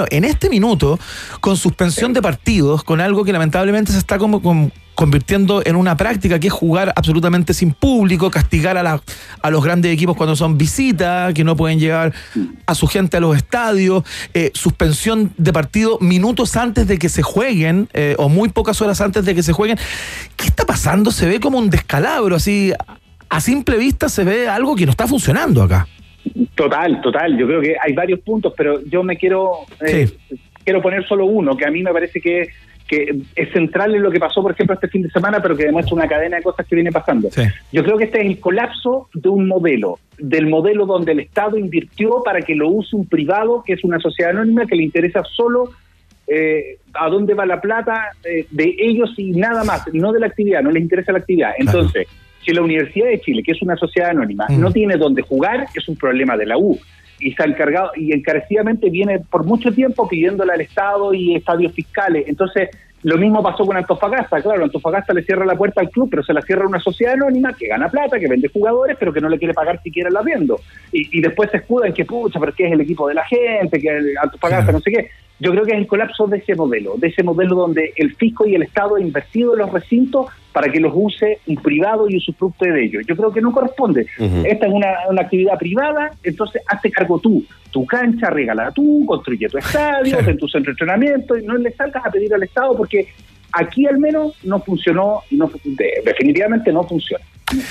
en este minuto con suspensión de partidos, con algo que lamentablemente se está como con, convirtiendo en una práctica, que es jugar absolutamente sin público, castigar a, la, a los grandes equipos cuando son visitas, que no pueden llevar a su gente a los estadios, eh, suspensión de partido minutos antes de que se jueguen, eh, o muy pocas horas antes de que se jueguen. ¿Qué está pasando? Se ve como un descalabro, así, a simple vista se ve algo que no está funcionando acá. Total, total. Yo creo que hay varios puntos, pero yo me quiero eh, sí. quiero poner solo uno, que a mí me parece que, que es central en lo que pasó, por ejemplo, este fin de semana, pero que demuestra una cadena de cosas que viene pasando. Sí. Yo creo que este es el colapso de un modelo, del modelo donde el Estado invirtió para que lo use un privado, que es una sociedad anónima, que le interesa solo eh, a dónde va la plata eh, de ellos y nada más, no de la actividad, no les interesa la actividad. Entonces, claro. Si la Universidad de Chile, que es una sociedad anónima, mm. no tiene dónde jugar, es un problema de la U. Y se ha encargado, y encarecidamente viene por mucho tiempo pidiéndole al Estado y estadios fiscales. Entonces, lo mismo pasó con Antofagasta. Claro, Antofagasta le cierra la puerta al club, pero se la cierra una sociedad anónima que gana plata, que vende jugadores, pero que no le quiere pagar siquiera el arriendo. Y, y después se escuda en que, pucha, pero es que es el equipo de la gente, que Antofagasta, sí. no sé qué. Yo creo que es el colapso de ese modelo, de ese modelo donde el fisco y el Estado han invertido en los recintos para que los use un privado y usufructe de ellos. Yo creo que no corresponde. Uh-huh. Esta es una, una actividad privada, entonces hazte cargo tú. Tu cancha, regala tú, construye tu estadio, ten tu centro de entrenamiento, y no le salgas a pedir al Estado, porque aquí al menos no funcionó y no, definitivamente no funciona.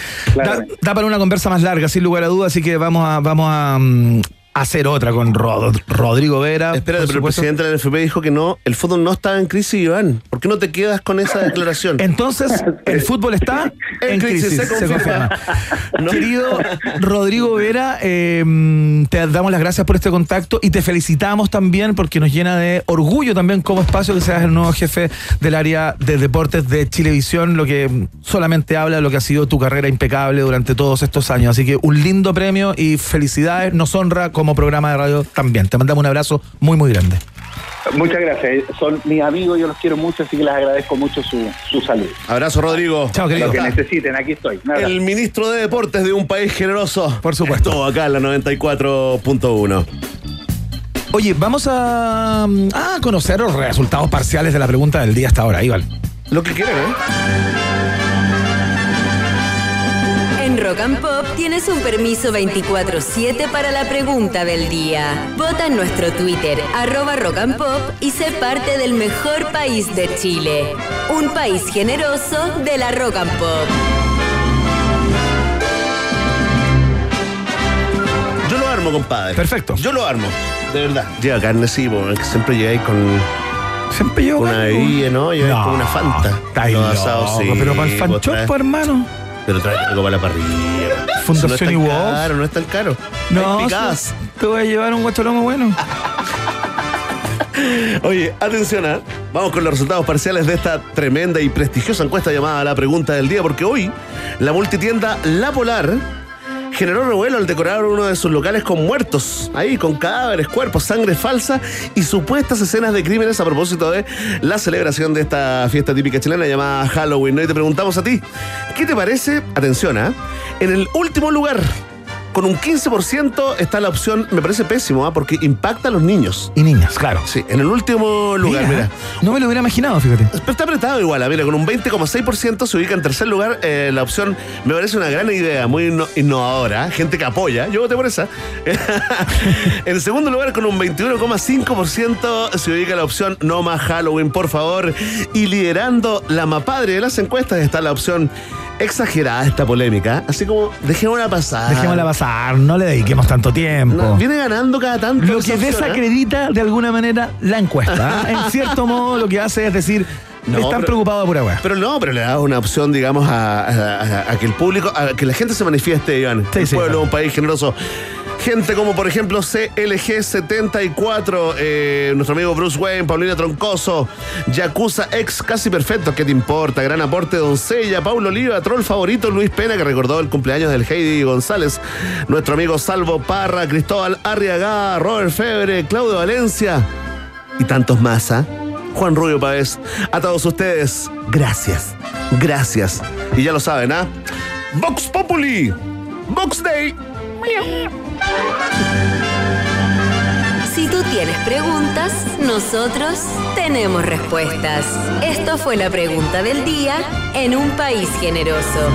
Da, da para una conversa más larga, sin lugar a dudas, así que vamos a... Vamos a um... hacer otra con Rod- Rodrigo Vera. Espérate, pero el presidente de la N F P dijo que no, el fútbol no estaba en crisis, Iván. ¿Por qué no te quedas con esa declaración? Entonces, el fútbol está en, en crisis, crisis, se confirma. Se confirma. No. Querido Rodrigo Vera, eh, te damos las gracias por este contacto y te felicitamos también porque nos llena de orgullo también como espacio que seas el nuevo jefe del área de deportes de Chilevisión, lo que solamente habla de lo que ha sido tu carrera impecable durante todos estos años. Así que un lindo premio y felicidades, nos honra como programa de radio también. Te mandamos un abrazo muy, muy grande. Muchas gracias. Son mis amigos, yo los quiero mucho, así que les agradezco mucho su, su salud. Abrazo, Rodrigo. Chao, querido. Lo que necesiten, aquí estoy. Nada. El ministro de Deportes de un país generoso. Por supuesto. Estuvo acá en la noventa y cuatro punto uno. Oye, vamos a, a conocer los resultados parciales de la pregunta del día hasta ahora, Iván. Lo que quieran, ¿eh? En Rock and Pop tienes un permiso veinticuatro siete para la pregunta del día. Vota en nuestro Twitter, arroba Rock and Pop, y sé parte del mejor país de Chile. Un país generoso de la Rock and Pop. Yo lo armo, compadre. Perfecto. Yo lo armo, de verdad. Lleva carne, sí, porque siempre llegáis con... Siempre llevo una bebida, ¿no? Llegáis no, con una Fanta. Está los asados, sí. Pero para el fanchopo, hermano. Pero trae algo para la parrilla. Fundación no y es tan caro, no es tan caro. No, sí, te voy a llevar un guacholomo bueno. Oye, atención, ¿eh? Vamos con los resultados parciales de esta tremenda y prestigiosa encuesta llamada La Pregunta del Día, porque hoy la multitienda La Polar generó revuelo al decorar uno de sus locales con muertos, ahí con cadáveres, cuerpos, sangre falsa y supuestas escenas de crímenes a propósito de la celebración de esta fiesta típica chilena llamada Halloween, ¿no? Y te preguntamos a ti, ¿qué te parece? Atención, ¿eh? En el último lugar, con un quince por ciento, está la opción, me parece pésimo, ¿eh? Porque impacta a los niños. Y niñas, claro. Sí, en el último lugar, mira. mira. No me lo hubiera imaginado, fíjate. Pero está apretado igual, ¿eh? Mira, con un veinte coma seis por ciento se ubica en tercer lugar. Eh, la opción me parece una gran idea, muy inno- innovadora, gente que apoya. Yo voté por esa. En segundo lugar, con un veintiuno coma cinco por ciento se ubica la opción No Más Halloween, por favor. Y liderando la mapadre de las encuestas está la opción exagerada esta polémica, así como dejémosla pasar. Dejémosla pasar, no le dediquemos tanto tiempo. No, viene ganando cada tanto. Lo que desacredita de alguna manera la encuesta. ¿eh? En cierto modo, lo que hace es decir, no, están pero, preocupados de pura weá. Pero no, pero le da una opción, digamos, a, a, a, a que el público, a que la gente se manifieste, Iván. Sí, el sí, pueblo, claro. Un país generoso. Gente como, por ejemplo, C L G setenta y cuatro, eh, nuestro amigo Bruce Wayne, Paulina Troncoso, Yakuza Ex Casi Perfecto, ¿qué te importa? Gran aporte, Doncella, Paulo Oliva, Troll Favorito, Luis Pena, que recordó el cumpleaños del Heidi González, nuestro amigo Salvo Parra, Cristóbal Arriaga, Robert Febre, Claudio Valencia y tantos más, ¿ah? ¿eh? Juan Rubio Pavés, a todos ustedes, gracias, gracias. Y ya lo saben, ¿ah? ¿eh? Vox Populi, Vox Day. Si tú tienes preguntas, nosotros tenemos respuestas. Esto fue la pregunta del día en Un País Generoso.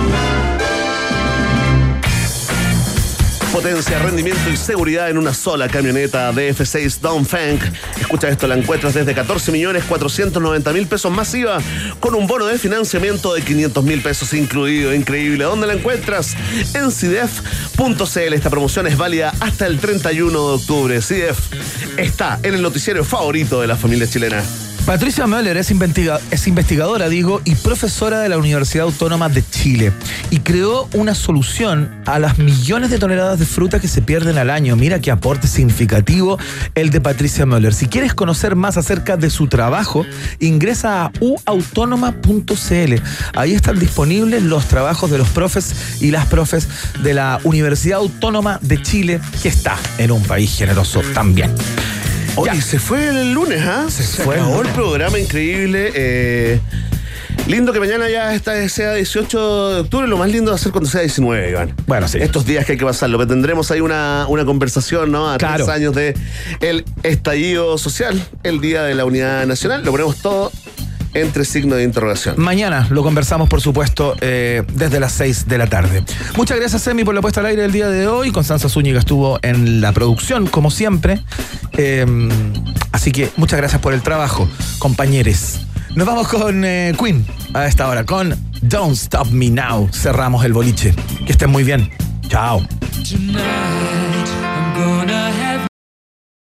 Potencia, rendimiento y seguridad en una sola camioneta D F seis Dongfeng. Escucha esto, la encuentras desde catorce millones cuatrocientos noventa mil pesos más I V A, con un bono de financiamiento de quinientos mil pesos incluido. Increíble. ¿Dónde la encuentras? En cidef punto cl. Esta promoción es válida hasta el treinta y uno de octubre. Cidef está en el noticiero favorito de la familia chilena. Patricia Möller es, investiga- es investigadora, digo, y profesora de la Universidad Autónoma de Chile. Y creó una solución a las millones de toneladas de fruta que se pierden al año. Mira qué aporte significativo el de Patricia Möller. Si quieres conocer más acerca de su trabajo, ingresa a u autónoma punto cl. Ahí están disponibles los trabajos de los profes y las profes de la Universidad Autónoma de Chile, que está en Un País Generoso también. Oye, se fue el lunes, ¿ah? ¿eh? Se, se fue acabó el, el programa, increíble. Eh, lindo que mañana ya está, sea dieciocho de octubre. Lo más lindo va a ser cuando sea diecinueve, Iván. Bueno, sí. Estos días que hay que pasarlo. Pero tendremos ahí una, una conversación, ¿no? A claro. tres años de el estallido social, el Día de la Unidad Nacional. Lo ponemos todo entre signos de interrogación. Mañana lo conversamos, por supuesto, eh, desde las seis de la tarde. Muchas gracias, Emi, por la puesta al aire del día de hoy. Constanza Zúñiga estuvo en la producción, como siempre. Eh, así que muchas gracias por el trabajo, compañeros. Nos vamos con eh, Queen a esta hora, con Don't Stop Me Now. Cerramos el boliche. Que estén muy bien. Chao. Tonight.